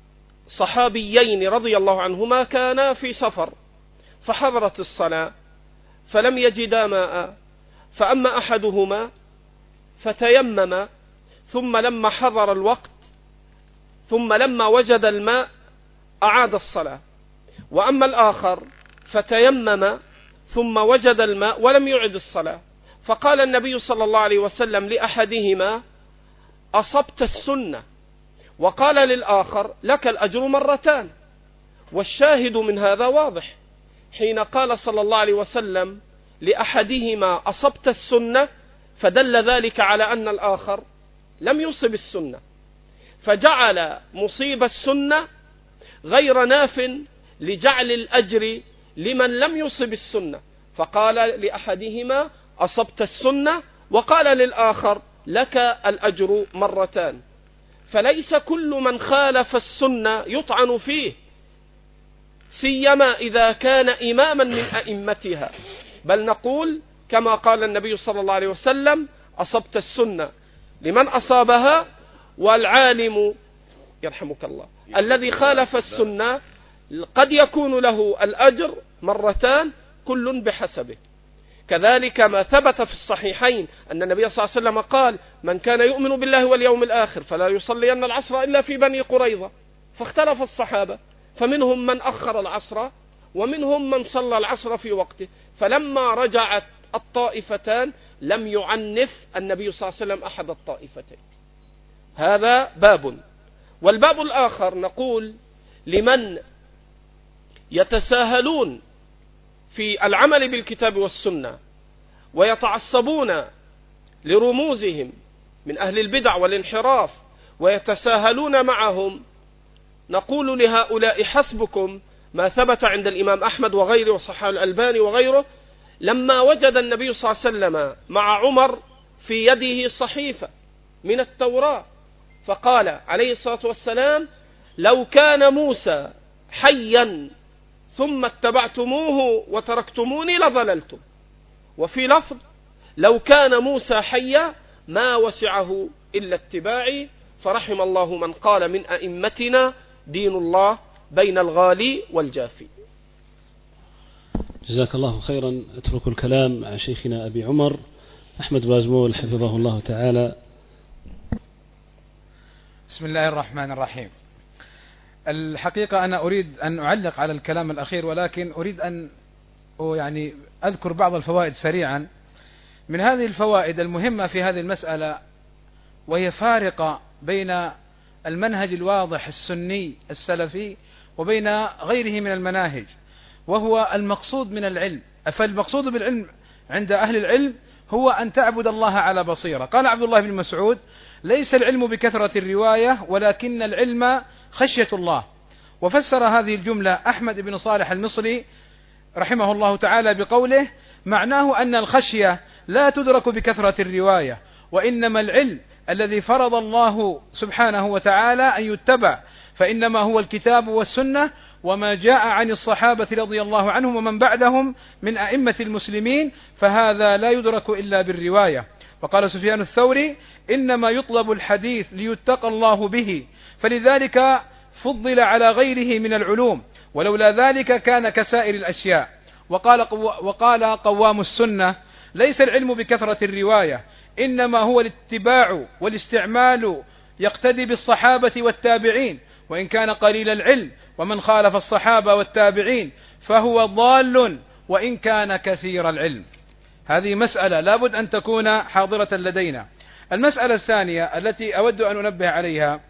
صحابيين رضي الله عنهما كانا في سفر فحضرت الصلاة فلم يجدا ماء، فأما أحدهما فتيمم، ثم لما حضر الوقت ثم لما وجد الماء أعاد الصلاة، وأما الآخر فتيمم ثم وجد الماء ولم يعد الصلاة. فقال النبي صلى الله عليه وسلم لأحدهما: أصبت السنة، وقال للآخر: لك الأجر مرتان. والشاهد من هذا واضح، حين قال صلى الله عليه وسلم لأحدهما أصبت السنة فدل ذلك على أن الآخر لم يصب السنة، فجعل مصيب السنة غير ناف لجعل الأجر لمن لم يصب السنة، فقال لأحدهما أصبت السنة وقال للآخر لك الأجر مرتان. فليس كل من خالف السنة يطعن فيه، سيما إذا كان إماما من أئمتها، بل نقول كما قال النبي صلى الله عليه وسلم: أصبت السنة لمن أصابها، والعالم يرحمك الله الذي خالف السنة قد يكون له الأجر مرتان، كل بحسبه. كذلك ما ثبت في الصحيحين أن النبي صلى الله عليه وسلم قال: من كان يؤمن بالله واليوم الآخر فلا يصلين العصر إلا في بني قريظة. فاختلف الصحابة، فمنهم من أخر العصر ومنهم من صلى العصر في وقته، فلما رجعت الطائفتان لم يعنف النبي صلى الله عليه وسلم أحد الطائفتين. هذا باب. والباب الآخر نقول لمن يتساهلون في العمل بالكتاب والسنة ويتعصبون لرموزهم من أهل البدع والانحراف ويتساهلون معهم، نقول لهؤلاء: حسبكم ما ثبت عند الإمام أحمد وغيره وصححه الألباني وغيره، لما وجد النبي صلى الله عليه وسلم مع عمر في يده صحيفة من التوراة، فقال عليه الصلاة والسلام: لو كان موسى حيا ثم اتبعتموه وتركتموني لضللتم. وفي لفظ: لو كان موسى حيا ما وسعه إلا اتباعي، فرحم الله من قال من أئمتنا دين الله بين الغالي والجافي. جزاك الله خيرا. أترك الكلام مع شيخنا أبي عمر أحمد بازمول حفظه الله تعالى. بسم الله الرحمن الرحيم. الحقيقة أنا أريد أن أعلق على الكلام الأخير، ولكن أريد أن يعني أذكر بعض الفوائد سريعا. من هذه الفوائد المهمة في هذه المسألة، وهي فارقة بين المنهج الواضح السني السلفي وبين غيره من المناهج، وهو المقصود من العلم. فالمقصود بالعلم عند أهل العلم هو أن تعبد الله على بصيرة. قال عبد الله بن مسعود: ليس العلم بكثرة الرواية ولكن العلم خشية الله. وفسر هذه الجملة أحمد بن صالح المصري رحمه الله تعالى بقوله: معناه أن الخشية لا تدرك بكثرة الرواية، وإنما العلم الذي فرض الله سبحانه وتعالى أن يتبع فإنما هو الكتاب والسنة وما جاء عن الصحابة رضي الله عنهم ومن بعدهم من أئمة المسلمين، فهذا لا يدرك إلا بالرواية. وقال سفيان الثوري: إنما يطلب الحديث ليتقى الله به، فلذلك فضل على غيره من العلوم، ولولا ذلك كان كسائر الأشياء. وقال قوام السنة: ليس العلم بكثرة الرواية، إنما هو الاتباع والاستعمال يقتدي بالصحابة والتابعين، وإن كان قليل العلم ومن خالف الصحابة والتابعين فهو ضال وإن كان كثير العلم. هذه مسألة لابد أن تكون حاضرة لدينا. المسألة الثانية التي أود أن أنبه عليها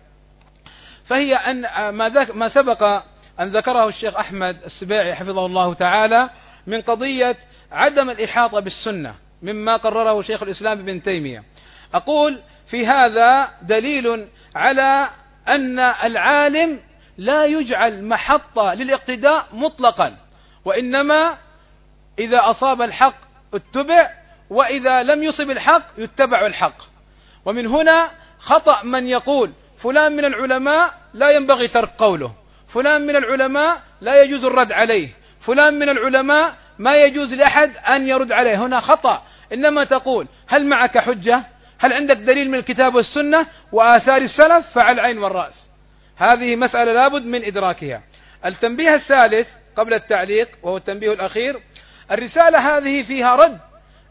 فهي أن ما سبق أن ذكره الشيخ أحمد السباعي حفظه الله تعالى من قضية عدم الإحاطة بالسنة مما قرره شيخ الإسلام ابن تيمية. أقول في هذا دليل على أن العالم لا يجعل محطة للاقتداء مطلقا، وإنما إذا أصاب الحق اتبع، وإذا لم يصب الحق يتبع الحق. ومن هنا خطأ من يقول فلان من العلماء لا ينبغي ترك قوله، فلان من العلماء لا يجوز الرد عليه، فلان من العلماء ما يجوز لأحد أن يرد عليه. هنا خطأ. إنما تقول: هل معك حجة؟ هل عندك دليل من الكتاب والسنة وآثار السلف؟ فعلى العين والرأس. هذه مسألة لابد من إدراكها. التنبيه الثالث قبل التعليق وهو التنبيه الأخير: الرسالة هذه فيها رد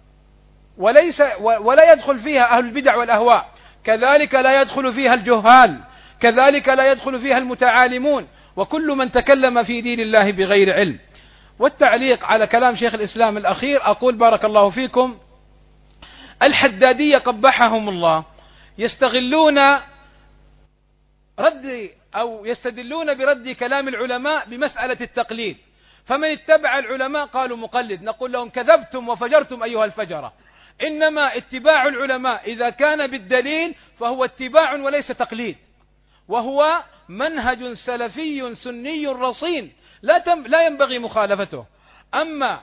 ولا يدخل فيها أهل البدع والأهواء، كذلك لا يدخل فيها الجهال، كذلك لا يدخل فيها المتعالمون، وكل من تكلم في دين الله بغير علم. والتعليق على كلام شيخ الإسلام الأخير أقول: بارك الله فيكم. الحدادية قبحهم الله يستغلون يستدلون برد كلام العلماء بمسألة التقليد، فمن اتبع العلماء قالوا مقلد. نقول لهم: كذبتم وفجرتم أيها الفجرة. إنما اتباع العلماء إذا كان بالدليل فهو اتباع وليس تقليد، وهو منهج سلفي سني رصين لا ينبغي مخالفته. أما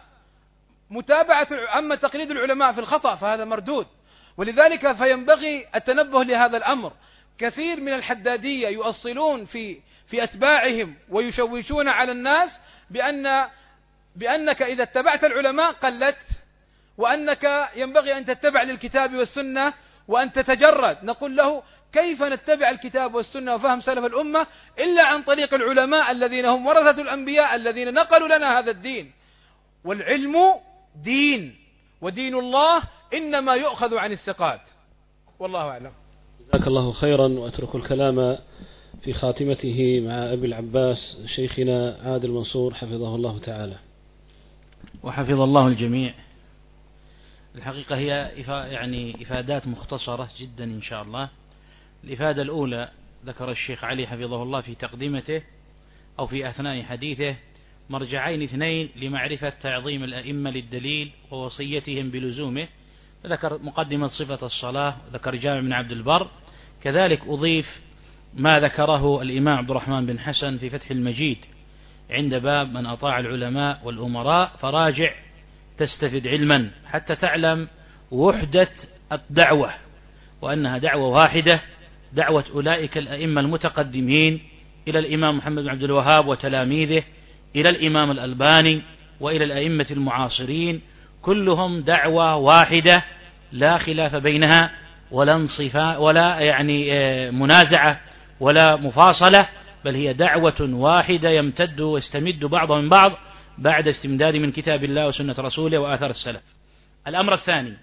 تقليد العلماء في الخطأ فهذا مردود. ولذلك فينبغي التنبه لهذا الأمر. كثير من الحدادية يؤصلون في أتباعهم ويشوشون على الناس بأنك إذا اتبعت العلماء قلدت، وأنك ينبغي أن تتبع للكتاب والسنة وأن تتجرد. نقول له: كيف نتبع الكتاب والسنة وفهم سلف الأمة إلا عن طريق العلماء الذين هم ورثة الأنبياء الذين نقلوا لنا هذا الدين؟ والعلم دين، ودين الله إنما يؤخذ عن الثقات. والله أعلم. جزاك الله خيرا. وأترك الكلام في خاتمته مع أبي العباس شيخنا عادل منصور حفظه الله تعالى. وحفظ الله الجميع. الحقيقة هي يعني إفادات مختصرة جدا إن شاء الله. الإفادة الأولى ذكر الشيخ علي حفظه الله في تقديمته أو في أثناء حديثه مرجعين اثنين لمعرفة تعظيم الأئمة للدليل ووصيتهم بلزومه. ذكر مقدمة صفة الصلاة، ذكر جامع بن عبد البر، كذلك أضيف ما ذكره الإمام عبد الرحمن بن حسن في فتح المجيد عند باب من أطاع العلماء والأمراء فراجع تستفد علما، حتى تعلم وحدة الدعوة، وأنها دعوة واحدة، دعوة أولئك الأئمة المتقدمين إلى الإمام محمد بن عبد الوهاب وتلاميذه، إلى الإمام الألباني، وإلى الأئمة المعاصرين، كلهم دعوة واحدة لا خلاف بينها ولا انصفاء ولا منازعة ولا مفاصلة، بل هي دعوة واحدة يمتد ويستمد بعضها من بعض بعد استمداد من كتاب الله وسنة رسوله وآثار السلف. الأمر الثاني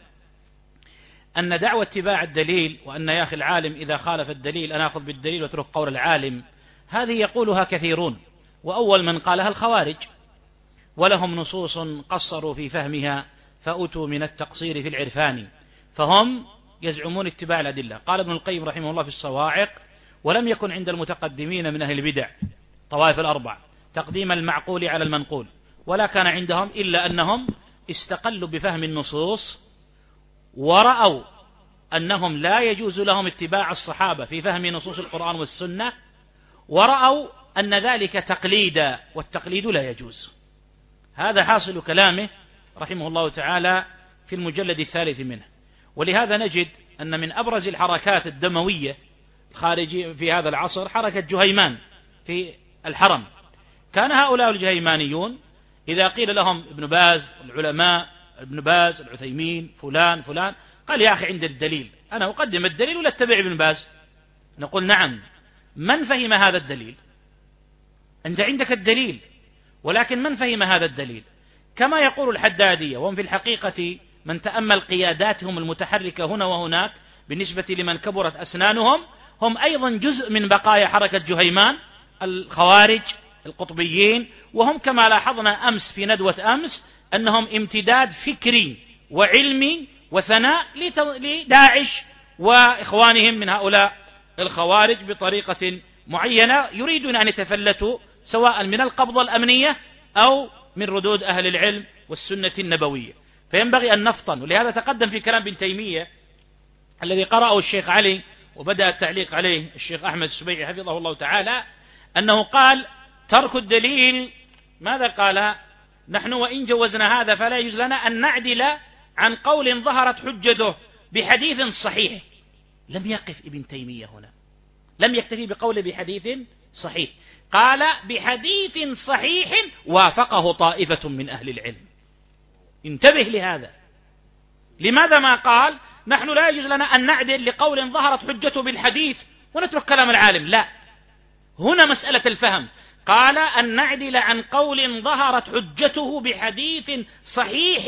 أن دعوة اتباع الدليل، وأن يا أخي العالم إذا خالف الدليل أنا أخذ بالدليل واترك قول العالم، هذه يقولها كثيرون، وأول من قالها الخوارج، ولهم نصوص قصروا في فهمها فأتوا من التقصير في العرفان، فهم يزعمون اتباع الأدلة. قال ابن القيم رحمه الله في الصواعق: ولم يكن عند المتقدمين من أهل البدع طوائف الأربع تقديم المعقول على المنقول، ولا كان عندهم إلا أنهم استقلوا بفهم النصوص، ورأوا أنهم لا يجوز لهم اتباع الصحابة في فهم نصوص القرآن والسنة، ورأوا أن ذلك تقليدا، والتقليد لا يجوز. هذا حاصل كلامه رحمه الله تعالى في المجلد الثالث منه. ولهذا نجد أن من أبرز الحركات الدموية الخارجية في هذا العصر حركة جهيمان في الحرم. كان هؤلاء الجهيمانيون إذا قيل لهم ابن باز العلماء، ابن باز العثيمين فلان فلان، قال: يا أخي عند الدليل، أنا أقدم الدليل ولا اتبع ابن باز؟ نقول: نعم، من فهم هذا الدليل؟ أنت عندك الدليل، ولكن من فهم هذا الدليل؟ كما يقول الحدادية، وهم في الحقيقة من تأمل قياداتهم المتحركة هنا وهناك بالنسبة لمن كبرت أسنانهم، هم أيضا جزء من بقايا حركة جهيمان الخوارج القطبيين، وهم كما لاحظنا أمس في ندوة أمس أنهم امتداد فكري وعلمي وثناء لداعش وإخوانهم من هؤلاء الخوارج بطريقة معينة يريدون أن يتفلتوا سواء من القبضة الأمنية أو من ردود أهل العلم والسنة النبوية. فينبغي أن نفطن. ولهذا تقدم في كلام ابن تيمية الذي قرأه الشيخ علي وبدأ التعليق عليه الشيخ أحمد السبيعي حفظه الله تعالى، أنه قال: ترك الدليل، ماذا قال؟ نحن وإن جوزنا هذا فلا يجوز لنا أن نعدل عن قول ظهرت حجته بحديث صحيح. لم يقف ابن تيمية هنا، لم يكتفي بقول بحديث صحيح، قال: بحديث صحيح وافقه طائفة من أهل العلم. انتبه لهذا. لماذا ما قال نحن لا يجوز لنا أن نعدل لقول ظهرت حجته بالحديث ونترك كلام العالم؟ لا، هنا مسألة الفهم. قال: أن نعدل عن قول ظهرت حجته بحديث صحيح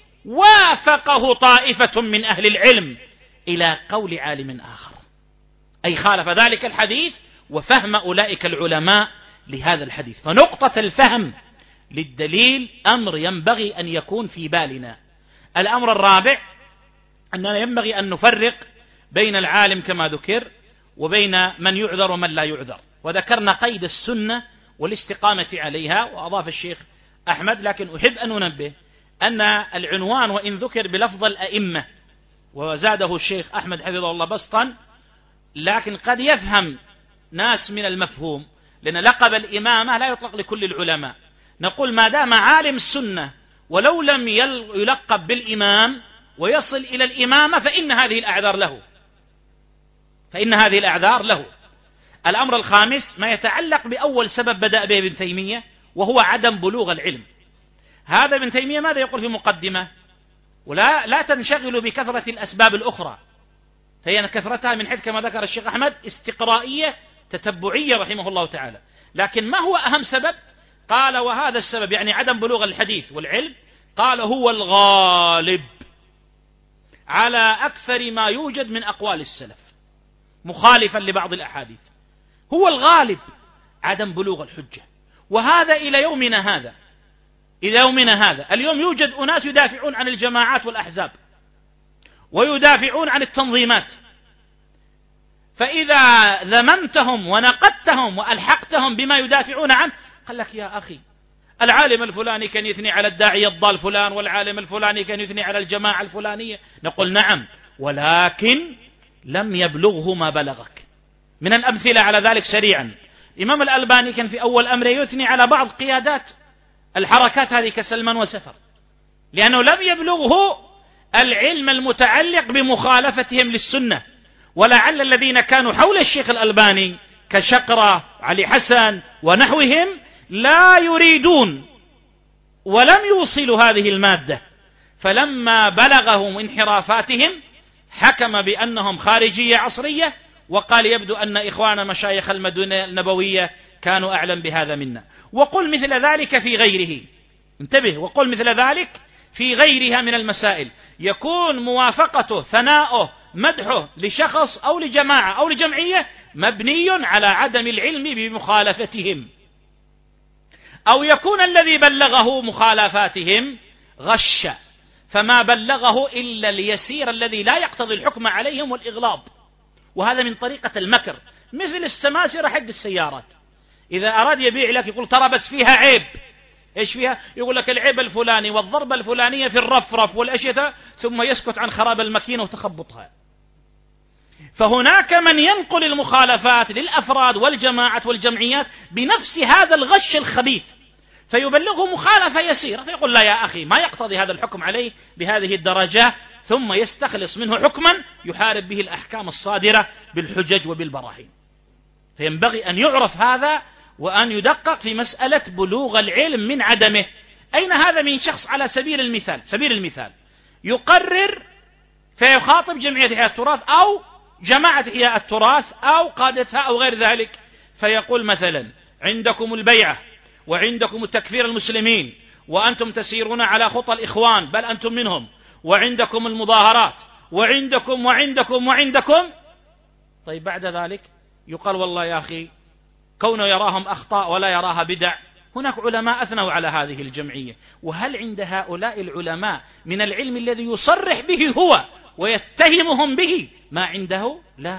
وافقه طائفة من أهل العلم إلى قول عالم آخر، أي خالف ذلك الحديث وفهم أولئك العلماء لهذا الحديث. فنقطة الفهم للدليل أمر ينبغي أن يكون في بالنا. الأمر الرابع أننا ينبغي أن نفرق بين العالم كما ذكر وبين من يعذر ومن لا يعذر، وذكرنا قيد السنة والاستقامة عليها، وأضاف الشيخ أحمد، لكن أحب أن أنبه أن العنوان وإن ذكر بلفظ الأئمة وزاده الشيخ أحمد حفظه الله بسطا، لكن قد يفهم ناس من المفهوم، لأن لقب الإمامة لا يطلق لكل العلماء. نقول ما دام عالم السنة ولو لم يلقب بالإمام ويصل إلى الإمامة فإن هذه الأعذار له. الأمر الخامس ما يتعلق بأول سبب بدأ به ابن تيمية، وهو عدم بلوغ العلم. هذا ابن تيمية ماذا يقول في مقدمة؟ لا تنشغلوا بكثرة الأسباب الأخرى، فهي كثرتها من حيث كما ذكر الشيخ أحمد استقرائية تتبعية رحمه الله تعالى. لكن ما هو أهم سبب؟ قال: وهذا السبب يعني عدم بلوغ الحديث والعلم، قال: هو الغالب على أكثر ما يوجد من أقوال السلف، مخالفا لبعض الأحاديث. هو الغالب عدم بلوغ الحجة. وهذا إلى يومنا هذا اليوم يوجد أناس يدافعون عن الجماعات والأحزاب ويدافعون عن التنظيمات، فإذا ذممتهم ونقدتهم وألحقتهم بما يدافعون عنه قال لك: يا أخي العالم الفلاني كان يثني على الداعية الضال فلان، والعالم الفلاني كان يثني على الجماعة الفلانية. نقول: نعم، ولكن لم يبلغه ما بلغك. من الأمثلة على ذلك سريعا: الإمام الألباني كان في أول أمره يثني على بعض قيادات الحركات هذه كسلمان وسفر، لأنه لم يبلغه العلم المتعلق بمخالفتهم للسنة. ولعل الذين كانوا حول الشيخ الألباني كشقرة علي حسن ونحوهم لا يريدون ولم يوصلوا هذه المادة، فلما بلغهم انحرافاتهم حكم بأنهم خارجية عصرية، وقال يبدو أن إخوان مشايخ المدينة النبوية كانوا أعلم بهذا منا. وقل مثل ذلك في غيره، انتبه، وقل مثل ذلك في غيرها من المسائل، يكون موافقته ثناؤه مدحه لشخص أو لجماعة أو لجمعية مبني على عدم العلم بمخالفتهم، أو يكون الذي بلغه مخالفاتهم غش فما بلغه إلا اليسير الذي لا يقتضي الحكم عليهم والإغلاظ. وهذا من طريقة المكر، مثل السماسرة حق السيارات، إذا أراد يبيع لك يقول ترى بس فيها عيب. إيش فيها؟ يقول لك العيب الفلاني والضربة الفلانية في الرفرف والأشياء، ثم يسكت عن خراب الماكينة وتخبطها. فهناك من ينقل المخالفات للأفراد والجماعات والجمعيات بنفس هذا الغش الخبيث، فيبلغه مخالفة يسيرة فيقول لا يا أخي ما يقتضي هذا الحكم عليه بهذه الدرجة، ثم يستخلص منه حكما يحارب به الأحكام الصادرة بالحجج وبالبراهين. فينبغي أن يعرف هذا وأن يدقق في مسألة بلوغ العلم من عدمه. أين هذا من شخص على سبيل المثال يقرر فيخاطب جمعية إحياء التراث أو جماعة إحياء التراث أو قادتها أو غير ذلك، فيقول مثلا عندكم البيعة وعندكم التكفير المسلمين وأنتم تسيرون على خطى الإخوان بل أنتم منهم، وعندكم المظاهرات وعندكم وعندكم وعندكم. طيب بعد ذلك يقال والله يا أخي كونه يراهم أخطاء ولا يراها بدع، هناك علماء أثنوا على هذه الجمعية. وهل عند هؤلاء العلماء من العلم الذي يصرح به هو ويتهمهم به ما عنده؟ لا.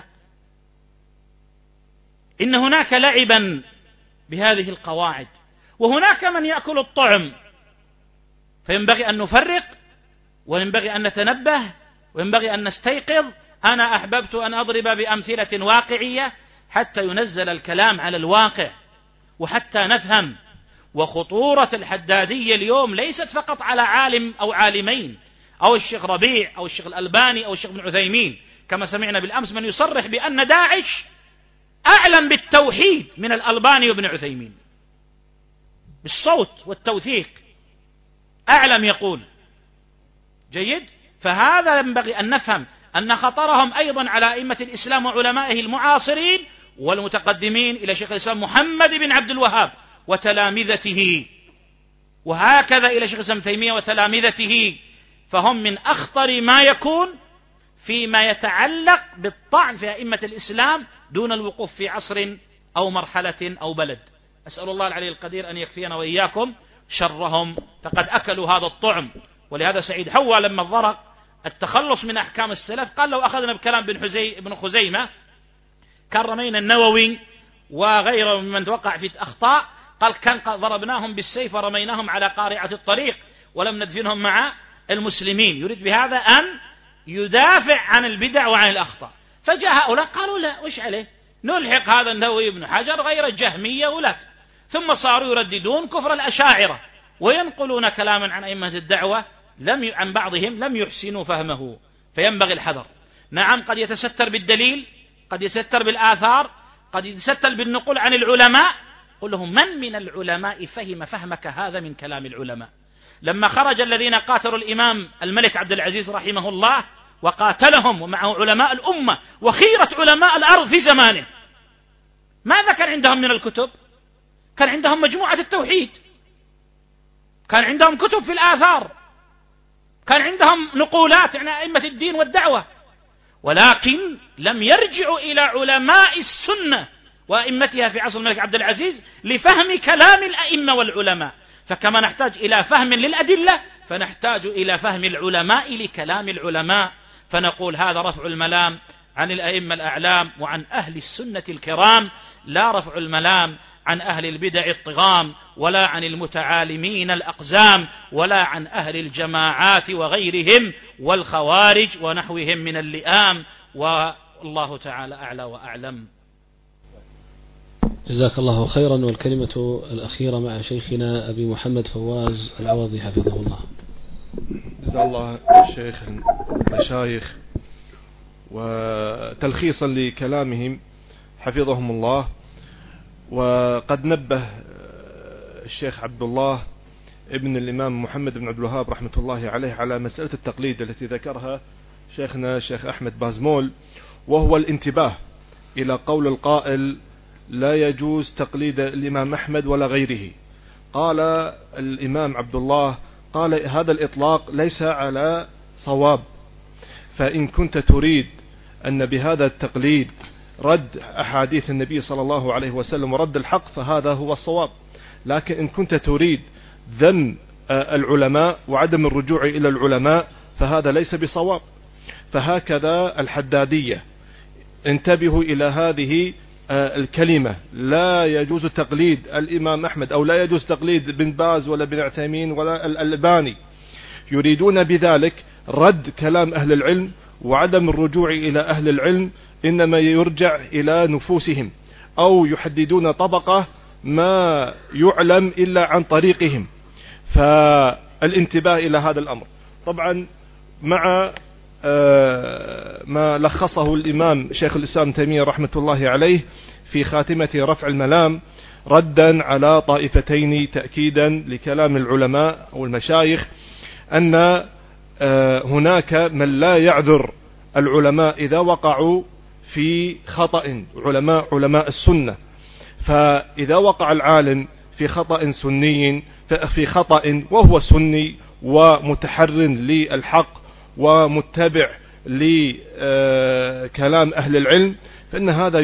إن هناك لعبا بهذه القواعد، وهناك من يأكل الطعم، فينبغي أن نفرق وينبغي أن نتنبه وينبغي أن نستيقظ. أنا أحببت أن أضرب بأمثلة واقعية حتى ينزل الكلام على الواقع وحتى نفهم. وخطورة الحدادية اليوم ليست فقط على عالم أو عالمين أو الشيخ ربيع أو الشيخ الألباني أو الشيخ ابن عثيمين، كما سمعنا بالأمس من يصرح بأن داعش أعلم بالتوحيد من الألباني وابن عثيمين بالصوت والتوثيق، أعلم يقول. جيد. فهذا ينبغي أن نفهم أن خطرهم أيضا على أئمة الإسلام وعلمائه المعاصرين والمتقدمين إلى شيخ الإسلام محمد بن عبد الوهاب وتلامذته، وهكذا إلى شيخ الإسلام تيمية وتلامذته. فهم من أخطر ما يكون فيما يتعلق بالطعن في أئمة الإسلام دون الوقوف في عصر أو مرحلة أو بلد. أسأل الله العلي القدير أن يكفينا وإياكم شرهم، فقد أكلوا هذا الطعم. ولهذا سعيد حوى لما ضرق التخلص من أحكام السلف قال لو أخذنا بكلام ابن خزيمة كان رمينا النووي وغيره ممن توقع في أخطاء، قال كان ضربناهم بالسيف ورميناهم على قارعة الطريق ولم ندفنهم مع المسلمين. يريد بهذا أن يدافع عن البدع وعن الأخطاء. فجاء هؤلاء قالوا لا وش عليه نلحق هذا النووي بن حجر غير الجهمية ولا، ثم صاروا يرددون كفر الأشاعرة وينقلون كلاما عن أئمة الدعوة عن بعضهم لم يحسنوا فهمه. فينبغي الحذر. نعم قد يتستر بالدليل، قد يتستر بالآثار، قد يتستر بالنقول عن العلماء. قل لهم من العلماء فهم فهمك هذا من كلام العلماء؟ لما خرج الذين قاتلوا الإمام الملك عبد العزيز رحمه الله وقاتلهم ومعه علماء الأمة وخيرة علماء الأرض في زمانه، ماذا كان عندهم من الكتب؟ كان عندهم مجموعة التوحيد، كان عندهم كتب في الآثار، كان عندهم نقولات عن أئمة الدين والدعوة، ولكن لم يرجعوا إلى علماء السنة وأئمتها في عصر الملك عبد العزيز لفهم كلام الأئمة والعلماء. فكما نحتاج إلى فهم للأدلة فنحتاج إلى فهم العلماء لكلام العلماء. فنقول هذا رفع الملام عن الأئمة الأعلام وعن أهل السنة الكرام، لا رفع الملام عن أهل البدع الطغام ولا عن المتعالمين الأقزام ولا عن أهل الجماعات وغيرهم والخوارج ونحوهم من اللئام. والله تعالى أعلى وأعلم. جزاك الله خيرا. والكلمة الأخيرة مع شيخنا أبي محمد فواز العوضي حفظه الله. جزا الله الشيخ المشايخ وتلخيصا لكلامهم حفظهم الله. وقد نبه الشيخ عبد الله ابن الإمام محمد بن عبد الوهاب رحمة الله عليه على مسألة التقليد التي ذكرها شيخنا الشيخ أحمد بازمول، وهو الانتباه إلى قول القائل لا يجوز تقليد الإمام أحمد ولا غيره. قال الإمام عبد الله قال هذا الإطلاق ليس على صواب، فإن كنت تريد أن بهذا التقليد رد أحاديث النبي صلى الله عليه وسلم ورد الحق فهذا هو الصواب، لكن إن كنت تريد ذم العلماء وعدم الرجوع إلى العلماء فهذا ليس بصواب. فهكذا الحدادية، انتبهوا إلى هذه الكلمة، لا يجوز تقليد الإمام أحمد أو لا يجوز تقليد بن باز ولا بن عثيمين ولا الألباني، يريدون بذلك رد كلام أهل العلم وعدم الرجوع إلى أهل العلم، إنما يرجع إلى نفوسهم أو يحددون طبقة ما يعلم إلا عن طريقهم. فالانتباه إلى هذا الأمر. طبعا مع ما لخصه الإمام شيخ الإسلام تيمية رحمة الله عليه في خاتمة رفع الملام ردا على طائفتين تأكيدا لكلام العلماء أو المشايخ، أن هناك من لا يعذر العلماء إذا وقعوا في خطأ، علماء السنة. فإذا وقع العالم في خطأ سني في خطأ وهو سني ومتحر للحق ومتبع لكلام أهل العلم، فإن هذا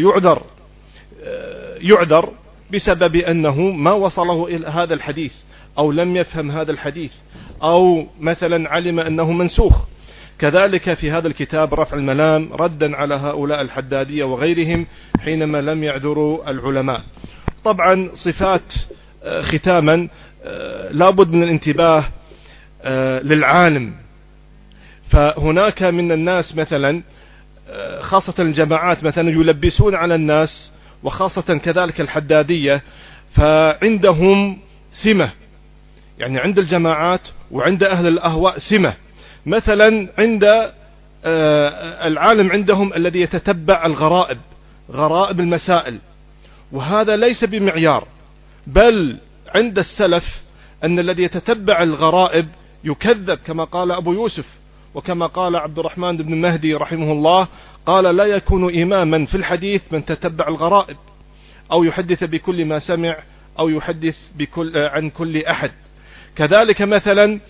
يعذر بسبب أنه ما وصله إلى هذا الحديث أو لم يفهم هذا الحديث أو مثلا علم أنه منسوخ. كذلك في هذا الكتاب رفع الملام ردا على هؤلاء الحدادية وغيرهم حينما لم يعذروا العلماء. طبعا صفات ختاما لابد من الانتباه للعالم. فهناك من الناس مثلا خاصة الجماعات مثلا يلبسون على الناس، وخاصة كذلك الحدادية، فعندهم سمة، يعني عند الجماعات وعند أهل الأهواء سمة. مثلا عند العالم عندهم الذي يتتبع غرائب المسائل، وهذا ليس بمعيار، بل عند السلف أن الذي يتتبع الغرائب يكذب، كما قال أبو يوسف وكما قال عبد الرحمن بن مهدي رحمه الله، قال لا يكون إماما في الحديث من تتبع الغرائب أو يحدث بكل ما سمع أو يحدث عن كل أحد. كذلك مثلا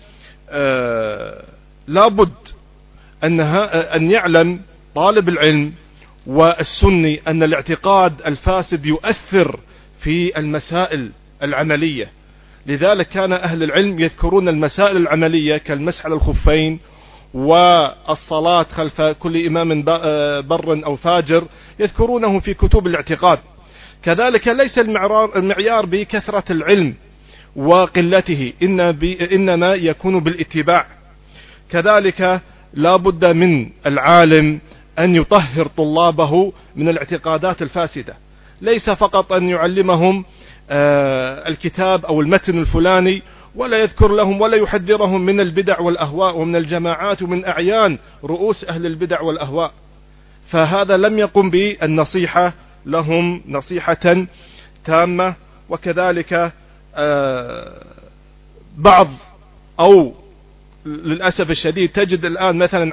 لابد أن يعلم طالب العلم والسني أن الاعتقاد الفاسد يؤثر في المسائل العملية. لذلك كان أهل العلم يذكرون المسائل العملية كالمسح على الخفين والصلاة خلف كل إمام بر أو فاجر، يذكرونه في كتب الاعتقاد. كذلك ليس المعيار بكثرة العلم وقلته، إنما يكون بالاتباع. كذلك لا بد من العالم أن يطهر طلابه من الاعتقادات الفاسدة، ليس فقط أن يعلمهم الكتاب أو المتن الفلاني ولا يذكر لهم ولا يحذرهم من البدع والأهواء ومن الجماعات ومن أعيان رؤوس أهل البدع والأهواء. فهذا لم يقم بالنصيحة لهم نصيحة تامة. وكذلك بعض أو للأسف الشديد تجد الآن مثلا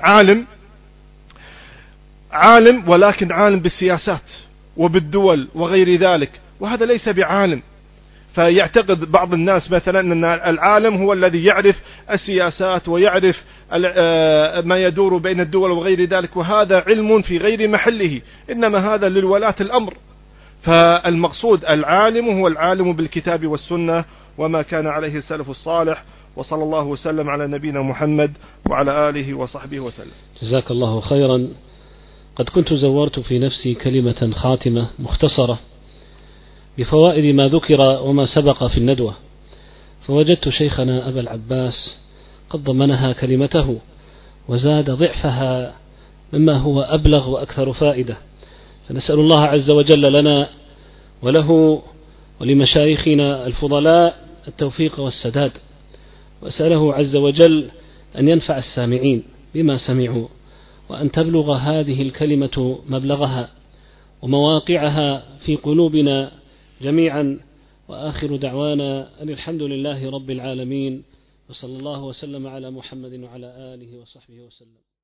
عالم ولكن عالم بالسياسات وبالدول وغير ذلك، وهذا ليس بعالم. فيعتقد بعض الناس مثلا أن العالم هو الذي يعرف السياسات ويعرف ما يدور بين الدول وغير ذلك، وهذا علم في غير محله، إنما هذا للولاة الأمر. فالمقصود العالم هو العالم بالكتاب والسنة وما كان عليه السلف الصالح. وصلى الله وسلم على نبينا محمد وعلى آله وصحبه وسلم. جزاك الله خيرا. قد كنت زورت في نفسي كلمة خاتمة مختصرة بفوائد ما ذكر وما سبق في الندوة، فوجدت شيخنا أبا العباس قد ضمنها كلمته وزاد ضعفها مما هو أبلغ وأكثر فائدة. فنسأل الله عز وجل لنا وله ولمشايخنا الفضلاء التوفيق والسداد، وأسأله عز وجل أن ينفع السامعين بما سمعوا، وأن تبلغ هذه الكلمة مبلغها ومواقعها في قلوبنا جميعا. وآخر دعوانا أن الحمد لله رب العالمين، وصلى الله وسلم على محمد وعلى آله وصحبه وسلم.